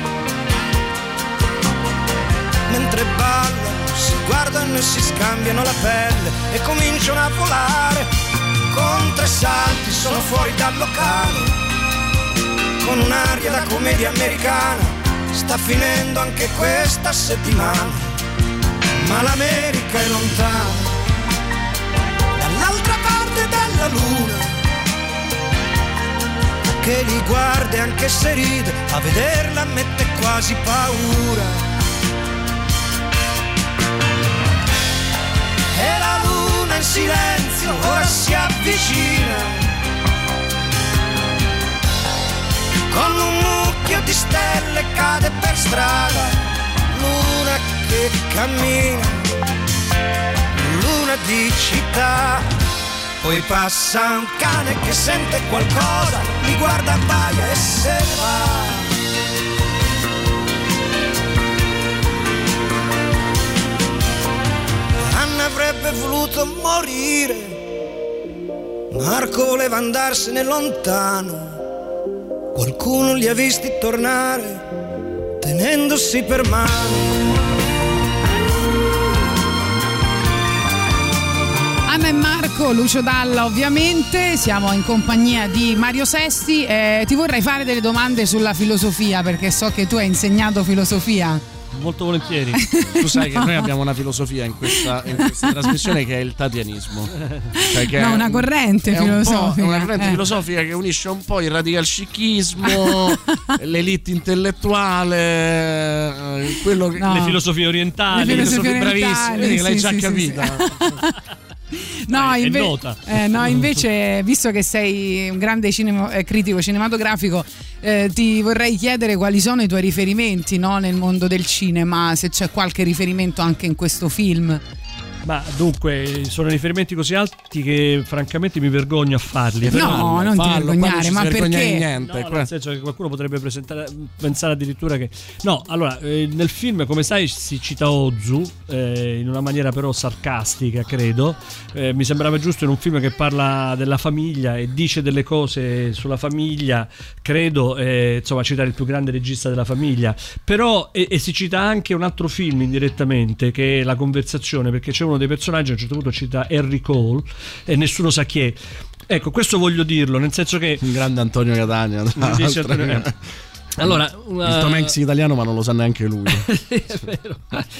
Mentre ballano, si guardano e si scambiano la pelle e cominciano a volare. Con tre salti sono fuori dal locale, con un'aria da commedia americana. Sta finendo anche questa settimana, ma l'America è lontana, dall'altra parte della luna, che li guarda e anche se ride, a vederla mette quasi paura. E la luna in silenzio ora si avvicina, con un mucchio di stelle cade per strada. Luna che cammina, luna di città. Poi passa un cane che sente qualcosa, li guarda, abbaia e se ne va. Anna avrebbe voluto morire, Marco voleva andarsene lontano. Qualcuno li ha visti tornare, tenendosi per mano. Anna e Marco, Lucio Dalla ovviamente, siamo in compagnia di Mario Sesti. Eh, ti vorrei fare delle domande sulla filosofia, perché so che tu hai insegnato filosofia. Molto volentieri. Tu sai che noi abbiamo una filosofia in questa, in questa trasmissione che è il tatianismo, cioè che no, una corrente è filosofica un una corrente eh. filosofica che unisce un po' il radical chicchismo, l'elite intellettuale, quello che, no. le filosofie orientali, le filosofie bravissime, sì, l'hai sì, già sì, capita. Sì, sì. No, è inve- nota. Eh, no, invece, visto che sei un grande cinema- eh, critico cinematografico, eh, ti vorrei chiedere quali sono i tuoi riferimenti, no, nel mondo del cinema, se c'è qualche riferimento anche in questo film. Ma dunque, sono riferimenti così alti che francamente mi vergogno a farli. No, Fallo, non fallo, ti vergognare, ma perché? Niente, no, nel senso che qualcuno potrebbe presentare, pensare addirittura che... No, allora, eh, nel film, come sai, si cita Ozu, eh, in una maniera però sarcastica, credo. Eh, mi sembrava giusto in un film che parla della famiglia e dice delle cose sulla famiglia, credo, eh, insomma, citare il più grande regista della famiglia. Però, e, e si cita anche un altro film indirettamente, che è La conversazione, perché c'è uno dei personaggi a un certo punto cita Harry Cole e nessuno sa chi è. Ecco, questo voglio dirlo, nel senso che un grande Antonio Catania, dice Antonio... Allora, uh, il Tom Hanks italiano, ma non lo sa neanche lui. È vero.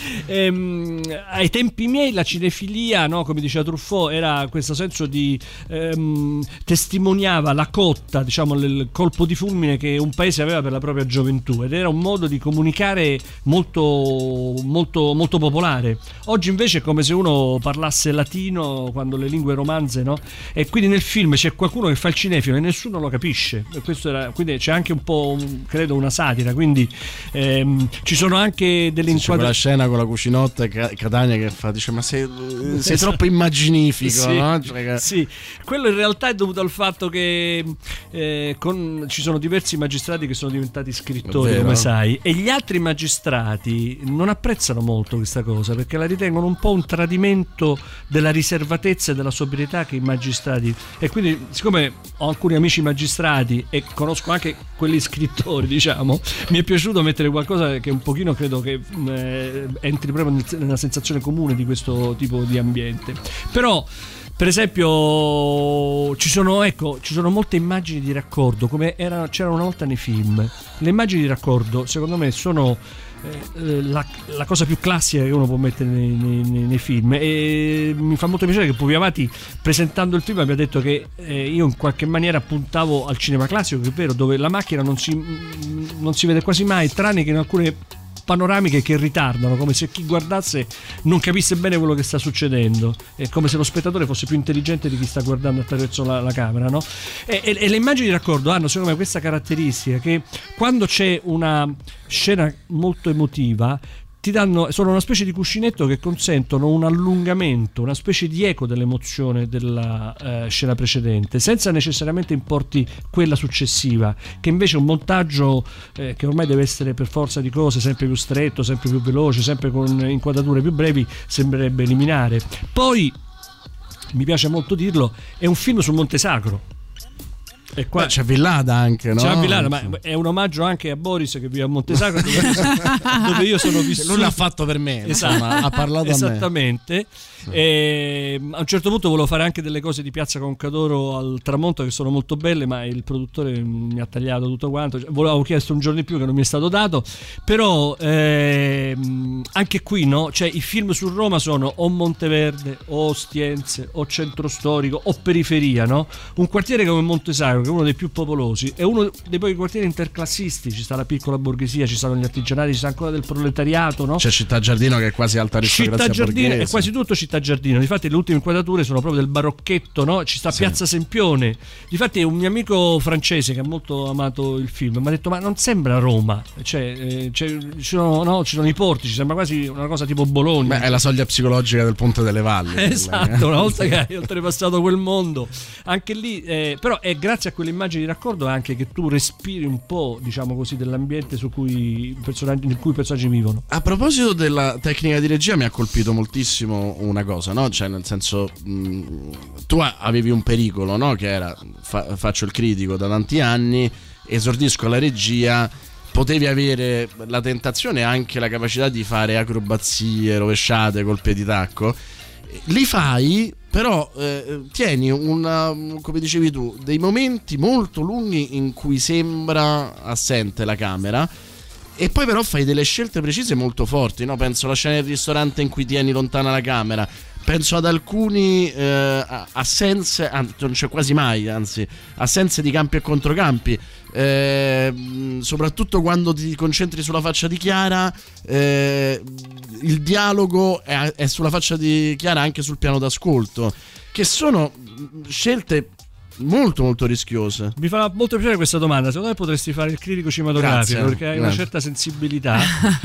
Ehm, ai tempi miei la cinefilia, no, come diceva Truffaut, era questo senso di ehm, testimoniava la cotta, diciamo, il colpo di fulmine che un paese aveva per la propria gioventù, ed era un modo di comunicare molto molto molto popolare. Oggi invece è come se uno parlasse latino quando le lingue romanze, no? E quindi nel film c'è qualcuno che fa il cinefilo e nessuno lo capisce. E questo era, quindi c'è anche un po', credo, una satira, quindi ehm, ci sono anche delle inquadrature. C'è la scena con la cucinotta e Catania che fa, dice ma sei, sei troppo immaginifico, sì, no? Cioè che... sì, quello in realtà è dovuto al fatto che eh, con, ci sono diversi magistrati che sono diventati scrittori, come sai, e gli altri magistrati non apprezzano molto questa cosa perché la ritengono un po' un tradimento della riservatezza e della sobrietà che i magistrati, e quindi siccome ho alcuni amici magistrati e conosco anche quelli scrittori, diciamo, mi è piaciuto mettere qualcosa che un pochino credo che eh, entri proprio nella sensazione comune di questo tipo di ambiente. Però per esempio ci sono, ecco, ci sono molte immagini di raccordo come era, c'erano una volta nei film. Le immagini di raccordo secondo me sono eh, la, la cosa più classica che uno può mettere nei, nei, nei film, e mi fa molto piacere che Pugliavati, presentando il film, abbia detto che eh, io in qualche maniera puntavo al cinema classico, che è vero, dove la macchina non si, non si vede quasi mai, tranne che in alcune panoramiche che ritardano, come se chi guardasse non capisse bene quello che sta succedendo, è come se lo spettatore fosse più intelligente di chi sta guardando attraverso la, la camera, no? E, e, e le immagini di raccordo hanno secondo me questa caratteristica, che quando c'è una scena molto emotiva ti danno, sono una specie di cuscinetto che consentono un allungamento, una specie di eco dell'emozione della eh, scena precedente, senza necessariamente importi quella successiva, che invece è un montaggio eh, che ormai deve essere per forza di cose sempre più stretto, sempre più veloce, sempre con inquadrature più brevi, sembrerebbe eliminare. Poi, mi piace molto dirlo, è un film sul Monte Sacro. E qua Beh, c'è Villada anche, no? C'è Villada, ma è un omaggio anche a Boris che vive a Montesacro, dove, dove io sono vissuto. Lui l'ha fatto per me, esatto. Insomma, ha parlato esattamente. a me. E a un certo punto volevo fare anche delle cose di Piazza Concadoro al tramonto che sono molto belle, ma il produttore mi ha tagliato tutto quanto. Volevo chiesto un giorno di più che non mi è stato dato, però ehm, anche qui, no? Cioè, i film su Roma sono o Monteverde o Ostiense o Centro Storico o periferia, no? Un quartiere come Montesacro, che è uno dei più popolosi, è uno dei pochi quartieri interclassisti. Ci sta la piccola borghesia, ci stanno gli artigianati, ci sta ancora del proletariato, no? C'è Città Giardino che è quasi alta aristocrazia Città Giardino borghese. è quasi tutto Città Giardino. Difatti le ultime inquadrature sono proprio del barocchetto, no? Ci sta Sì. Piazza Sempione. Difatti un mio amico francese che ha molto amato il film mi ha detto: ma non sembra Roma, cioè, eh, cioè, ci, sono, no, ci sono i porti, ci sembra quasi una cosa tipo Bologna. Beh, è la soglia psicologica del Ponte delle Valli. Esatto, una volta che hai oltrepassato quel mondo, anche lì, eh, però è grazie a quelle immagini di raccordo anche che tu respiri un po', diciamo così, dell'ambiente su cui i personaggi, in cui i personaggi vivono. A proposito della tecnica di regia, mi ha colpito moltissimo una cosa, no? Cioè, nel senso, mh, tu avevi un pericolo, no? Che era, fa, faccio il critico da tanti anni, esordisco alla regia, potevi avere la tentazione e anche la capacità di fare acrobazie, rovesciate, colpi di tacco. Li fai, però eh, tieni una, come dicevi tu, dei momenti molto lunghi in cui sembra assente la camera, e poi però fai delle scelte precise molto forti, no? Penso alla scena del ristorante in cui tieni lontana la camera, penso ad alcuni eh, assenze, anzi, non c'è quasi mai, anzi assenze di campi e controcampi, eh, soprattutto quando ti concentri sulla faccia di Chiara, eh, il dialogo è, è sulla faccia di Chiara anche sul piano d'ascolto, che sono scelte molto molto rischiose. Mi fa molto piacere questa domanda. Secondo me potresti fare il critico cinematografico, Grazie. perché hai una Grazie. certa sensibilità.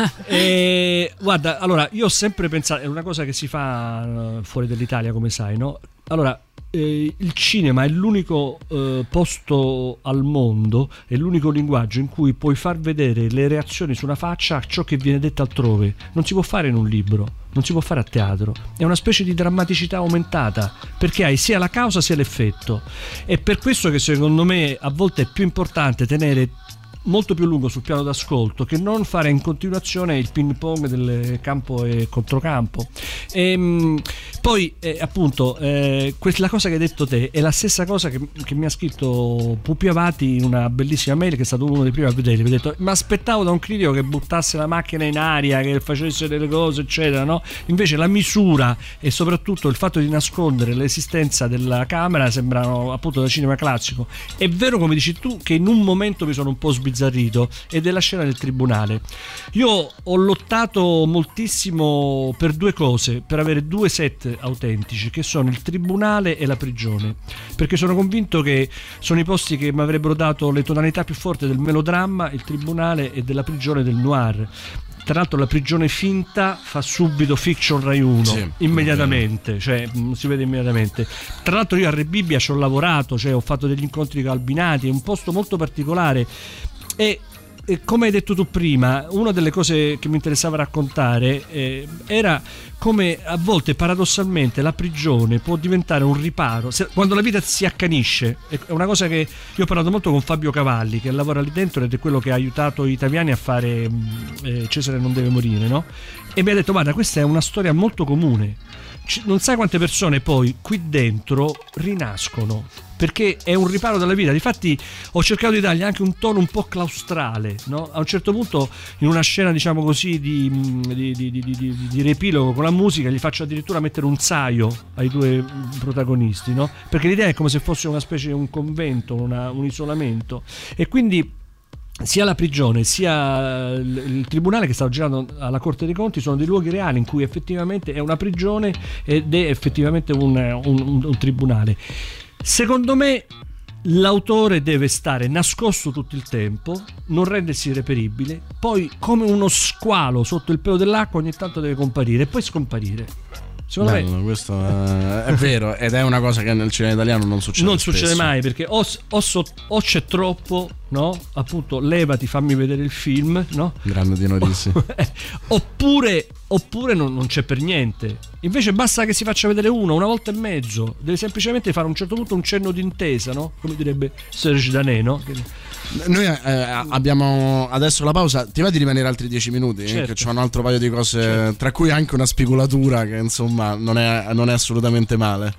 E guarda, allora, io ho sempre pensato, è una cosa che si fa uh, fuori dall'Italia, come sai, no? Allora, eh, il cinema è l'unico eh, posto al mondo, è l'unico linguaggio in cui puoi far vedere le reazioni su una faccia a ciò che viene detto altrove. Non si può fare in un libro, non si può fare a teatro. È una specie di drammaticità aumentata, perché hai sia la causa sia l'effetto. È per questo che secondo me a volte è più importante tenere molto più lungo sul piano d'ascolto che non fare in continuazione il ping pong del campo e controcampo. E, poi eh, appunto eh, la cosa che hai detto te è la stessa cosa che, che mi ha scritto Pupi Avati in una bellissima mail, che è stato uno dei primi a vederli. Mi ha detto: mi aspettavo da un critico che buttasse la macchina in aria, che facesse delle cose eccetera, no? Invece la misura e soprattutto il fatto di nascondere l'esistenza della camera sembrano appunto da cinema classico. È vero, come dici tu, che in un momento mi sono un po' sbizzarrito, ed è la scena del tribunale. Io ho lottato moltissimo per due cose, per avere due set autentici, che sono il tribunale e la prigione, perché sono convinto che sono i posti che mi avrebbero dato le tonalità più forti del melodramma, il tribunale, e della prigione, del noir. Tra l'altro la prigione finta fa subito Fiction Rai uno, sì, immediatamente, cioè si vede immediatamente. Tra l'altro io a Re Bibbia ci ho lavorato, cioè ho fatto degli incontri con Albinati, è un posto molto particolare. E, e come hai detto tu prima, una delle cose che mi interessava raccontare eh, era come a volte paradossalmente la prigione può diventare un riparo se, quando la vita si accanisce. È una cosa che io ho parlato molto con Fabio Cavalli, che lavora lì dentro ed è quello che ha aiutato gli italiani a fare eh, Cesare non deve morire, no? E mi ha detto: guarda, questa è una storia molto comune. Non sai quante persone poi qui dentro rinascono, perché è un riparo dalla vita. Difatti ho cercato di dargli anche un tono un po' claustrale, no? A un certo punto, in una scena diciamo così di, di, di, di, di, di riepilogo con la musica, gli faccio addirittura mettere un saio ai due protagonisti, no? Perché l'idea è come se fosse una specie di un convento, una, un isolamento. E quindi sia la prigione sia il, il tribunale che sta girando alla Corte dei Conti sono dei luoghi reali in cui effettivamente è una prigione ed è effettivamente un, un, un tribunale. Secondo me l'autore deve stare nascosto tutto il tempo, non rendersi reperibile, poi come uno squalo sotto il pelo dell'acqua ogni tanto deve comparire e poi scomparire. Secondo Bello, me questo è, è vero, ed è una cosa che nel cinema italiano non succede non spesso. succede mai, perché o, o, so, o c'è troppo, no? Appunto, levati, fammi vedere il film, no? Grande Dino Risi. oppure oppure non, non c'è per niente. Invece basta che si faccia vedere uno una volta e mezzo, deve semplicemente fare a un certo punto un cenno d'intesa, no? Come direbbe Serge Danet, no? Noi eh, abbiamo adesso la pausa. Ti va di rimanere altri dieci minuti? Certo. Che c'è un altro paio di cose, certo. Tra cui anche una spigolatura che insomma non è, non è assolutamente male.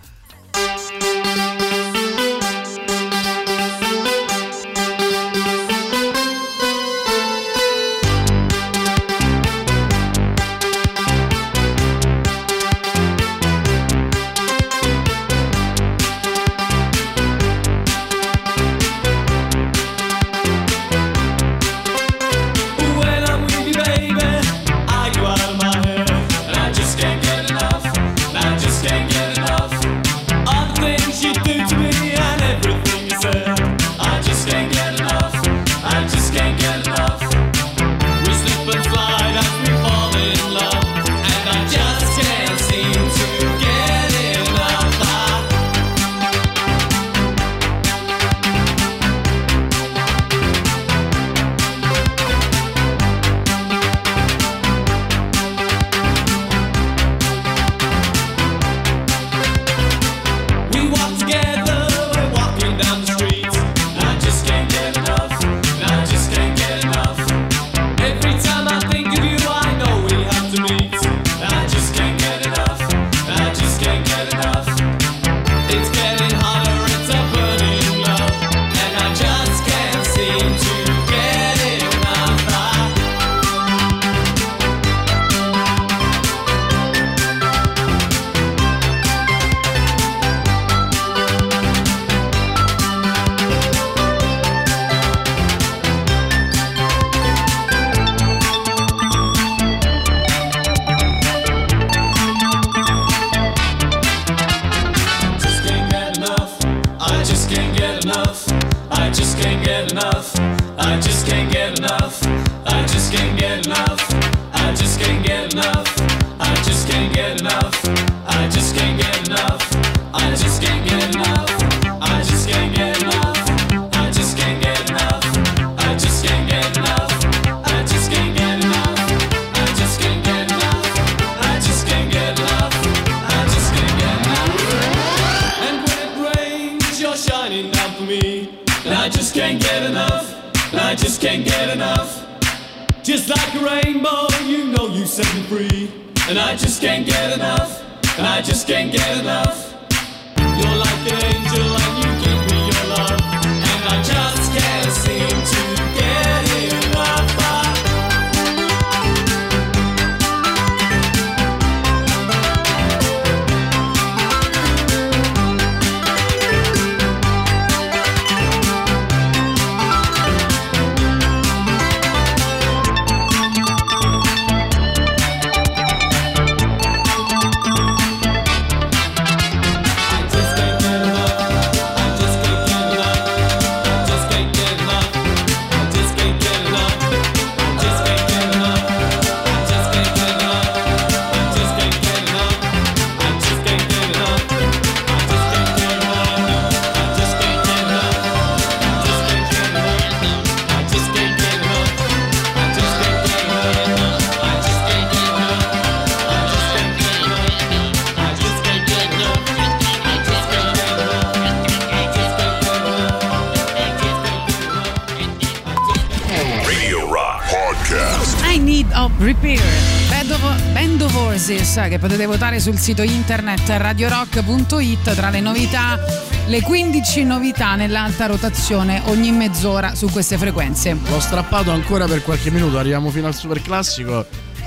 Che potete votare sul sito internet radio rock punto it. Tra le novità, le quindici novità nell'alta rotazione ogni mezz'ora su queste frequenze. L'ho strappato ancora per qualche minuto, arriviamo fino al super classico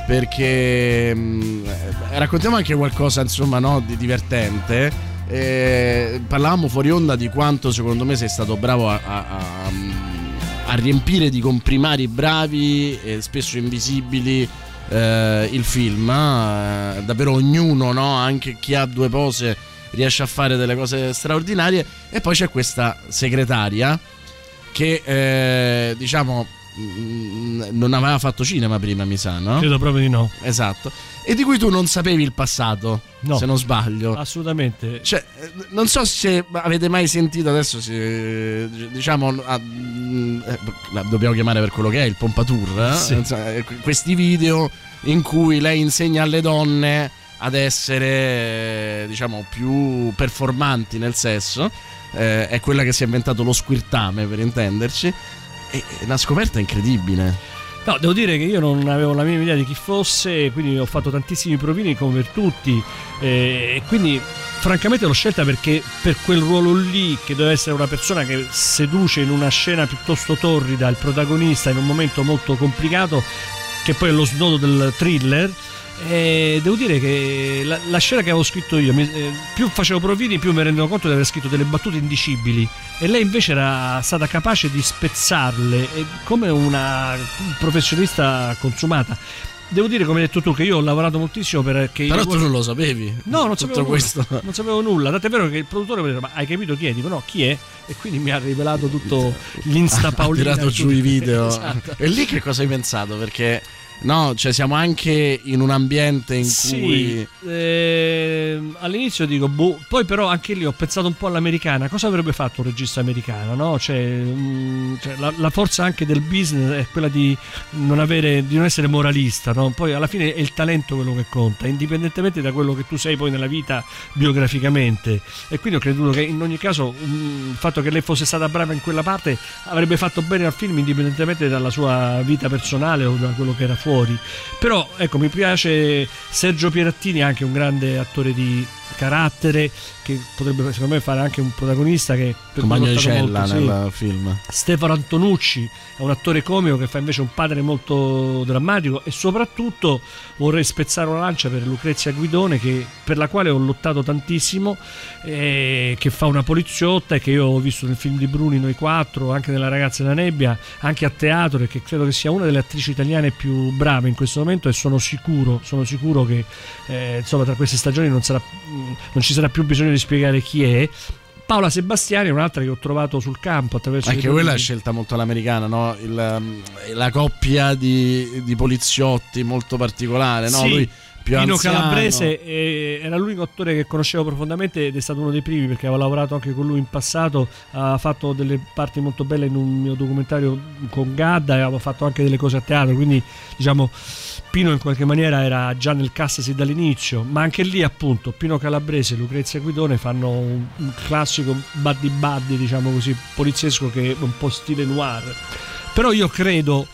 perché mh, raccontiamo anche qualcosa insomma, no, di divertente. Eh, parlavamo fuori onda di quanto secondo me sei stato bravo a, a, a a riempire di comprimari bravi e spesso invisibili eh, il film. Eh, davvero ognuno, no? Anche chi ha due pose riesce a fare delle cose straordinarie. E poi c'è questa segretaria che eh, diciamo non aveva fatto cinema prima, mi sa, no? Credo proprio di no. Esatto. E di cui tu non sapevi il passato, no, se non sbaglio. Assolutamente. Cioè, non so se avete mai sentito, adesso si, diciamo, ah, la dobbiamo chiamare per quello che è, il Pompadour, eh? Sì. Questi video in cui lei insegna alle donne ad essere, diciamo, più performanti nel sesso. Eh, è quella che si è inventato lo squirtame, per intenderci. È una scoperta incredibile. No, devo dire che io non avevo la minima idea di chi fosse, quindi ho fatto tantissimi provini come per tutti, eh, e quindi francamente l'ho scelta perché per quel ruolo lì, che deve essere una persona che seduce in una scena piuttosto torrida il protagonista in un momento molto complicato, che poi è lo snodo del thriller. E devo dire che la, la scena che avevo scritto io, mi, eh, più facevo provini più mi rendevo conto di aver scritto delle battute indicibili, e lei invece era stata capace di spezzarle eh, come una professionista consumata. Devo dire, come hai detto tu, che io ho lavorato moltissimo perché però io... tu non lo sapevi. No, non sapevo questo. nulla, non sapevo nulla. Tant'è vero che il produttore mi ha detto: ma hai capito chi è? Dico no, chi è? E quindi mi ha rivelato tutto l'Insta Paolina. Ha tirato giù i video. Esatto. E lì che cosa hai pensato? Perché no, cioè siamo anche in un ambiente in sì, cui eh, all'inizio dico boh, poi però anche lì ho pensato un po' all'americana. Cosa avrebbe fatto un regista americano, no? Cioè, mh, cioè la, la forza anche del business è quella di non avere, di non essere moralista, no? Poi alla fine è il talento quello che conta, indipendentemente da quello che tu sei poi nella vita biograficamente. E quindi ho creduto che in ogni caso mh, il fatto che lei fosse stata brava in quella parte avrebbe fatto bene al film, indipendentemente dalla sua vita personale o da quello che era fuori. Però ecco, mi piace Sergio Pierattini, anche un grande attore di carattere, che potrebbe secondo me fare anche un protagonista, che per compagno di cella molto, nel sì. film. Stefano Antonucci è un attore comico che fa invece un padre molto drammatico. E soprattutto vorrei spezzare una lancia per Lucrezia Guidone, che, per la quale ho lottato tantissimo, eh, che fa una poliziotta, e che io ho visto nel film di Bruni Noi Quattro, anche nella Ragazza della Nebbia, anche a teatro, e che credo che sia una delle attrici italiane più brave in questo momento. E sono sicuro sono sicuro che eh, insomma tra queste stagioni non sarà non ci sarà più bisogno di spiegare chi è. Paola Sebastiani è un'altra che ho trovato sul campo attraverso anche quella è scelta molto all'americana, no? Il, la coppia di, di poliziotti molto particolare, no? Sì. Lui più Pino anziano. Calabrese eh, era l'unico attore che conoscevo profondamente, ed è stato uno dei primi perché avevo lavorato anche con lui in passato. Ha fatto delle parti molto belle in un mio documentario con Gadda, e aveva fatto anche delle cose a teatro, quindi diciamo Pino in qualche maniera era già nel cast sin dall'inizio. Ma anche lì appunto Pino Calabrese e Lucrezia Guidone fanno un, un classico buddy buddy, diciamo così, poliziesco, che è un po' stile noir. Però io credo,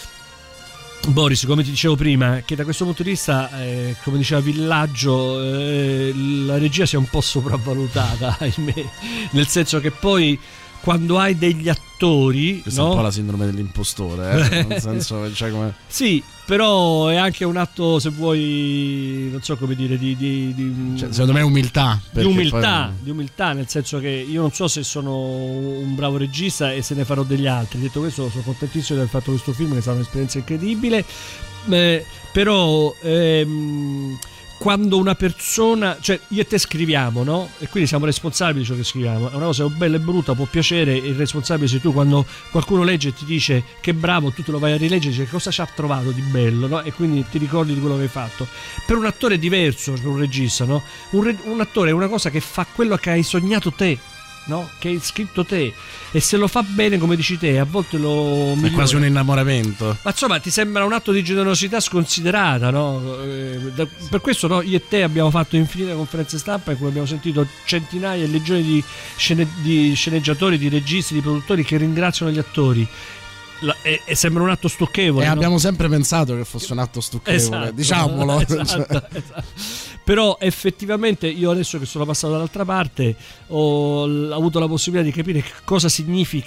Boris, come ti dicevo prima, che da questo punto di vista, eh, come diceva Villaggio, eh, la regia sia un po' sopravvalutata, ahimè, nel senso che poi quando hai degli attori, questa no? è un po' la sindrome dell'impostore, eh? Nel senso, cioè, come... sì, però è anche un atto, se vuoi, non so come dire, di, di, di cioè, secondo me umiltà, di umiltà, poi... di umiltà, nel senso che io non so se sono un bravo regista e se ne farò degli altri. Detto questo, sono contentissimo di aver fatto questo film, che è stata un'esperienza incredibile, eh, però ehm, quando una persona, cioè io e te scriviamo, no? E quindi siamo responsabili di ciò che scriviamo. È una cosa bella e brutta, può piacere, il responsabile sei tu. Quando qualcuno legge e ti dice che bravo, tu te lo vai a rileggere e dici che cosa ci ha trovato di bello, no? E quindi ti ricordi di quello che hai fatto. Per un attore è diverso, per un regista, no? Un, re- un attore è una cosa che fa quello che hai sognato te, no? Che hai scritto te, e se lo fa bene, come dici te, a volte lo migliora. È quasi un innamoramento. Ma insomma, ti sembra un atto di generosità sconsiderata, no? Eh, da, per questo, no, io e te abbiamo fatto infinite conferenze stampa in cui abbiamo sentito centinaia e legioni di, scene, di sceneggiatori, di registi, di produttori che ringraziano gli attori. La, e, e sembra un atto stucchevole, e no? Abbiamo sempre pensato che fosse un atto stucchevole, esatto, diciamolo. esatto, esatto. Però effettivamente io adesso che sono passato dall'altra parte ho avuto la possibilità di capire che cosa significa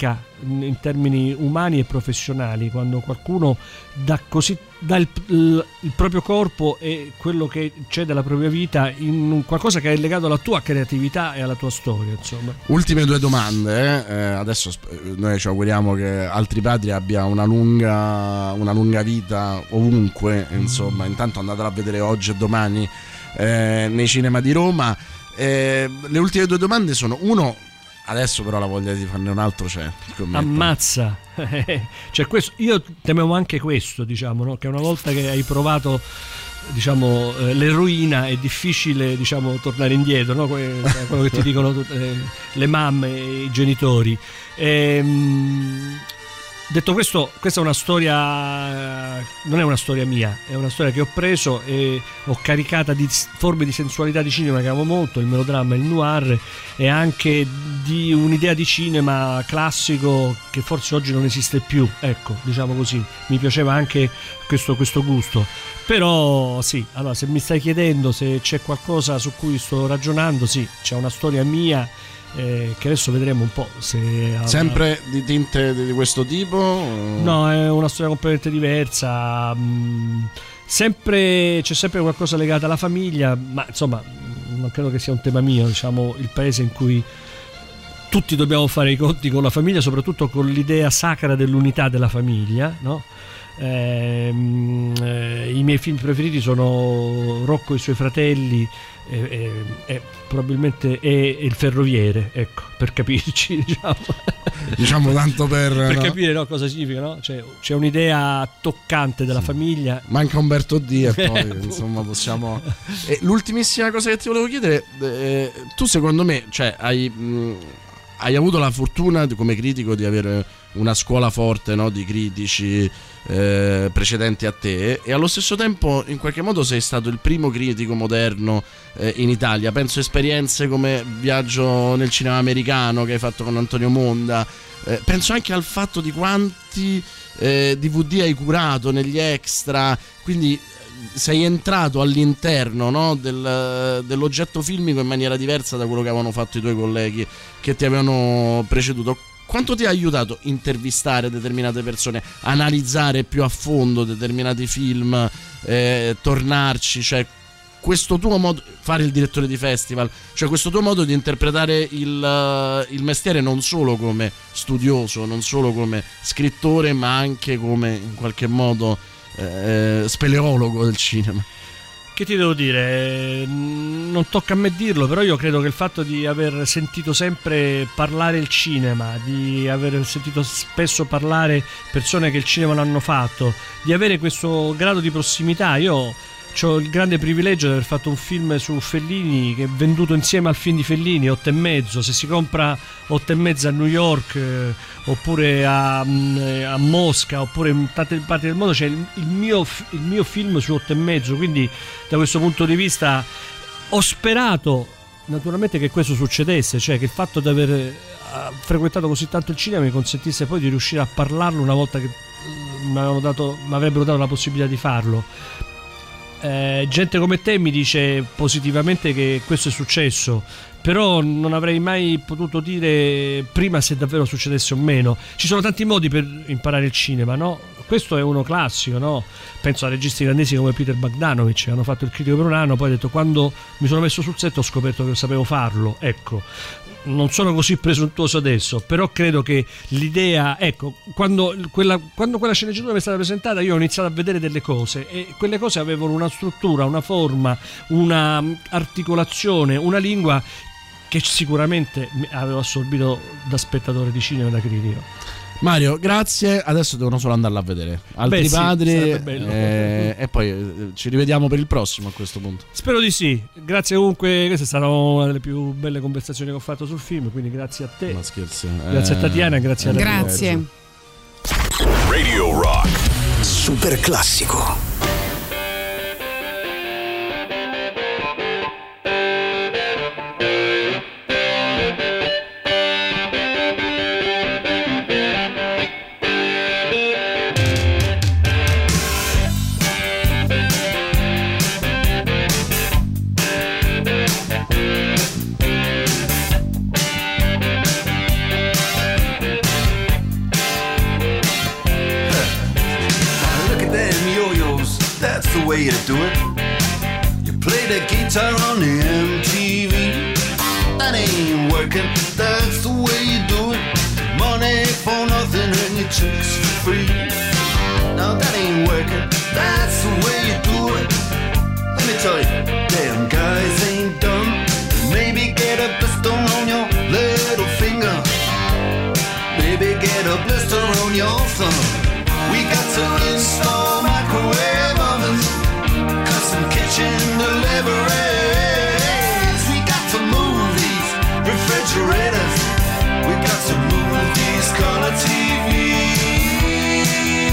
in, in termini umani e professionali, quando qualcuno dà così dà il, il, il proprio corpo e quello che c'è della propria vita in un qualcosa che è legato alla tua creatività e alla tua storia, insomma. Ultime due domande, eh? Eh, adesso noi ci auguriamo che Altri Padri abbia una lunga, una lunga vita ovunque, insomma, intanto andatela a vedere oggi e domani eh, nei cinema di Roma. Eh, le ultime due domande sono: uno, adesso però la voglia di farne un altro c'è. Ammazza. Cioè, questo, io temevo anche questo, diciamo, no? Che una volta che hai provato, diciamo, eh, l'eroina è difficile, diciamo, tornare indietro, no? Que- quello che ti dicono tutte le, le mamme e i genitori. Ehm, detto questo, questa è una storia, non è una storia mia, è una storia che ho preso e ho caricata di forme di sensualità di cinema che amo molto, il melodramma, il noir, e anche di un'idea di cinema classico che forse oggi non esiste più, ecco, diciamo così. Mi piaceva anche questo, questo gusto. Però sì, allora, se mi stai chiedendo se c'è qualcosa su cui sto ragionando, sì, c'è una storia mia eh, che adesso vedremo un po' se avrà... Sempre di tinte di questo tipo? No, è una storia completamente diversa. mm, sempre c'è sempre qualcosa legato alla famiglia, ma insomma non credo che sia un tema mio, diciamo, il paese in cui tutti dobbiamo fare i conti con la famiglia, soprattutto con l'idea sacra dell'unità della famiglia, no? Eh, eh, i miei film preferiti sono Rocco e i suoi fratelli e, e, e probabilmente e, e Il ferroviere, ecco, per capirci, diciamo, diciamo tanto per, per no? capire, no, cosa significa, no? Cioè, c'è un'idea toccante della sì. famiglia. Manca Umberto D e poi insomma possiamo e l'ultimissima cosa che ti volevo chiedere, eh, tu secondo me, cioè, hai mh, hai avuto la fortuna come critico di avere una scuola forte, no, di critici eh, precedenti a te, e allo stesso tempo in qualche modo sei stato il primo critico moderno eh, in Italia. Penso esperienze come Viaggio nel cinema americano che hai fatto con Antonio Monda, eh, penso anche al fatto di quanti eh, D V D hai curato negli extra, quindi sei entrato all'interno, no, del, dell'oggetto filmico in maniera diversa da quello che avevano fatto i tuoi colleghi che ti avevano preceduto. Quanto ti ha aiutato intervistare determinate persone, analizzare più a fondo determinati film, eh, tornarci, cioè questo tuo modo, fare il direttore di festival, cioè questo tuo modo di interpretare il, il mestiere non solo come studioso, non solo come scrittore, ma anche come in qualche modo eh, speleologo del cinema? Che ti devo dire? Non tocca a me dirlo, però io credo che il fatto di aver sentito sempre parlare il cinema, di aver sentito spesso parlare persone che il cinema l'hanno fatto, di avere questo grado di prossimità. Io ho il grande privilegio di aver fatto un film su Fellini che è venduto insieme al film di Fellini, otto e mezzo. Se si compra otto e mezzo a New York eh, oppure a, a Mosca oppure in tante parti del mondo c'è il, il, mio, il mio film su otto e mezzo, quindi da questo punto di vista ho sperato naturalmente che questo succedesse, cioè che il fatto di aver frequentato così tanto il cinema mi consentisse poi di riuscire a parlarlo una volta che mi avrebbero dato la possibilità di farlo. Eh, gente come te mi dice positivamente che questo è successo, però non avrei mai potuto dire prima se davvero succedesse o meno. Ci sono tanti modi per imparare il cinema, no? Questo è uno classico, no? Penso a registi grandissimi come Peter Bogdanovich, che hanno fatto il critico per un anno, poi ha detto: quando mi sono messo sul set ho scoperto che sapevo farlo. Ecco, non sono così presuntuoso adesso, però credo che l'idea, ecco, quando quella, quando quella sceneggiatura mi è stata presentata io ho iniziato a vedere delle cose e quelle cose avevano una struttura, una forma, una articolazione, una lingua che sicuramente avevo assorbito da spettatore di cinema e da critico. Mario, grazie. Adesso devono solo andarla a vedere Altri Beh, sì, Padri eh, e poi eh, ci rivediamo per il prossimo a questo punto. Spero di sì. Grazie comunque, questa è stata una delle più belle conversazioni che ho fatto sul film, quindi grazie a te. Ma scherzi. Grazie eh, a Tatiana, grazie a te. Grazie. Radio Rock. Super classico. way you do it. You play the guitar on the M T V. That ain't working, that's the way you do it. Money for nothing and your chicks for free. Now that ain't working, that's the way you do it. Let me tell you, damn guys ain't dumb. Maybe get a blister on your little finger. Maybe get a blister on your thumb. We got to install microwave ovens, custom kitchen deliveries. We got to move these refrigerators. We got to move these color T Vs.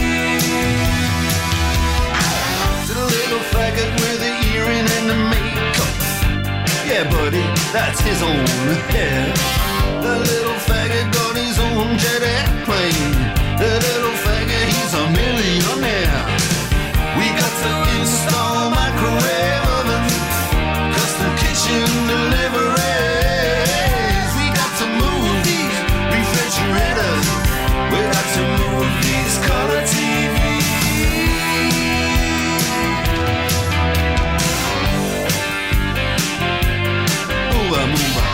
To the little faggot with the earring and the makeup. Yeah, buddy, that's his own hair. The little faggot got his own jet airplane. The little faggot, he's a millionaire. We got to install microwave oven, custom kitchen deliveries. We got to move these refrigerators. We got to move these color T Vs. Move on, move on.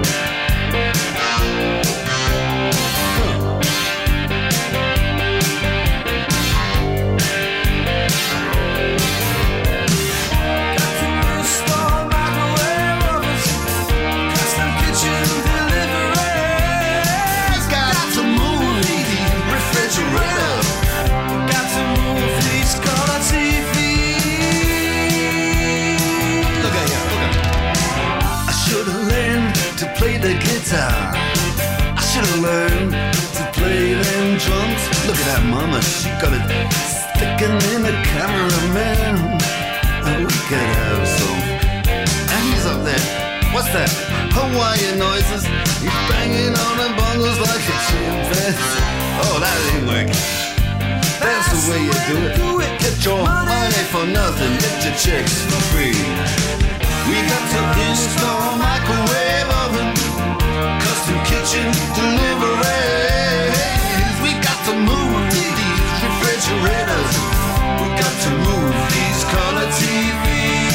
The guitar, I should have learned to play them drums. Look at that mama, she got it sticking in the cameraman. Oh, we could have some. And he's up there, what's that? Hawaiian noises. He's banging on the bongos like a chimpanzee. Oh, that ain't working. That's the way you do it. Get your money for nothing, get your chicks for free. We got to install microwave oven, custom kitchen deliveries. We got to move these refrigerators. We got to move these color T Vs.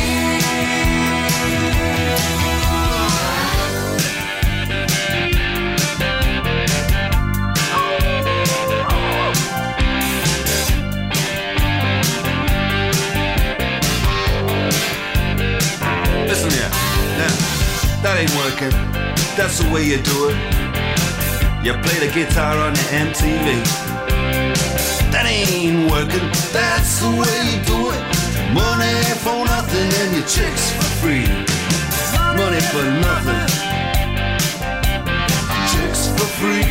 Listen here, now, that ain't working. That's the way you do it. You play the guitar on the M T V. That ain't working. That's the way you do it. Money for nothing and your chicks for free. Money for nothing. Chicks for free.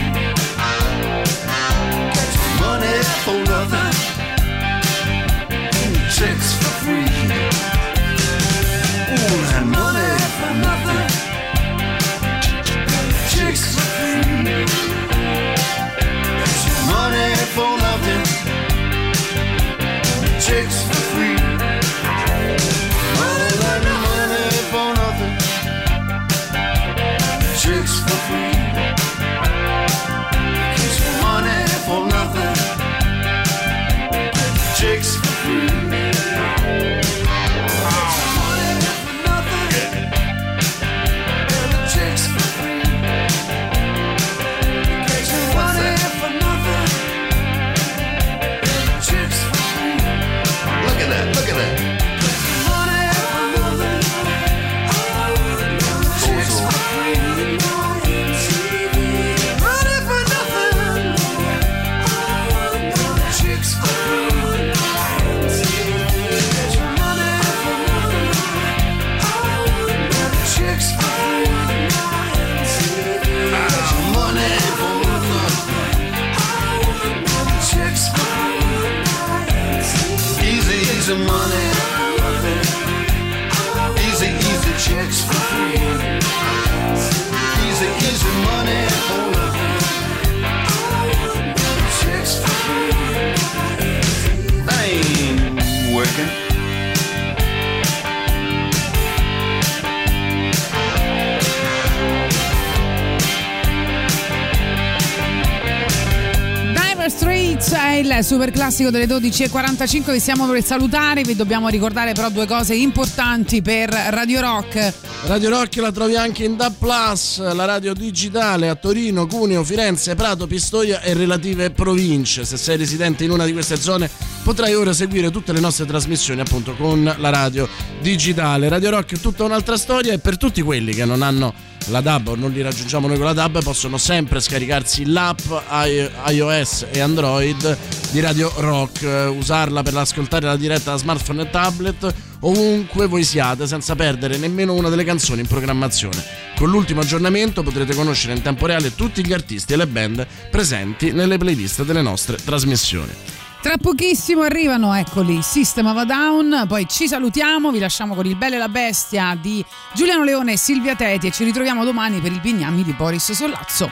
Money for nothing. And your chicks for free. Ooh, that money for nothing. Chicks for free. Money for nothing. Chicks for free. All that money for nothing. Chicks for free. Money for nothing. Chicks for free. Look at that. Easy money, easy, easy chicks for free. Easy, easy money for nothing. Chicks for free. That ain't working. Dire Straits e Smile, super classico delle dodici e quarantacinque. Vi stiamo per salutare, vi dobbiamo ricordare però due cose importanti per Radio Rock. Radio Rock la trovi anche in D A B plus, la radio digitale a Torino, Cuneo, Firenze, Prato, Pistoia e relative province. Se sei residente in una di queste zone potrai ora seguire tutte le nostre trasmissioni appunto con la radio digitale. Radio Rock è tutta un'altra storia, e per tutti quelli che non hanno la D A B o non li raggiungiamo noi con la D A B possono sempre scaricarsi l'app iOS e Android di Radio Rock, usarla per ascoltare la diretta da smartphone e tablet ovunque voi siate, senza perdere nemmeno una delle canzoni in programmazione. Con l'ultimo aggiornamento potrete conoscere in tempo reale tutti gli artisti e le band presenti nelle playlist delle nostre trasmissioni. Tra pochissimo arrivano, eccoli, System of a Down, poi ci salutiamo, vi lasciamo con Il Bello e la Bestia di Giuliano Leone e Silvia Teti e ci ritroviamo domani per il Bignami di Boris Sollazzo.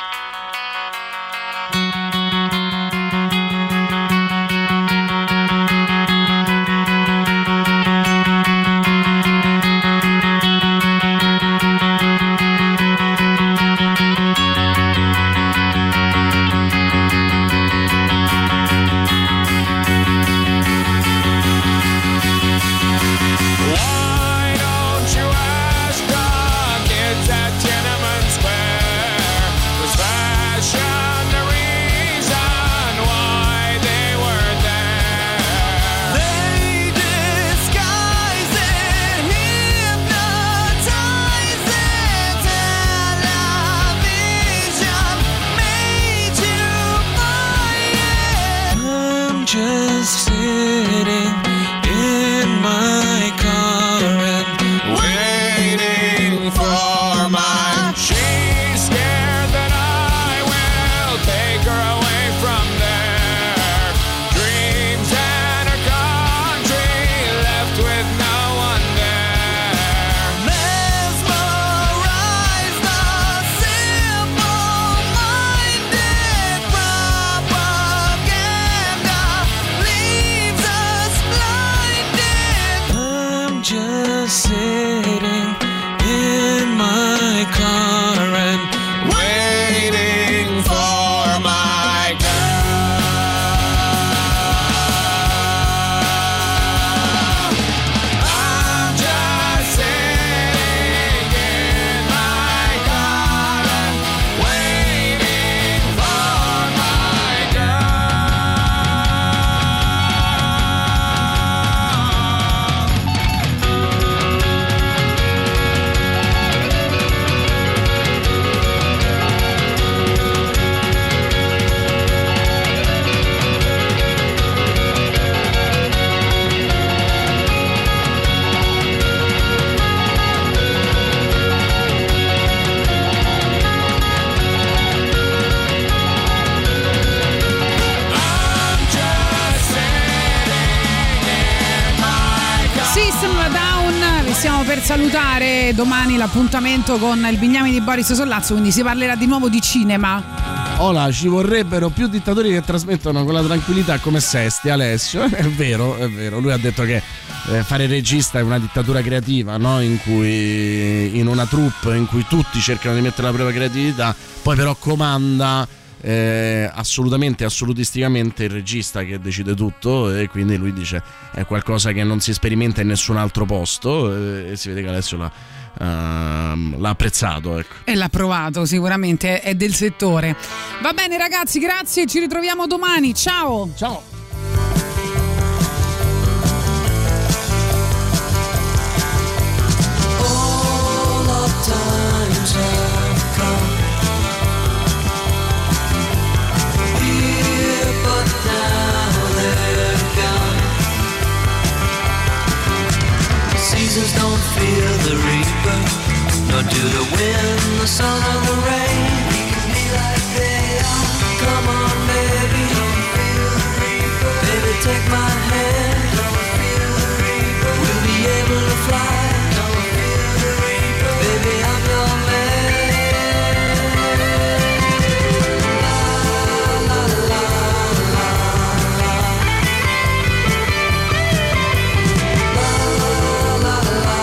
Salutare domani l'appuntamento con il Bignami di Boris Sollazzo, quindi si parlerà di nuovo di cinema. Ola, ci vorrebbero più dittatori che trasmettono con la tranquillità come Sesti, Alessio. È vero, è vero. Lui ha detto che eh, fare regista è una dittatura creativa, no? In cui in una troupe in cui tutti cercano di mettere la propria creatività, poi però comanda eh, assolutamente, assolutisticamente il regista che decide tutto, e quindi lui dice è qualcosa che non si sperimenta in nessun altro posto, e, e si vede che Alessio l'ha, uh, l'ha apprezzato, ecco. E l'ha provato, sicuramente è del settore. Va bene ragazzi, grazie, ci ritroviamo domani, ciao ciao. Seasons don't fear the reaper, nor do the wind, the sun, or the rain. We can be like they are. Come on, baby, don't feel the reaper. Baby, take my hand, don't feel the reaper. We'll be able to fly, don't feel the reaper. Baby, I'm your man. La la la la la. La la la.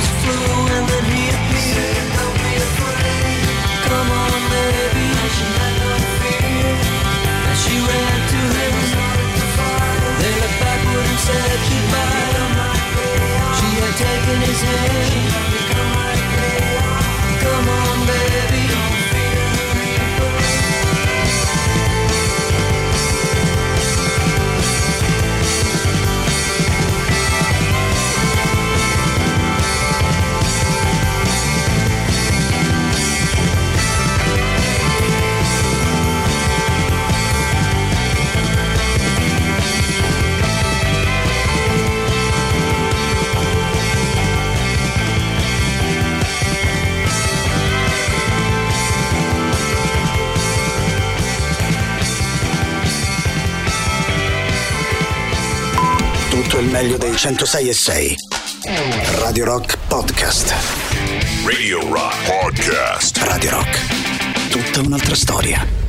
months flew and then he appeared. Don't be afraid. Come on, baby. She had no fear. And she ran to him. They looked backward and said goodbye. She had taken his hand. Come on, baby. Tutto il meglio dei centosei e sei. Radio Rock Podcast. Radio Rock Podcast. Radio Rock. Tutta un'altra storia.